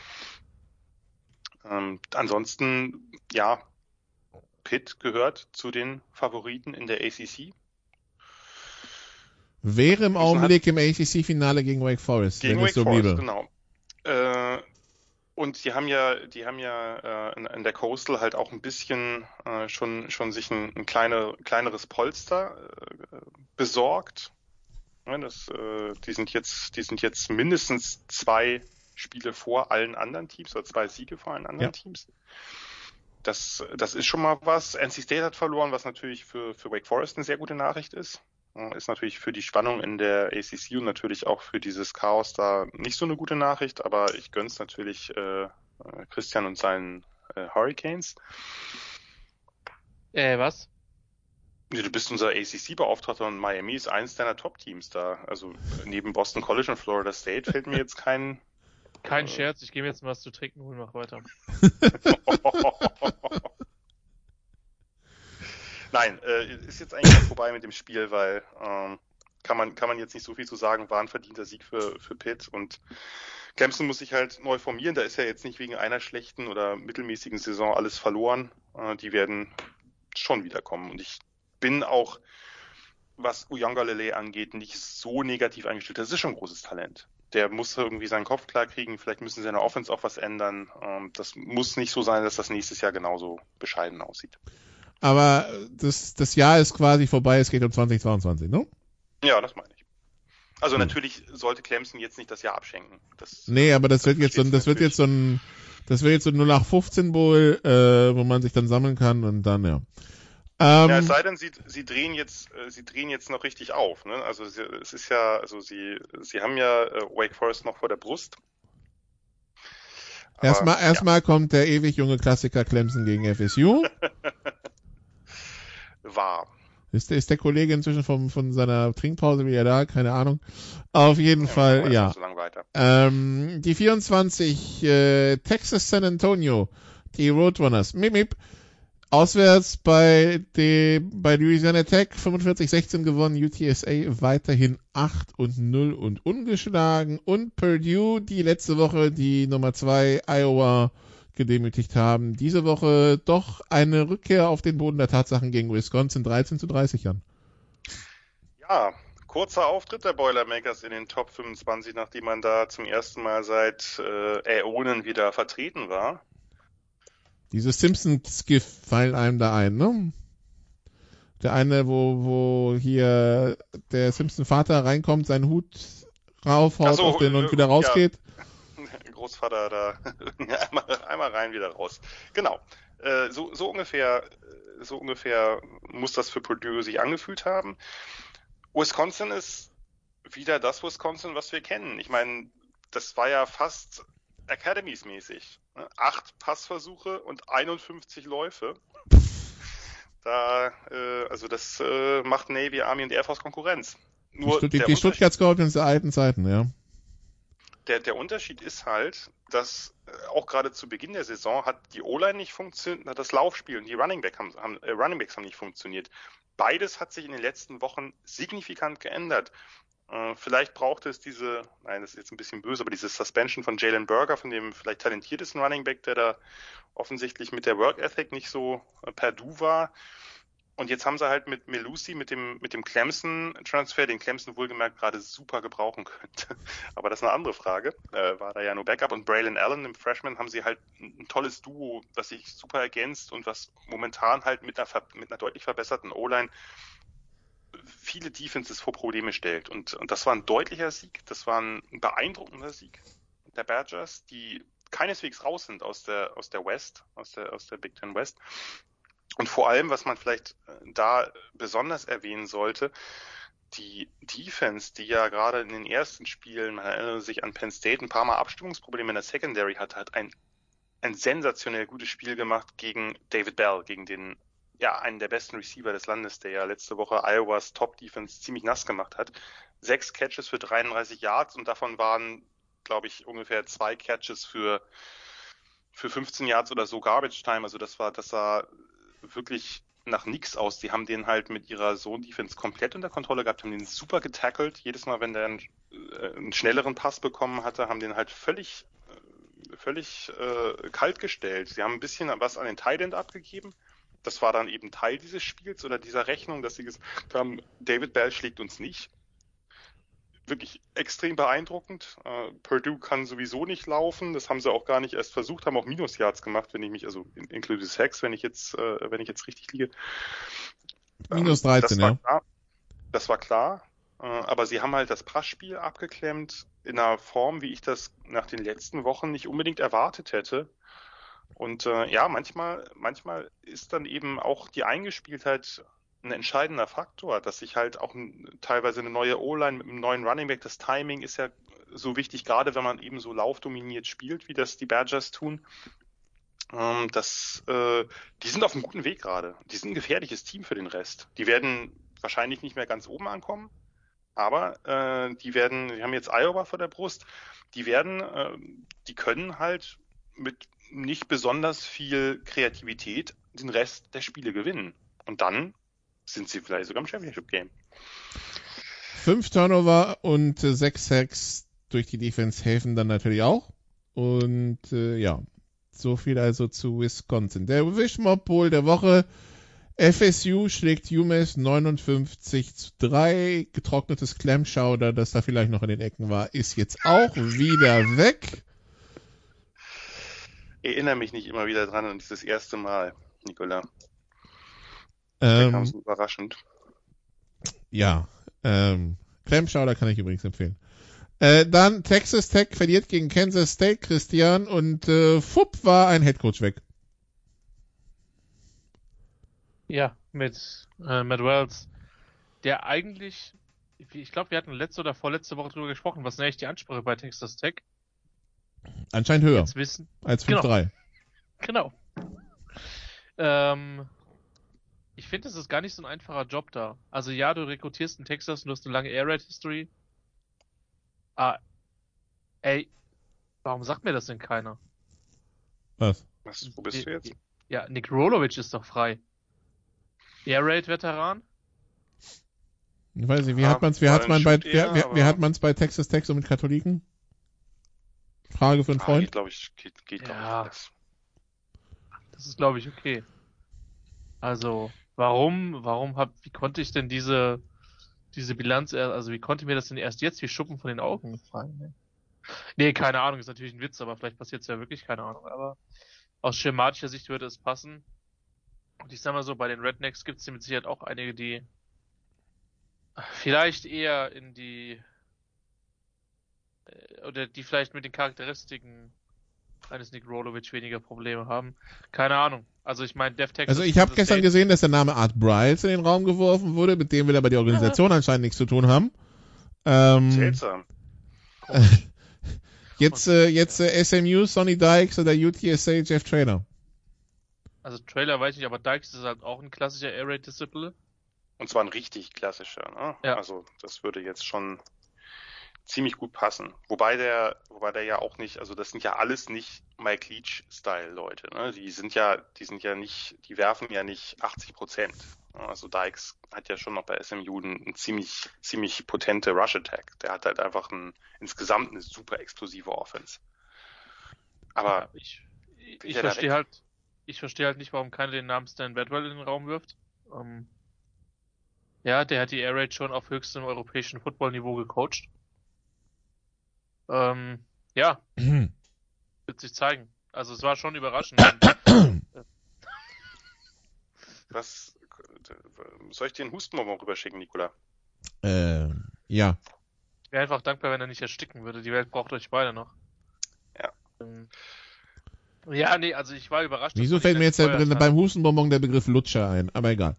Ähm, ansonsten, ja, Pitt gehört zu den Favoriten in der A C C. Wäre im Augenblick im A C C-Finale gegen Wake Forest. Gegen wenn Wake es so Forest, bliebe. genau. Äh, und die haben ja, die haben ja äh, in, in der Coastal halt auch ein bisschen äh, schon schon sich ein, ein kleine, kleineres Polster äh, besorgt. Ja, das, äh, die sind jetzt, die sind jetzt mindestens zwei Spiele vor allen anderen Teams oder zwei Siege vor allen anderen ja. Teams. Das, das ist schon mal was. N C State hat verloren, was natürlich für, für Wake Forest eine sehr gute Nachricht ist. Ist natürlich für die Spannung in der A C C und natürlich auch für dieses Chaos da nicht so eine gute Nachricht, aber ich gönn's natürlich äh, Christian und seinen äh, Hurricanes. Äh, was? Du bist unser A C C-Beauftragter und Miami ist eins deiner Top-Teams da. Also neben Boston College und Florida State fällt mir jetzt kein... Kein Scherz, ich gehe mir jetzt mal was zu trinken holen, mach weiter. Nein, äh, ist jetzt eigentlich vorbei mit dem Spiel, weil ähm, kann man kann man jetzt nicht so viel zu sagen, war ein verdienter Sieg für für Pitt und Clemson muss sich halt neu formieren, da ist ja jetzt nicht wegen einer schlechten oder mittelmäßigen Saison alles verloren, äh, die werden schon wiederkommen und ich bin auch, was Uiagalelei angeht, nicht so negativ eingestellt, das ist schon ein großes Talent. Der muss irgendwie seinen Kopf klar kriegen, vielleicht müssen sie in der Offense auch was ändern, ähm, das muss nicht so sein, dass das nächstes Jahr genauso bescheiden aussieht. Aber das, das Jahr ist quasi vorbei, es geht um zwanzig zweiundzwanzig, ne? Ja, das meine ich. Also hm. natürlich sollte Clemson jetzt nicht das Jahr abschenken. Das, nee, aber das, das wird jetzt so, das wird jetzt so ein, das wird jetzt so ein null acht fünfzehn Bowl, äh, wo man sich dann sammeln kann und dann, ja. Ähm, ja, es sei denn, sie, sie drehen jetzt, sie drehen jetzt noch richtig auf, ne? Also sie, es ist ja, also sie, sie haben ja äh, Wake Forest noch vor der Brust. Aber, erstmal, ja. erstmal kommt der ewig junge Klassiker Clemson gegen F S U. War. Ist der, ist der Kollege inzwischen vom, von seiner Trinkpause wieder da? Keine Ahnung. Auf jeden ja, Fall, ja. So lang weiter. Ähm, die vierundzwanzig, äh, Texas San Antonio, die Roadrunners. Mip, mip. Auswärts bei dem, bei Louisiana Tech fünfundvierzig sechzehn gewonnen, U T S A weiterhin acht und null und ungeschlagen und Purdue, die letzte Woche die Nummer zwei Iowa gedemütigt haben. Diese Woche doch eine Rückkehr auf den Boden der Tatsachen gegen Wisconsin, dreizehn zu dreißig, Jan. Ja, kurzer Auftritt der Boilermakers in den Top fünfundzwanzig, nachdem man da zum ersten Mal seit äh, Äonen wieder vertreten war. Diese Simpsons-Gif fallen einem da ein, ne? Der eine, wo, wo hier der Simpson-Vater reinkommt, seinen Hut raufhaut so, auf den und wieder rausgeht. Ja. Großvater da einmal, einmal rein, wieder raus. Genau. Äh, so, so ungefähr, so ungefähr muss das für Purdue sich angefühlt haben. Wisconsin ist wieder das Wisconsin, was wir kennen. Ich meine, das war ja fast Academies-mäßig. Acht Passversuche und einundfünfzig Läufe. Da, äh, also das äh, macht Navy, Army und Air Force Konkurrenz. Nur die die, die Stuttgart Scorpions der alten Zeiten, ja. Der, der Unterschied ist halt, dass äh, auch gerade zu Beginn der Saison hat die O-Line nicht funktioniert, hat das Laufspiel und die Running Back haben, haben, äh, Running Backs haben nicht funktioniert. Beides hat sich in den letzten Wochen signifikant geändert. Äh, vielleicht brauchte es diese, nein, das ist jetzt ein bisschen böse, aber diese Suspension von Jalen Burger, von dem vielleicht talentiertesten Running Back, der da offensichtlich mit der Work Ethic nicht so äh, perdu war. Und jetzt haben sie halt mit Melusi, mit dem, mit dem Clemson-Transfer, den Clemson wohlgemerkt gerade super gebrauchen könnte. Aber das ist eine andere Frage. Äh, war da ja nur Backup. Und Braylon Allen, im Freshman, haben sie halt ein tolles Duo, das sich super ergänzt und was momentan halt mit einer, mit einer deutlich verbesserten O-Line viele Defenses vor Probleme stellt. Und, und das war ein deutlicher Sieg. Das war ein beeindruckender Sieg der Badgers, die keineswegs raus sind aus der, aus der West, aus der, aus der Big Ten West. Und vor allem, was man vielleicht da besonders erwähnen sollte, die Defense, die ja gerade in den ersten Spielen, man erinnert sich an Penn State, ein paar Mal Abstimmungsprobleme in der Secondary hatte, hat ein, ein sensationell gutes Spiel gemacht gegen David Bell, gegen den, ja, einen der besten Receiver des Landes, der ja letzte Woche Iowas Top-Defense ziemlich nass gemacht hat. Sechs Catches für dreiunddreißig Yards und davon waren, glaube ich, ungefähr zwei Catches für, für fünfzehn Yards oder so Garbage Time. Also das war, das sah wirklich nach nix aus. Die haben den halt mit ihrer Zone-Defense komplett unter Kontrolle gehabt, haben den super getackelt. Jedes Mal, wenn der einen, äh, einen schnelleren Pass bekommen hatte, haben den halt völlig, äh, völlig äh, kalt gestellt. Sie haben ein bisschen was an den Tight End abgegeben. Das war dann eben Teil dieses Spiels oder dieser Rechnung, dass sie gesagt haben, David Bell schlägt uns nicht. Wirklich extrem beeindruckend. Uh, Purdue kann sowieso nicht laufen. Das haben sie auch gar nicht erst versucht, haben auch Minus-Yards gemacht, wenn ich mich, also in, inklusive Sacks, wenn ich jetzt, äh, wenn ich jetzt richtig liege. Minus dreizehn, das war ja. Klar. Das war klar. Uh, aber sie haben halt das Passspiel abgeklemmt in einer Form, wie ich das nach den letzten Wochen nicht unbedingt erwartet hätte. Und äh, ja, manchmal, manchmal ist dann eben auch die Eingespieltheit ein entscheidender Faktor, dass sich halt auch ein, teilweise eine neue O-Line mit einem neuen Running Back, das Timing ist ja so wichtig, gerade wenn man eben so laufdominiert spielt, wie das die Badgers tun. Ähm, das, äh, die sind auf einem guten Weg gerade. Die sind ein gefährliches Team für den Rest. Die werden wahrscheinlich nicht mehr ganz oben ankommen, aber äh, die werden, die haben jetzt Iowa vor der Brust, die werden, äh, die können halt mit nicht besonders viel Kreativität den Rest der Spiele gewinnen. Und dann sind sie vielleicht sogar im Championship-Game. Fünf Turnover und äh, sechs Sacks durch die Defense helfen dann natürlich auch. Und äh, ja, so viel also zu Wisconsin. Der Wishmob Bowl der Woche. F S U schlägt UMass neunundfünfzig zu drei. Getrocknetes Clam Chowder, das da vielleicht noch in den Ecken war, ist jetzt auch wieder weg. Erinnere mich nicht immer wieder dran an dieses erste Mal, Nicola. Ähm, Ganz überraschend. Ja, ähm, Clam Chowder kann ich übrigens empfehlen. Äh, dann Texas Tech verliert gegen Kansas State, Christian, und äh, fupp war ein Headcoach weg. Ja, mit äh, Matt Wells, der eigentlich, ich glaube, wir hatten letzte oder vorletzte Woche drüber gesprochen, was ist eigentlich die Ansprache bei Texas Tech? Anscheinend höher Jetzt wissen. als fünf drei. Genau. Ähm, ich finde, es ist gar nicht so ein einfacher Job da. Also ja, du rekrutierst in Texas und du hast eine lange Air Raid History. Ah, ey, warum sagt mir das denn keiner? Was? Was, wo bist du jetzt? Ja, Nick Rolovic ist doch frei. Air Raid Veteran? Ich weiß nicht, wie Ja, hat man's, wie war hat ein man bei, Shoot eher, wie, wie, wie aber- hat man's bei Texas Tech so mit Katholiken? Frage für einen Ah, Freund. geht, glaube ich, geht, geht glaub ich, Ja. alles. Das ist, glaube ich, okay. Also, warum, warum hab, wie konnte ich denn diese, diese Bilanz, er- also wie konnte mir das denn erst jetzt wie Schuppen von den Augen gefallen? Ne? Nee, keine Ahnung, ist natürlich ein Witz, aber vielleicht passiert es ja wirklich, keine Ahnung. Aber aus schematischer Sicht würde es passen. Und ich sag mal so, bei den Rednecks gibt es mit Sicherheit auch einige, die vielleicht eher in die, äh, oder die vielleicht mit den Charakteristiken eines Nick Rolovic weniger Probleme haben. Keine Ahnung. Also ich meine, Dev Texas Also ich habe Kansas gestern State- gesehen, dass der Name Art Briles in den Raum geworfen wurde, mit dem will aber die Organisation anscheinend nichts zu tun haben. Ähm, Seltsam. jetzt äh, jetzt äh, S M U, Sonny Dykes oder U T S A, Jeff Traylor. Also Trailer weiß ich, aber Dykes ist halt auch ein klassischer Air Raid Disciple. Und zwar ein richtig klassischer, ne? Ja. Also das würde jetzt schon ziemlich gut passen. Wobei der, wobei der ja auch nicht, also das sind ja alles nicht Mike Leach-Style-Leute, ne? Die sind ja, die sind ja nicht, die werfen ja nicht achtzig Prozent. Also Dykes hat ja schon noch bei S M U einen, einen ziemlich, ziemlich potente Rush-Attack. Der hat halt einfach ein, insgesamt eine super explosive Offense. Aber ich, ich, ja ich da verstehe weg. halt, ich verstehe halt nicht, warum keiner den Namen Stan Bedwell in den Raum wirft. Ähm, ja, der hat die Air Raid schon auf höchstem europäischen Football-Niveau gecoacht. Ähm, ja, wird sich zeigen. Also es war schon überraschend. Und, was, soll ich dir einen Hustenbonbon rüberschicken, Nicola? äh, ja. ich wäre einfach dankbar, wenn er nicht ersticken würde. Die Welt braucht euch beide noch. Ja. Ähm, ja, nee, also ich war überrascht. dass Wieso man fällt ihn mir jetzt der, gefeuert hat. beim Hustenbonbon der Begriff Lutscher ein? Aber egal.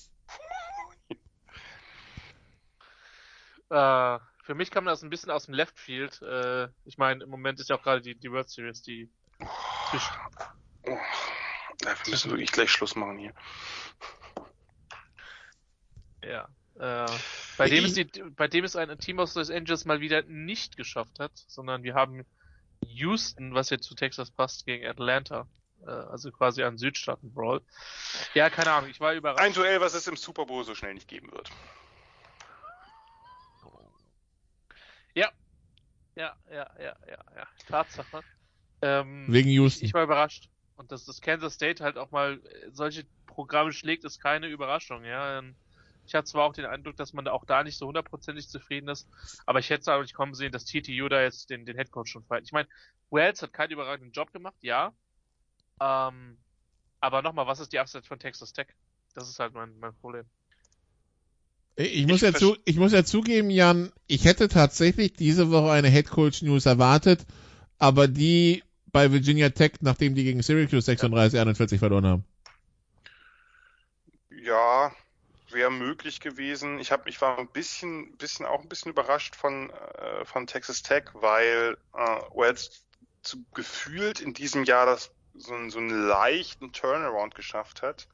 Äh, für mich kam das ein bisschen aus dem Left Field. Äh, ich meine, im Moment ist ja auch gerade die, die World Series, die zwischen, Oh, ja, wir müssen wirklich gleich Schluss machen hier. ja, äh, bei dem ist die, bei dem ist ein Team aus Los Angeles mal wieder nicht geschafft hat, sondern wir haben Houston, was jetzt zu Texas passt, gegen Atlanta. Äh, also quasi ein Südstaaten-Brawl. Ja, keine Ahnung, ich war überrascht. Ein Duell, was es im Super Bowl so schnell nicht geben wird. Ja, ja, ja, ja, ja, Tatsache. Ähm, Wegen Houston. Ich, ich war überrascht. Und dass das Kansas State halt auch mal äh, solche Programme schlägt, ist keine Überraschung, ja. Ähm, Ich hatte zwar auch den Eindruck, dass man da auch da nicht so hundertprozentig zufrieden ist, aber ich hätte es auch nicht kommen sehen, dass T T U da jetzt den, den Headcoach schon feiert. Ich meine, Wells hat keinen überragenden Job gemacht, ja. Ähm, aber nochmal, was ist die Upside von Texas Tech? Das ist halt mein, mein Problem. Ich muss, Ich ja zu, ich muss ja zugeben, Jan, ich hätte tatsächlich diese Woche eine Headcoach-News erwartet, aber die bei Virginia Tech, nachdem die gegen Syracuse sechsunddreißig einundvierzig verloren haben. Ja, wäre möglich gewesen. Ich habe, ich war ein bisschen, bisschen auch ein bisschen überrascht von äh, von Texas Tech, weil äh, Wells zu, gefühlt in diesem Jahr das so, einen- so einen leichten Turnaround geschafft hat.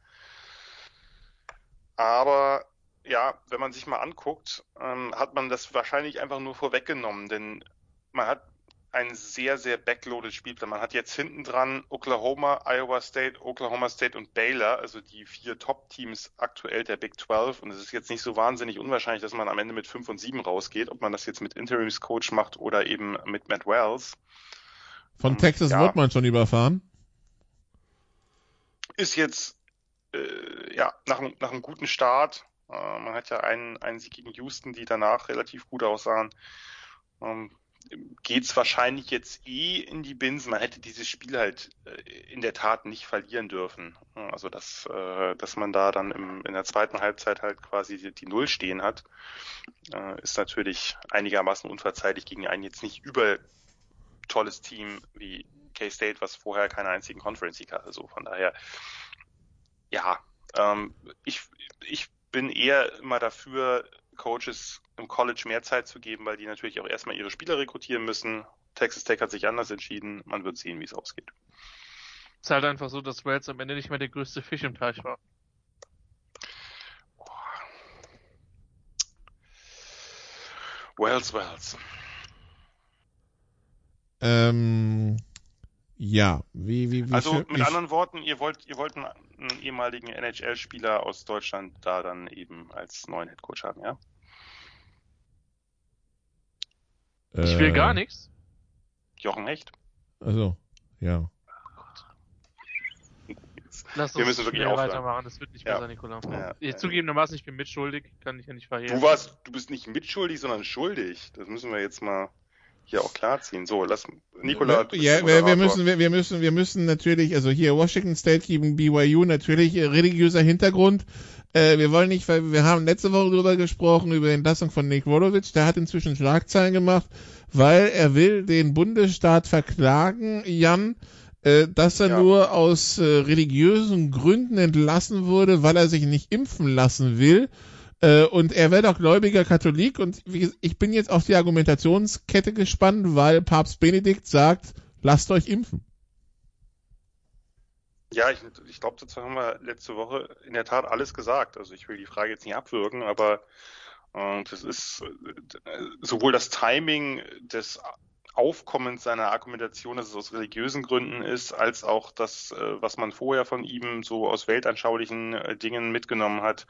Aber ja, wenn man sich mal anguckt, ähm, hat man das wahrscheinlich einfach nur vorweggenommen, denn man hat ein sehr, sehr backloaded Spielplan. Man hat jetzt hinten dran Oklahoma, Iowa State, Oklahoma State und Baylor, also die vier Top-Teams aktuell der Big zwölf. Und es ist jetzt nicht so wahnsinnig unwahrscheinlich, dass man am Ende mit fünf und sieben rausgeht, ob man das jetzt mit Interims-Coach macht oder eben mit Matt Wells. Von Ähm, Texas ja. wird man schon überfahren. Ist jetzt äh, ja nach, einem- nach einem guten Start. Äh, man hat ja einen, einen Sieg gegen Houston, die danach relativ gut aussahen. Ähm, geht's wahrscheinlich jetzt eh in die Binsen. Man hätte dieses Spiel halt äh, in der Tat nicht verlieren dürfen. Also dass, äh, dass man da dann im, in der zweiten Halbzeit halt quasi die, die Null stehen hat, äh, ist natürlich einigermaßen unverzeihlich gegen ein jetzt nicht über tolles Team wie K-State, was vorher keinen einzigen Conference-Sieg hatte. So von daher, ja, ähm, ich, ich bin eher immer dafür, Coaches im College mehr Zeit zu geben, weil die natürlich auch erstmal ihre Spieler rekrutieren müssen. Texas Tech hat sich anders entschieden. Man wird sehen, wie es ausgeht. Es ist halt einfach so, dass Wells am Ende nicht mehr der größte Fisch im Teich war. Wells, Wells. Ähm, Ja, wie, wie, wie Also schön, mit wie anderen Worten, ihr wollt, ihr wollt einen, einen ehemaligen N H L-Spieler aus Deutschland da dann eben als neuen Headcoach haben, ja? Ich will äh, gar nichts. Jochen Hecht. Also, ja. Lass Wir uns müssen wirklich schnell aufhören. weitermachen, das wird nicht Ja. besser, Nikola. Ja. Ich zugegebenermaßen, ich bin mitschuldig, kann ich ja nicht verhehlen. Du warst, du bist nicht mitschuldig, sondern schuldig. Das müssen wir jetzt mal hier auch klarziehen. So, lass, Nikola, du bist Ja, der wir, wir Moderator. müssen, wir, wir müssen, wir müssen natürlich, also hier Washington State gegen B Y U, natürlich äh, religiöser Hintergrund. Äh, wir wollen nicht, weil wir haben letzte Woche drüber gesprochen, über die Entlassung von Nick Rolovich. Der hat inzwischen Schlagzeilen gemacht, weil er will den Bundesstaat verklagen, Jan, äh, dass er Ja. nur aus äh, religiösen Gründen entlassen wurde, weil er sich nicht impfen lassen will. Äh, und er wäre doch gläubiger Katholik. Und wie, gesagt, ich bin jetzt auf die Argumentationskette gespannt, weil Papst Benedikt sagt, lasst euch impfen. Ja, ich, ich glaube, dazu haben wir letzte Woche in der Tat alles gesagt. Also ich will die Frage jetzt nicht abwürgen, aber äh, das ist äh, sowohl das Timing des Aufkommens seiner Argumentation, dass es aus religiösen Gründen ist, als auch das, äh, was man vorher von ihm so aus weltanschaulichen äh, Dingen mitgenommen hat,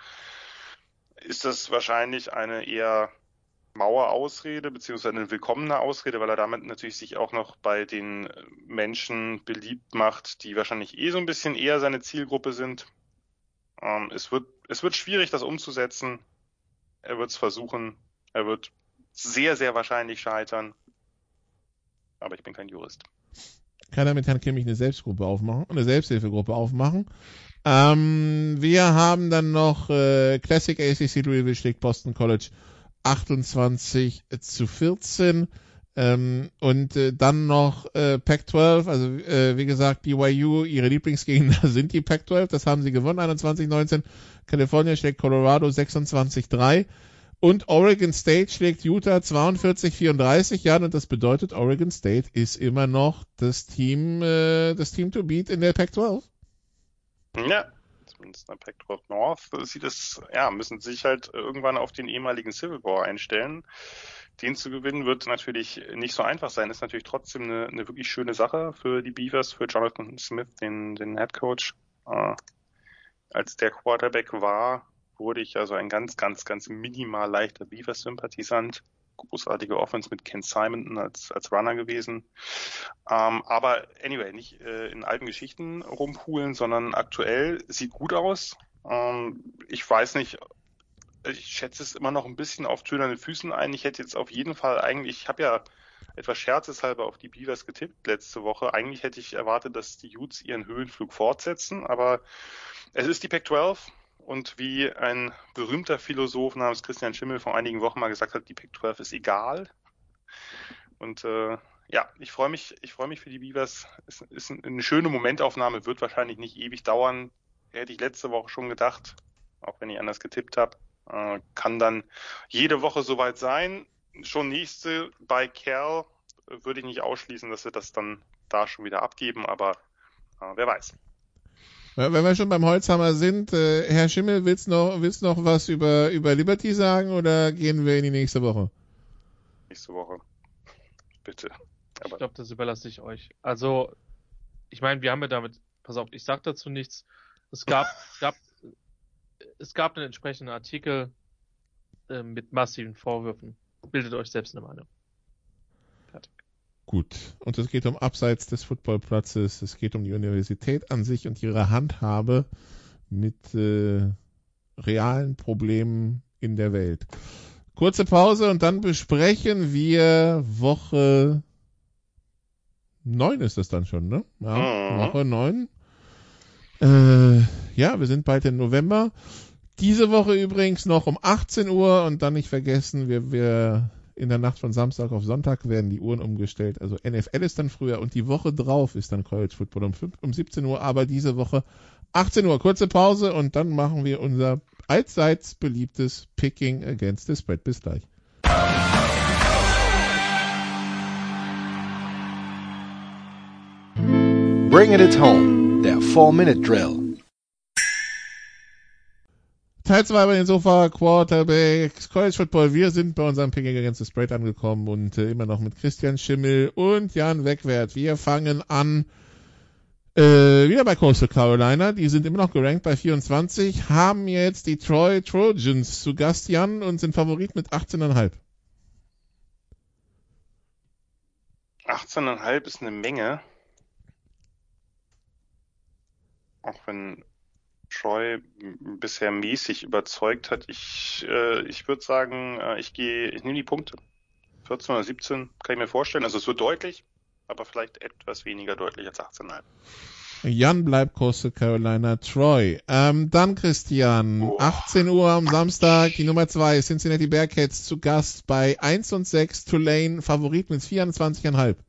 ist das wahrscheinlich eine eher Mauerausrede, beziehungsweise eine willkommene Ausrede, weil er damit natürlich sich auch noch bei den Menschen beliebt macht, die wahrscheinlich eh so ein bisschen eher seine Zielgruppe sind. Ähm, es wird, es wird schwierig, das umzusetzen. Er wird es versuchen. Er wird sehr, sehr wahrscheinlich scheitern. Aber ich bin kein Jurist. Kann er mit Herrn Kimmich eine Selbstgruppe aufmachen, eine Selbsthilfegruppe aufmachen. Ähm, wir haben dann noch äh, Classic A C C Louisville schlägt Boston College achtundzwanzig zu vierzehn. Ähm, und äh, dann noch äh, Pac zwölf, also äh, wie gesagt, B Y U, ihre Lieblingsgegner sind die Pac zwölf, das haben sie gewonnen, einundzwanzig neunzehn. California schlägt Colorado sechsundzwanzig drei. Und Oregon State schlägt Utah zweiundvierzig vierunddreißig. Ja, und das bedeutet, Oregon State ist immer noch das Team, äh, das Team to beat in der Pac zwölf. Ja, zumindest in der Pac zwölf North sieht es, ja, müssen sich halt irgendwann auf den ehemaligen Civil War einstellen. Den zu gewinnen wird natürlich nicht so einfach sein. Ist natürlich trotzdem eine, eine wirklich schöne Sache für die Beavers, für Jonathan Smith, den, den Head Coach. Äh, als der Quarterback war, wurde ich also ein ganz, ganz, ganz minimal leichter Beavers-Sympathisant. Großartige Offense mit Ken Simonton als, als Runner gewesen. Ähm, aber anyway, nicht äh, in alten Geschichten rumpulen, sondern aktuell sieht gut aus. Ähm, ich weiß nicht, ich schätze es immer noch ein bisschen auf tönernen Füßen ein. Ich hätte jetzt auf jeden Fall eigentlich, ich habe ja etwas scherzeshalber auf die Beavers getippt letzte Woche. Eigentlich hätte ich erwartet, dass die Utes ihren Höhenflug fortsetzen, aber es ist die Pac zwölf. Und wie ein berühmter Philosoph namens Christian Schimmel vor einigen Wochen mal gesagt hat, die Pac zwölf ist egal. Und äh, ja, ich freue mich, ich freue mich für die Beavers. Es ist eine schöne Momentaufnahme, wird wahrscheinlich nicht ewig dauern. Hätte ich letzte Woche schon gedacht, auch wenn ich anders getippt habe. Äh, kann dann jede Woche soweit sein. Schon nächste bei Cal äh, würde ich nicht ausschließen, dass wir das dann da schon wieder abgeben, aber äh, wer weiß. Wenn wir schon beim Holzhammer sind, äh, Herr Schimmel, willst noch, willst noch was über, über Liberty sagen oder gehen wir in die nächste Woche? Nächste Woche. Bitte. Aber ich glaube, das überlasse ich euch. Also, ich meine, wir haben ja damit, pass auf, ich sag dazu nichts. Es gab, gab, es gab einen entsprechenden Artikel äh, mit massiven Vorwürfen. Bildet euch selbst eine Meinung. Fertig. Gut. Und es geht um abseits des Footballplatzes, es geht um die Universität an sich und ihre Handhabe mit äh, realen Problemen in der Welt. Kurze Pause und dann besprechen wir Woche neun ist das dann schon, ne? Ja, Mhm. Woche neun. Äh, ja, wir sind bald im November. Diese Woche übrigens noch um achtzehn Uhr und dann nicht vergessen, wir, wir in der Nacht von Samstag auf Sonntag werden die Uhren umgestellt. Also N F L ist dann früher und die Woche drauf ist dann College Football um, um siebzehn Uhr, aber diese Woche achtzehn Uhr. Kurze Pause und dann machen wir unser allseits beliebtes Picking Against the Spread. Bis gleich. Bring it home, der four minute Drill. Teil zwei bei den Sofa Quarterbacks College Football. Wir sind bei unserem Picking Against the Spread angekommen und äh, immer noch mit Christian Schimmel und Jan Wegwert. Wir fangen an äh, wieder bei Coastal Carolina. Die sind immer noch gerankt bei vierundzwanzig, haben jetzt die Troy Trojans zu Gast, Jan, und sind Favorit mit achtzehn Komma fünf. achtzehn Komma fünf ist eine Menge. Auch wenn Troy bisher mäßig überzeugt hat. Ich, äh, ich würde sagen, äh, ich gehe, ich nehme die Punkte. vierzehn oder siebzehn kann ich mir vorstellen. Also es wird deutlich, aber vielleicht etwas weniger deutlich als achtzehn Komma fünf. Jan bleibt Coastal Carolina, Troy. Ähm, dann Christian, oh. achtzehn Uhr am Samstag, die Nummer zwei, Cincinnati Bearcats zu Gast bei eins und sechs, Tulane, Favorit mit vierundzwanzig Komma fünf.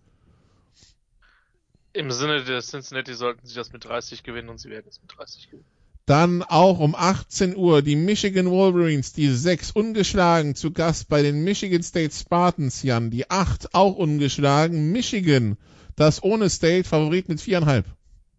Im Sinne der Cincinnati sollten sie das mit dreißig gewinnen und sie werden es mit dreißig gewinnen. Dann auch um achtzehn Uhr die Michigan Wolverines, die sechs ungeschlagen, zu Gast bei den Michigan State Spartans, Jan. Die acht auch ungeschlagen. Michigan, das ohne State, Favorit mit vier Komma fünf.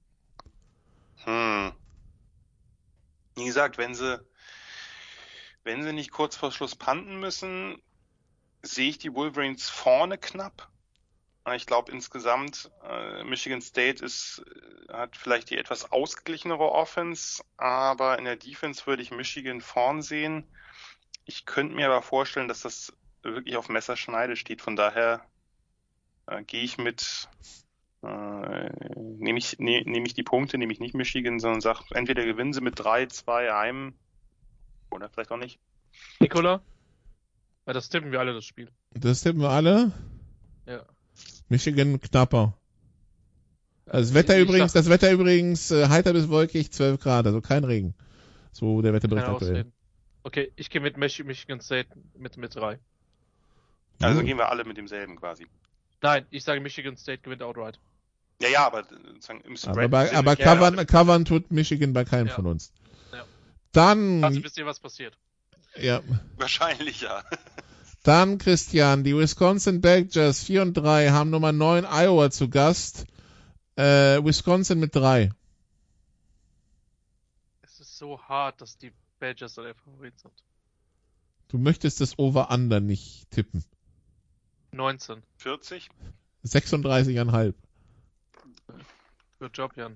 Hm. Wie gesagt, wenn sie, wenn sie nicht kurz vor Schluss punten müssen, sehe ich die Wolverines vorne knapp. Ich glaube insgesamt, äh, Michigan State ist, hat vielleicht die etwas ausgeglichenere Offense, aber in der Defense würde ich Michigan vorn sehen. Ich könnte mir aber vorstellen, dass das wirklich auf Messerschneide steht. Von daher äh, gehe ich mit, äh, nehme ich, ne, nehme ich die Punkte, nehme ich nicht Michigan, sondern sage, entweder gewinnen sie mit drei, zwei, einem oder vielleicht auch nicht. Nikola? Ja, das tippen wir alle, das Spiel. Das tippen wir alle? Ja. Michigan knapper. Das Wetter ich, übrigens, ich das Wetter übrigens äh, heiter bis wolkig, zwölf Grad, also kein Regen. So der Wetterbericht aktuell. Okay, ich gehe mit Michigan State mit mit drei. Also gehen wir alle mit demselben quasi. Nein, ich sage Michigan State gewinnt outright. Ja, ja, aber sozusagen im Spread. Aber, bei, aber covern, ja. covern tut Michigan bei keinem ja. von uns. Ja. Dann. Also wisst ihr, was passiert? Ja. Wahrscheinlich, ja. Dann, Christian, die Wisconsin Badgers vier und drei haben Nummer neun Iowa zu Gast. Äh, Wisconsin mit drei. Es ist so hart, dass die Badgers da der Favorit sind. Du möchtest das Over-Under nicht tippen. neunzehn. vierzig? sechsunddreißig Komma fünf. Good job, Jan.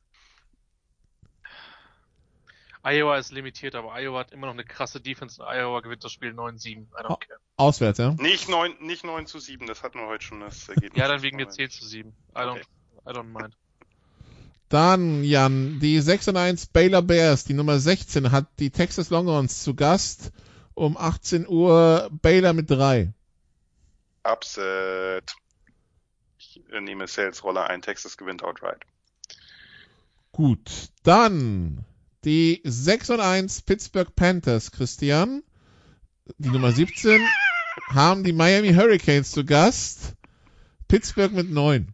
Iowa ist limitiert, aber Iowa hat immer noch eine krasse Defense und Iowa gewinnt das Spiel neun sieben. I don't care. Auswärts, ja? Nicht neun, nicht neun zu sieben, das hatten wir heute schon, das Ergebnis. Ja, dann wegen mir zehn zu sieben. I don't, okay. I don't mind. Dann, Jan, die sechs und eins Baylor Bears, die Nummer sechzehn, hat die Texas Longhorns zu Gast. Um achtzehn Uhr Baylor mit drei. Upset. Ich nehme Sales Roller ein, Texas gewinnt outright. Gut, dann die sechs und eins Pittsburgh Panthers, Christian, die Nummer siebzehn, haben die Miami Hurricanes zu Gast. Pittsburgh mit neun.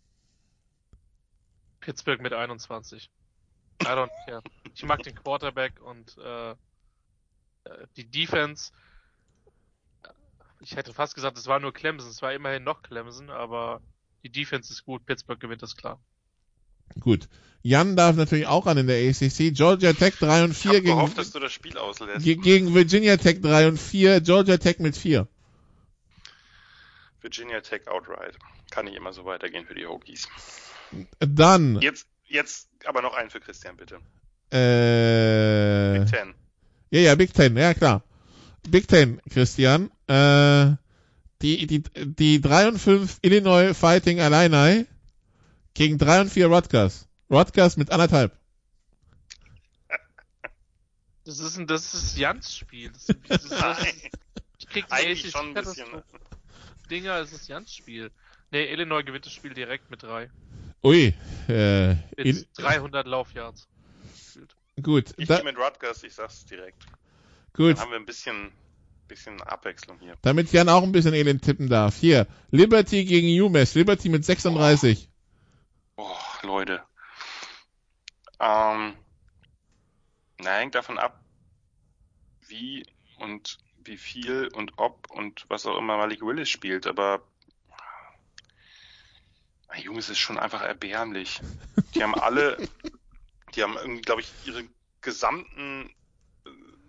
Pittsburgh mit einundzwanzig. I don't care. Ich mag den Quarterback und äh, die Defense. Ich hätte fast gesagt, es war nur Clemson. Es war immerhin noch Clemson, aber die Defense ist gut. Pittsburgh gewinnt das klar. Gut. Jan darf natürlich auch an in der A C C. Georgia Tech drei und vier ich hab gegen, gehofft, dass du das Spiel auslässt. gegen Virginia Tech drei und vier. Georgia Tech mit vier. Virginia Tech outright. Kann nicht immer so weitergehen für die Hokies. Dann. Jetzt, jetzt aber noch einen für Christian, bitte. Äh, Big Ten. Ja, ja, Big Ten, ja klar. Big Ten, Christian. Äh, die, die, die drei und fünf Illinois Fighting Illini gegen drei und vier Rutgers. Rutgers mit anderthalb. Das ist ein, das ist Jans Spiel. Das ist, das ist, das ist, ich krieg die eigentlich schon ein bisschen. Dinger, es ist Jans Spiel. Nee, Illinois gewinnt das Spiel direkt mit drei. Ui, äh, mit Il- dreihundert Laufyards. Gut. Ich da, gehe mit Rutgers, ich sag's direkt. Gut. Dann haben wir ein bisschen, bisschen Abwechslung hier. Damit Jan auch ein bisschen Elend tippen darf. Hier, Liberty gegen UMass. Liberty mit sechsunddreißig. Oh, oh Leute. Ähm, na, hängt davon ab, wie und wie viel und ob und was auch immer Malik Willis spielt, aber UMass ist schon einfach erbärmlich. Die haben alle, die haben irgendwie, glaube ich, ihre gesamten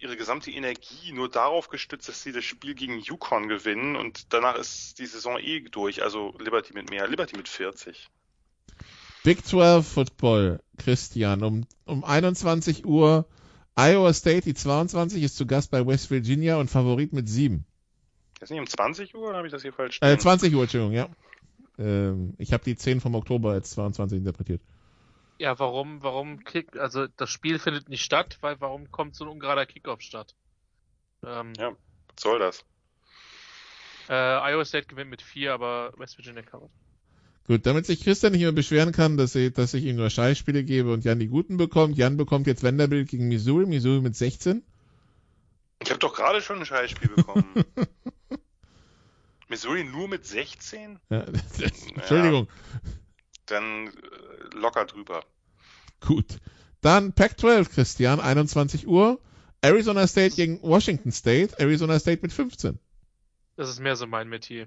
ihre gesamte Energie nur darauf gestützt, dass sie das Spiel gegen Yukon gewinnen und danach ist die Saison eh durch. Also Liberty mit mehr, Liberty mit vierzig. Big zwölf Football, Christian, um, um einundzwanzig Uhr. Iowa State, die zweiundzwanzig, ist zu Gast bei West Virginia und Favorit mit sieben. Ist nicht um zwanzig Uhr oder habe ich das hier falsch Äh, stehen? zwanzig Uhr, Entschuldigung, ja. Ähm, ich habe die zehn vom Oktober als zweiundzwanzig interpretiert. Ja, warum, warum Kick, also das Spiel findet nicht statt, weil warum kommt so ein ungerader Kickoff statt? Ähm, Ja, was soll das? äh, Iowa State gewinnt mit vier, aber West Virginia covert. Gut, damit sich Christian nicht mehr beschweren kann, dass ich, dass ich ihm nur Scheißspiele gebe und Jan die guten bekommt. Jan bekommt jetzt Vanderbilt gegen Missouri, Missouri mit sechzehn. Ich habe doch gerade schon ein Scheißspiel bekommen. Missouri nur mit sechzehn? Ja, Entschuldigung. Ja, dann äh, locker drüber. Gut. Dann Pac zwölf, Christian, einundzwanzig Uhr. Arizona State gegen Washington State. Arizona State mit fünfzehn. Das ist mehr so mein Metier.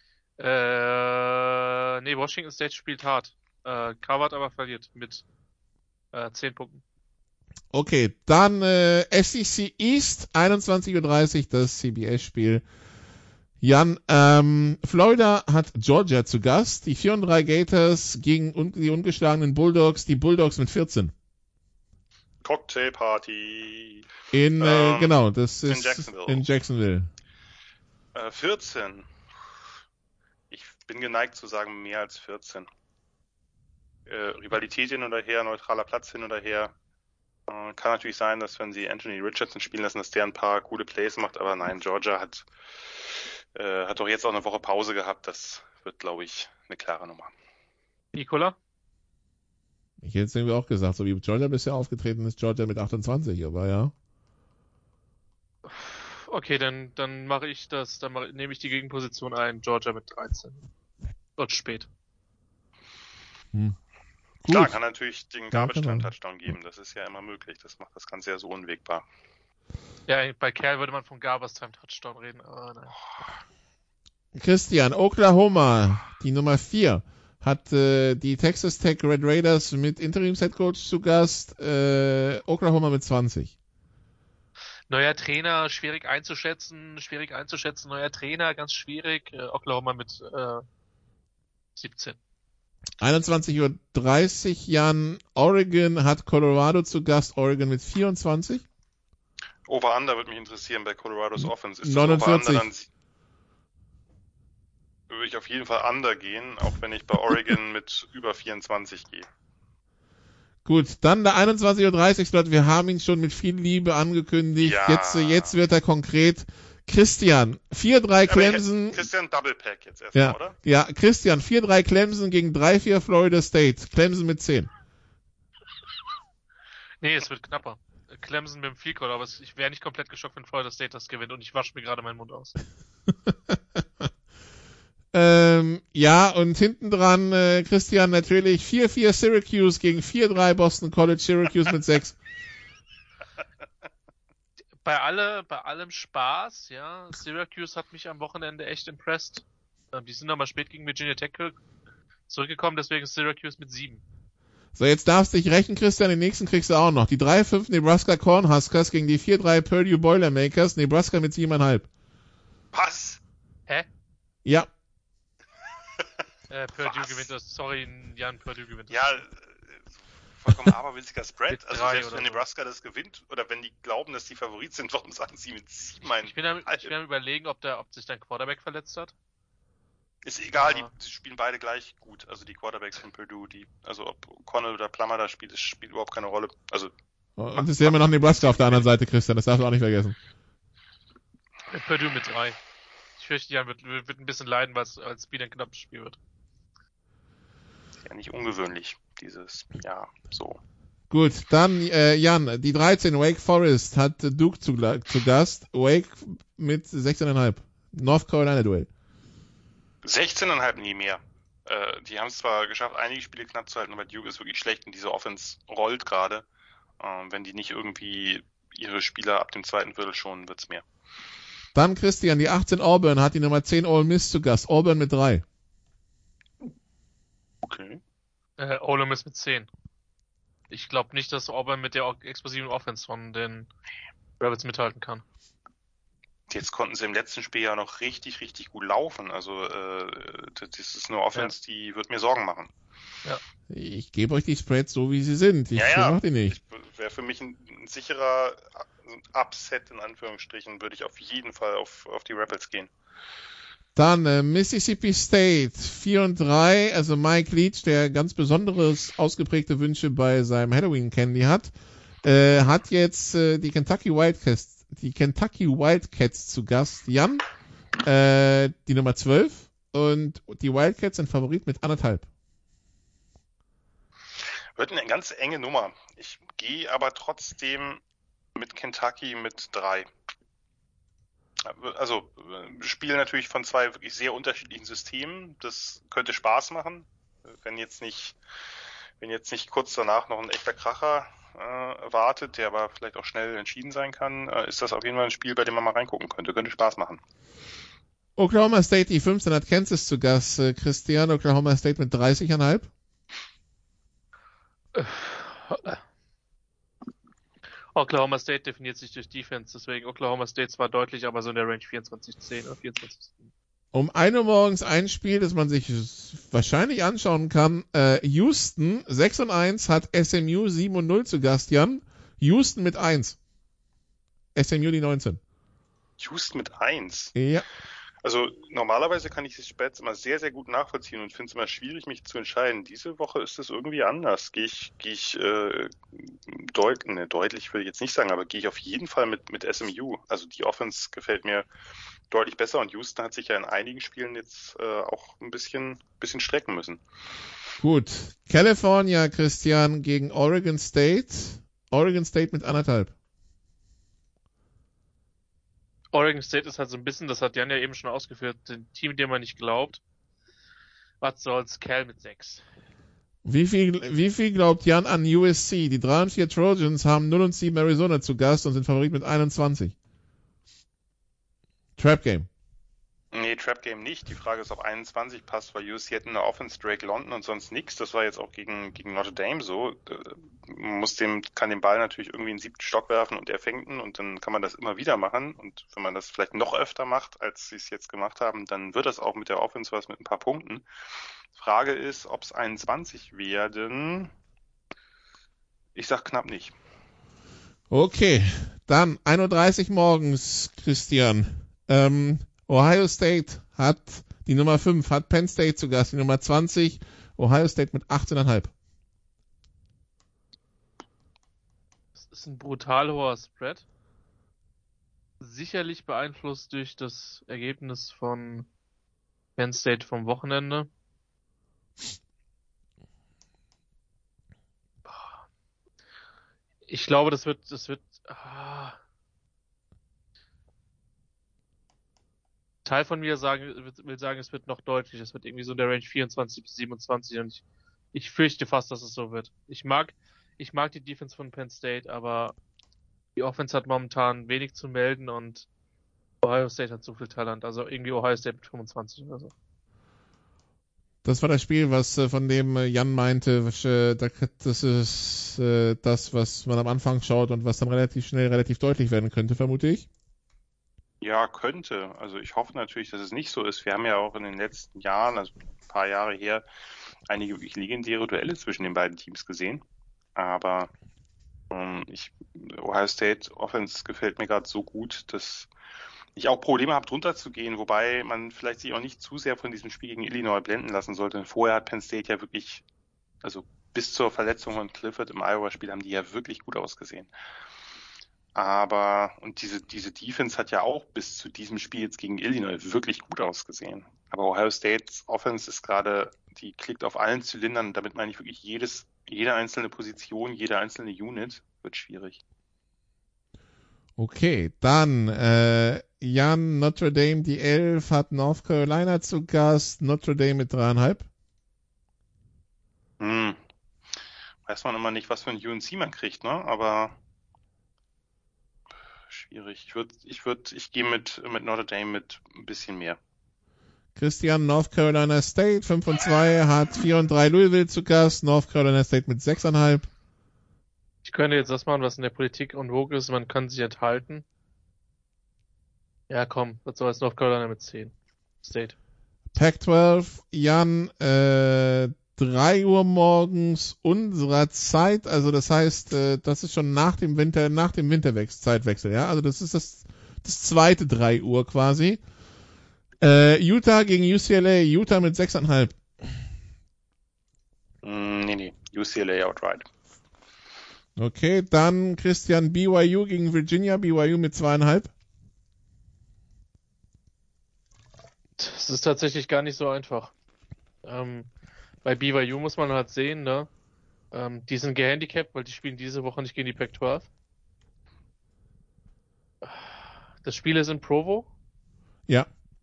Äh, nee, Washington State spielt hart. Äh, covert aber verliert mit äh, zehn Punkten. Okay, dann äh, S E C East, einundzwanzig Uhr dreißig, das C B S-Spiel. Jan, ähm, Florida hat Georgia zu Gast. Die vier und drei Gators gegen un- die ungeschlagenen Bulldogs. Die Bulldogs mit vierzehn. Cocktailparty. In, äh, Ähm, genau, das in ist Jacksonville. in Jacksonville. Äh, vierzehn. Ich bin geneigt zu sagen mehr als vierzehn. Äh, Rivalität hin oder her, neutraler Platz hin oder her. Äh, kann natürlich sein, dass wenn sie Anthony Richardson spielen lassen, dass der ein paar coole Plays macht, aber nein, Georgia hat, äh, hat doch jetzt auch eine Woche Pause gehabt. Das wird, glaube ich, eine klare Nummer. Nicola? Ich hätte es irgendwie auch gesagt, so wie Georgia bisher aufgetreten ist, Georgia mit achtundzwanzig, aber ja. Okay, dann, dann mache ich das, dann mache, nehme ich die Gegenposition ein, Georgia mit dreizehn. Und spät. Hm. Klar, Gut. kann natürlich den Ja, Garbage-Time-Touchdown geben. Das ist ja immer möglich. Das macht das Ganze ja so unwegbar. Ja, bei Kerl würde man von Garbers Time Touchdown reden, aber nein. Christian, Oklahoma, die Nummer vier, hat äh, die Texas Tech Red Raiders mit Interims-Headcoach zu Gast, äh, Oklahoma mit zwanzig. Neuer Trainer, schwierig einzuschätzen, schwierig einzuschätzen, neuer Trainer, ganz schwierig. Äh, Oklahoma mit äh, siebzehn. einundzwanzig Uhr dreißig, Jan, Oregon hat Colorado zu Gast, Oregon mit vierundzwanzig. Over-Under würde mich interessieren bei Colorados Offense. Ist das neunundvierzig. Over-Under, dann würde ich auf jeden Fall Under gehen, auch wenn ich bei Oregon mit über vierundzwanzig gehe. Gut, dann der einundzwanzig Uhr dreißig Slot, wir haben ihn schon mit viel Liebe angekündigt, Ja. jetzt, jetzt wird er konkret. Christian, vier drei Aber ich Clemson. hätte Christian Double Pack jetzt erstmal, Ja, oder? ja, Christian, vier drei Clemson gegen drei vier Florida State. Clemson mit zehn. Nee, es wird knapper. Clemson mit dem Field Goal, aber es- ich wäre nicht komplett geschockt, wenn Florida State das gewinnt und ich wasche mir gerade meinen Mund aus. Ähm, ja, und hinten dran, äh, Christian, natürlich vier vier Syracuse gegen vier drei Boston College, Syracuse mit sechs. Bei alle, bei allem Spaß, ja, Syracuse hat mich am Wochenende echt impressed. Ähm, Die sind nochmal spät gegen Virginia Tech zurückgekommen, deswegen ist Syracuse mit sieben. So, jetzt darfst du dich rächen, Christian, den nächsten kriegst du auch noch. Die drei fünf Nebraska Cornhuskers gegen die vier drei Purdue Boilermakers, Nebraska mit sieben Komma fünf. Was? Hä? Ja, Äh, Purdue Was? gewinnt das, sorry, Jan, Purdue gewinnt das. Ja, äh, vollkommen aberwitziger Spread. Mit Also drei selbst oder wenn so. Nebraska das gewinnt oder wenn die glauben, dass die Favorit sind, warum sagen sie mit sieben ein? Ich bin am, ich bin am überlegen, ob der, ob sich dein Quarterback verletzt hat. Ist egal, Ja. die, die spielen beide gleich gut. Also die Quarterbacks von Purdue, die, also ob Connell oder Plummer da spielt, das spielt überhaupt keine Rolle. Also und es ist ja immer noch Nebraska auf der anderen Seite, Christian, das darfst du auch nicht vergessen. Äh, Purdue mit drei. Ich fürchte, Jan wird, wird ein bisschen leiden, weil es als wieder ein knappes Spiel wird. ist ja nicht ungewöhnlich, dieses, ja, so. Gut, dann äh, Jan, die dreizehn Wake Forest hat Duke zu, zu Gast, Wake mit sechzehn Komma fünf. North Carolina Duell. sechzehn Komma fünf nie mehr. Äh, die haben es zwar geschafft, einige Spiele knapp zu halten, aber Duke ist wirklich schlecht und diese Offense rollt gerade. Ähm, wenn die nicht irgendwie ihre Spieler ab dem zweiten Viertel schonen, wird's mehr. Dann Christian, die achtzehn Auburn hat die Nummer zehn Ole Miss zu Gast, Auburn mit drei. Okay. Äh, Ole Miss mit zehn. Ich glaube nicht, dass Auburn mit der explosiven Offense von den Rebels mithalten kann. Jetzt konnten sie im letzten Spiel ja noch richtig, richtig gut laufen. Also äh, das ist eine Offense, ja. Die wird mir Sorgen machen. Ja. Ich gebe euch die Spreads so, wie sie sind. Ich ja, ja. mach die nicht. Wäre für mich ein, ein sicherer Upset, in Anführungsstrichen, würde ich auf jeden Fall auf, auf die Rebels gehen. Dann äh, Mississippi State vier und drei, also Mike Leach, der ganz besonderes, ausgeprägte Wünsche bei seinem Halloween Candy hat, äh, hat jetzt äh, die Kentucky Wildcats die Kentucky Wildcats zu Gast. Jan, äh, die Nummer zwölf, und die Wildcats sind Favorit mit anderthalb. Wird eine ganz enge Nummer. Ich gehe aber trotzdem mit Kentucky mit drei. Also Spiel natürlich von zwei wirklich sehr unterschiedlichen Systemen. Das könnte Spaß machen, wenn jetzt nicht, wenn jetzt nicht kurz danach noch ein echter Kracher äh, wartet, der aber vielleicht auch schnell entschieden sein kann, äh, ist das auf jeden Fall ein Spiel, bei dem man mal reingucken könnte. Könnte Spaß machen. Oklahoma State, die fünfzehn, hat Kansas zu Gast. Äh, Christian, Oklahoma State mit dreißig Komma fünf. Oklahoma State definiert sich durch Defense, deswegen Oklahoma State zwar deutlich, aber so in der Range vierundzwanzig zehn oder vierundzwanzig sieben. Um ein Uhr morgens ein Spiel, das man sich wahrscheinlich anschauen kann. Äh, Houston sechs und eins hat S M U sieben und null zu Gast, Jan. Houston mit eins. S M U die neunzehn. Houston mit eins? Ja. Also normalerweise kann ich die Spreads immer sehr, sehr gut nachvollziehen und finde es immer schwierig, mich zu entscheiden. Diese Woche ist es irgendwie anders. Gehe ich, gehe ich äh, deut- ne, deutlich will ich jetzt nicht sagen, aber gehe ich auf jeden Fall mit, mit S M U. Also die Offense gefällt mir deutlich besser und Houston hat sich ja in einigen Spielen jetzt äh, auch ein bisschen, bisschen strecken müssen. Gut. California, Christian, gegen Oregon State. Oregon State mit anderthalb. Oregon State ist halt so ein bisschen, das hat Jan ja eben schon ausgeführt, ein Team, dem man nicht glaubt. Was soll's, Cal mit sechs. Wie viel, wie viel glaubt Jan an U S C? Die drei und vier Trojans haben null und sieben Arizona zu Gast und sind Favorit mit einundzwanzig. Trap Game. Nee, Trap Game nicht. Die Frage ist, ob einundzwanzig passt, weil U S C hätten eine Offense, Drake London und sonst nichts. Das war jetzt auch gegen, gegen Notre Dame so. Man muss dem, kann den Ball natürlich irgendwie in den siebten Stock werfen und er fängt ihn und dann kann man das immer wieder machen. Und wenn man das vielleicht noch öfter macht, als sie es jetzt gemacht haben, dann wird das auch mit der Offense was mit ein paar Punkten. Frage ist, ob es einundzwanzig werden. Ich sag knapp nicht. Okay, dann ein Uhr dreißig morgens, Christian. Ähm, Ohio State hat die Nummer fünf, hat Penn State zu Gast, die Nummer zwanzig, Ohio State mit achtzehn Komma fünf. Das ist ein brutal hoher Spread. Sicherlich beeinflusst durch das Ergebnis von Penn State vom Wochenende. Ich glaube, das wird, das wird, ah. Teil von mir sagen, will sagen, es wird noch deutlich. Es wird irgendwie so in der Range vierundzwanzig bis siebenundzwanzig und ich, ich fürchte fast, dass es so wird. Ich mag, ich mag die Defense von Penn State, aber die Offense hat momentan wenig zu melden und Ohio State hat so viel Talent. Also irgendwie Ohio State mit fünfundzwanzig oder so. Das war das Spiel, was von dem Jan meinte, das ist das, was man am Anfang schaut und was dann relativ schnell, relativ deutlich werden könnte, vermute ich. Ja, könnte. Also ich hoffe natürlich, dass es nicht so ist. Wir haben ja auch in den letzten Jahren, also ein paar Jahre her, einige wirklich legendäre Duelle zwischen den beiden Teams gesehen. Aber ähm, ich, Ohio State Offense gefällt mir gerade so gut, dass ich auch Probleme habe, drunter zu gehen, wobei man vielleicht sich auch nicht zu sehr von diesem Spiel gegen Illinois blenden lassen sollte. Vorher hat Penn State ja wirklich, also bis zur Verletzung von Clifford im Iowa-Spiel haben die ja wirklich gut ausgesehen. Aber, und diese, diese Defense hat ja auch bis zu diesem Spiel jetzt gegen Illinois wirklich gut ausgesehen. Aber Ohio State's Offense ist gerade, die klickt auf allen Zylindern, damit meine ich wirklich jedes, jede einzelne Position, jede einzelne Unit wird schwierig. Okay, dann, äh, Jan, Notre Dame, die elf, hat North Carolina zu Gast, Notre Dame mit dreieinhalb. Hm. Weiß man immer nicht, was für ein U N C man kriegt, ne, aber schwierig. Ich würde, ich würde, ich gehe mit, mit Notre Dame mit ein bisschen mehr. Christian, North Carolina State, fünf und zwei, hat vier und drei Louisville zu Gast, North Carolina State mit sechs Komma fünf. Ich könnte jetzt das machen, was in der Politik en vogue ist. Man kann sich enthalten. Ja, komm, was soll es? North Carolina mit zehn. State. Pac zwölf, Jan, äh, drei Uhr morgens unserer Zeit, also das heißt, äh, das ist schon nach dem Winter, nach dem Winterwechsel, Zeitwechsel, ja, also das ist das, das zweite drei Uhr quasi. Äh, Utah gegen U C L A, Utah mit sechs Komma fünf. Mm, nee, nee, U C L A outright. Okay, dann Christian, B Y U gegen Virginia, B Y U mit zwei Komma fünf. Das ist tatsächlich gar nicht so einfach. Ähm, bei B Y U muss man halt sehen, ne? Ähm, die sind gehandicapt, weil die spielen diese Woche nicht gegen die Pac zwölf. Das Spiel ist in Provo. Ja.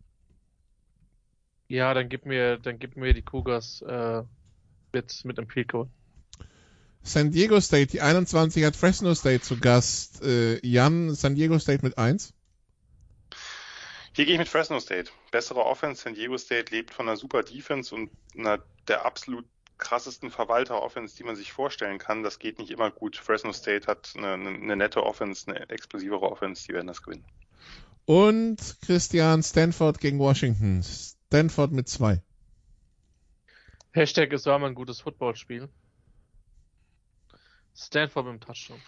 Ja, dann gib mir, dann gib mir die Cougars äh, mit mit einem Field Goal. San Diego State, die einundzwanzig hat Fresno State zu Gast. Äh, Jan, San Diego State mit eins. Hier gehe ich mit Fresno State. Bessere Offense. San Diego State lebt von einer super Defense und einer der absolut krassesten Verwalter-Offense, die man sich vorstellen kann. Das geht nicht immer gut. Fresno State hat eine, eine, eine nette Offense, eine explosivere Offense. Die werden das gewinnen. Und Christian, Stanford gegen Washington. Stanford mit zwei. Hashtag, es war mal ein gutes Footballspiel. Stanford mit dem Touchdown.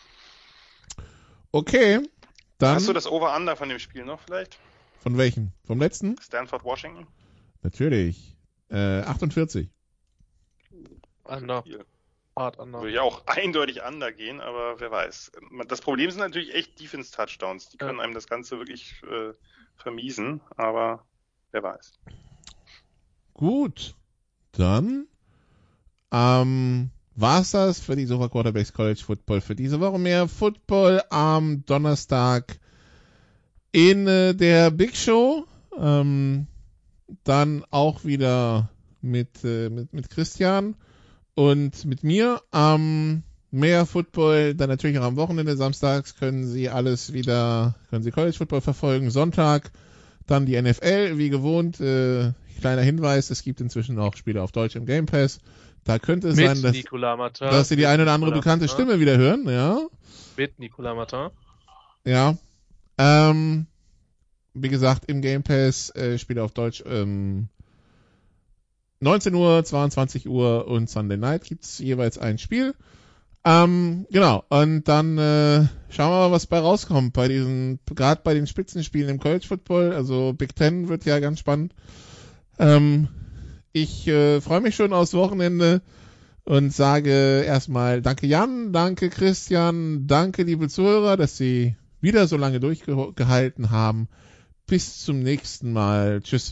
Okay, dann... Hast du das Over-Under von dem Spiel noch vielleicht? Von welchem? Vom letzten? Stanford, Washington? Natürlich. Äh, achtundvierzig. Under. Hier. Hard under. Würde ja auch eindeutig under gehen, aber wer weiß. Das Problem sind natürlich echt Defense-Touchdowns. Die können Ja. einem das Ganze wirklich äh, vermiesen, aber wer weiß. Gut. Dann ähm, war's das für die Sofa Quarterbacks College Football für diese Woche. Mehr Football am Donnerstag in äh, der Big Show. Ähm, dann auch wieder mit, äh, mit, mit Christian und mit mir. Ähm, mehr Football dann natürlich auch am Wochenende. Samstags können Sie alles wieder, können Sie College Football verfolgen. Sonntag dann die N F L, wie gewohnt. Äh, kleiner Hinweis, es gibt inzwischen auch Spiele auf Deutsch im Game Pass. Da könnte es Mit sein, dass, Nicolas Martin. dass Sie die eine oder andere Nicolas bekannte Martin. Stimme wieder hören. Ja, Mit Nicolas Martin. ja. Ähm, wie gesagt, im Game Pass äh, Spiele auf Deutsch. Ähm, neunzehn Uhr, zweiundzwanzig Uhr und Sunday Night gibt's jeweils ein Spiel. Ähm, genau, und dann äh, schauen wir mal, was bei rauskommt bei diesen, gerade bei den Spitzenspielen im College Football. Also Big Ten wird ja ganz spannend. Ähm, ich äh, freue mich schon aufs Wochenende und sage erstmal danke Jan, danke Christian, danke liebe Zuhörer, dass Sie wieder so lange durchgehalten haben. Bis zum nächsten Mal. Tschüss.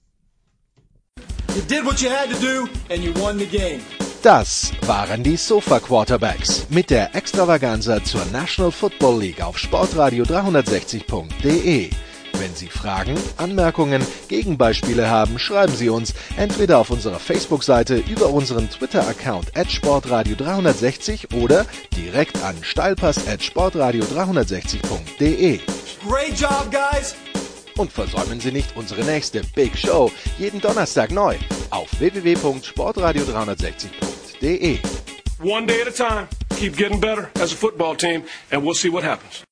You did what you had to do and you won the game. Das waren die Sofa Quarterbacks mit der Extravaganza zur National Football League auf sportradio dreihundertsechzig punkt de. Wenn Sie Fragen, Anmerkungen, Gegenbeispiele haben, schreiben Sie uns entweder auf unserer Facebook-Seite, über unseren Twitter-Account at sportradio dreihundertsechzig oder direkt an steilpass at sportradio dreihundertsechzig punkt de. Great job, guys. Und versäumen Sie nicht unsere nächste Big Show, jeden Donnerstag neu auf w w w punkt sportradio dreihundertsechzig punkt de. One day at a time. Keep getting better as a football team, and we'll see what happens.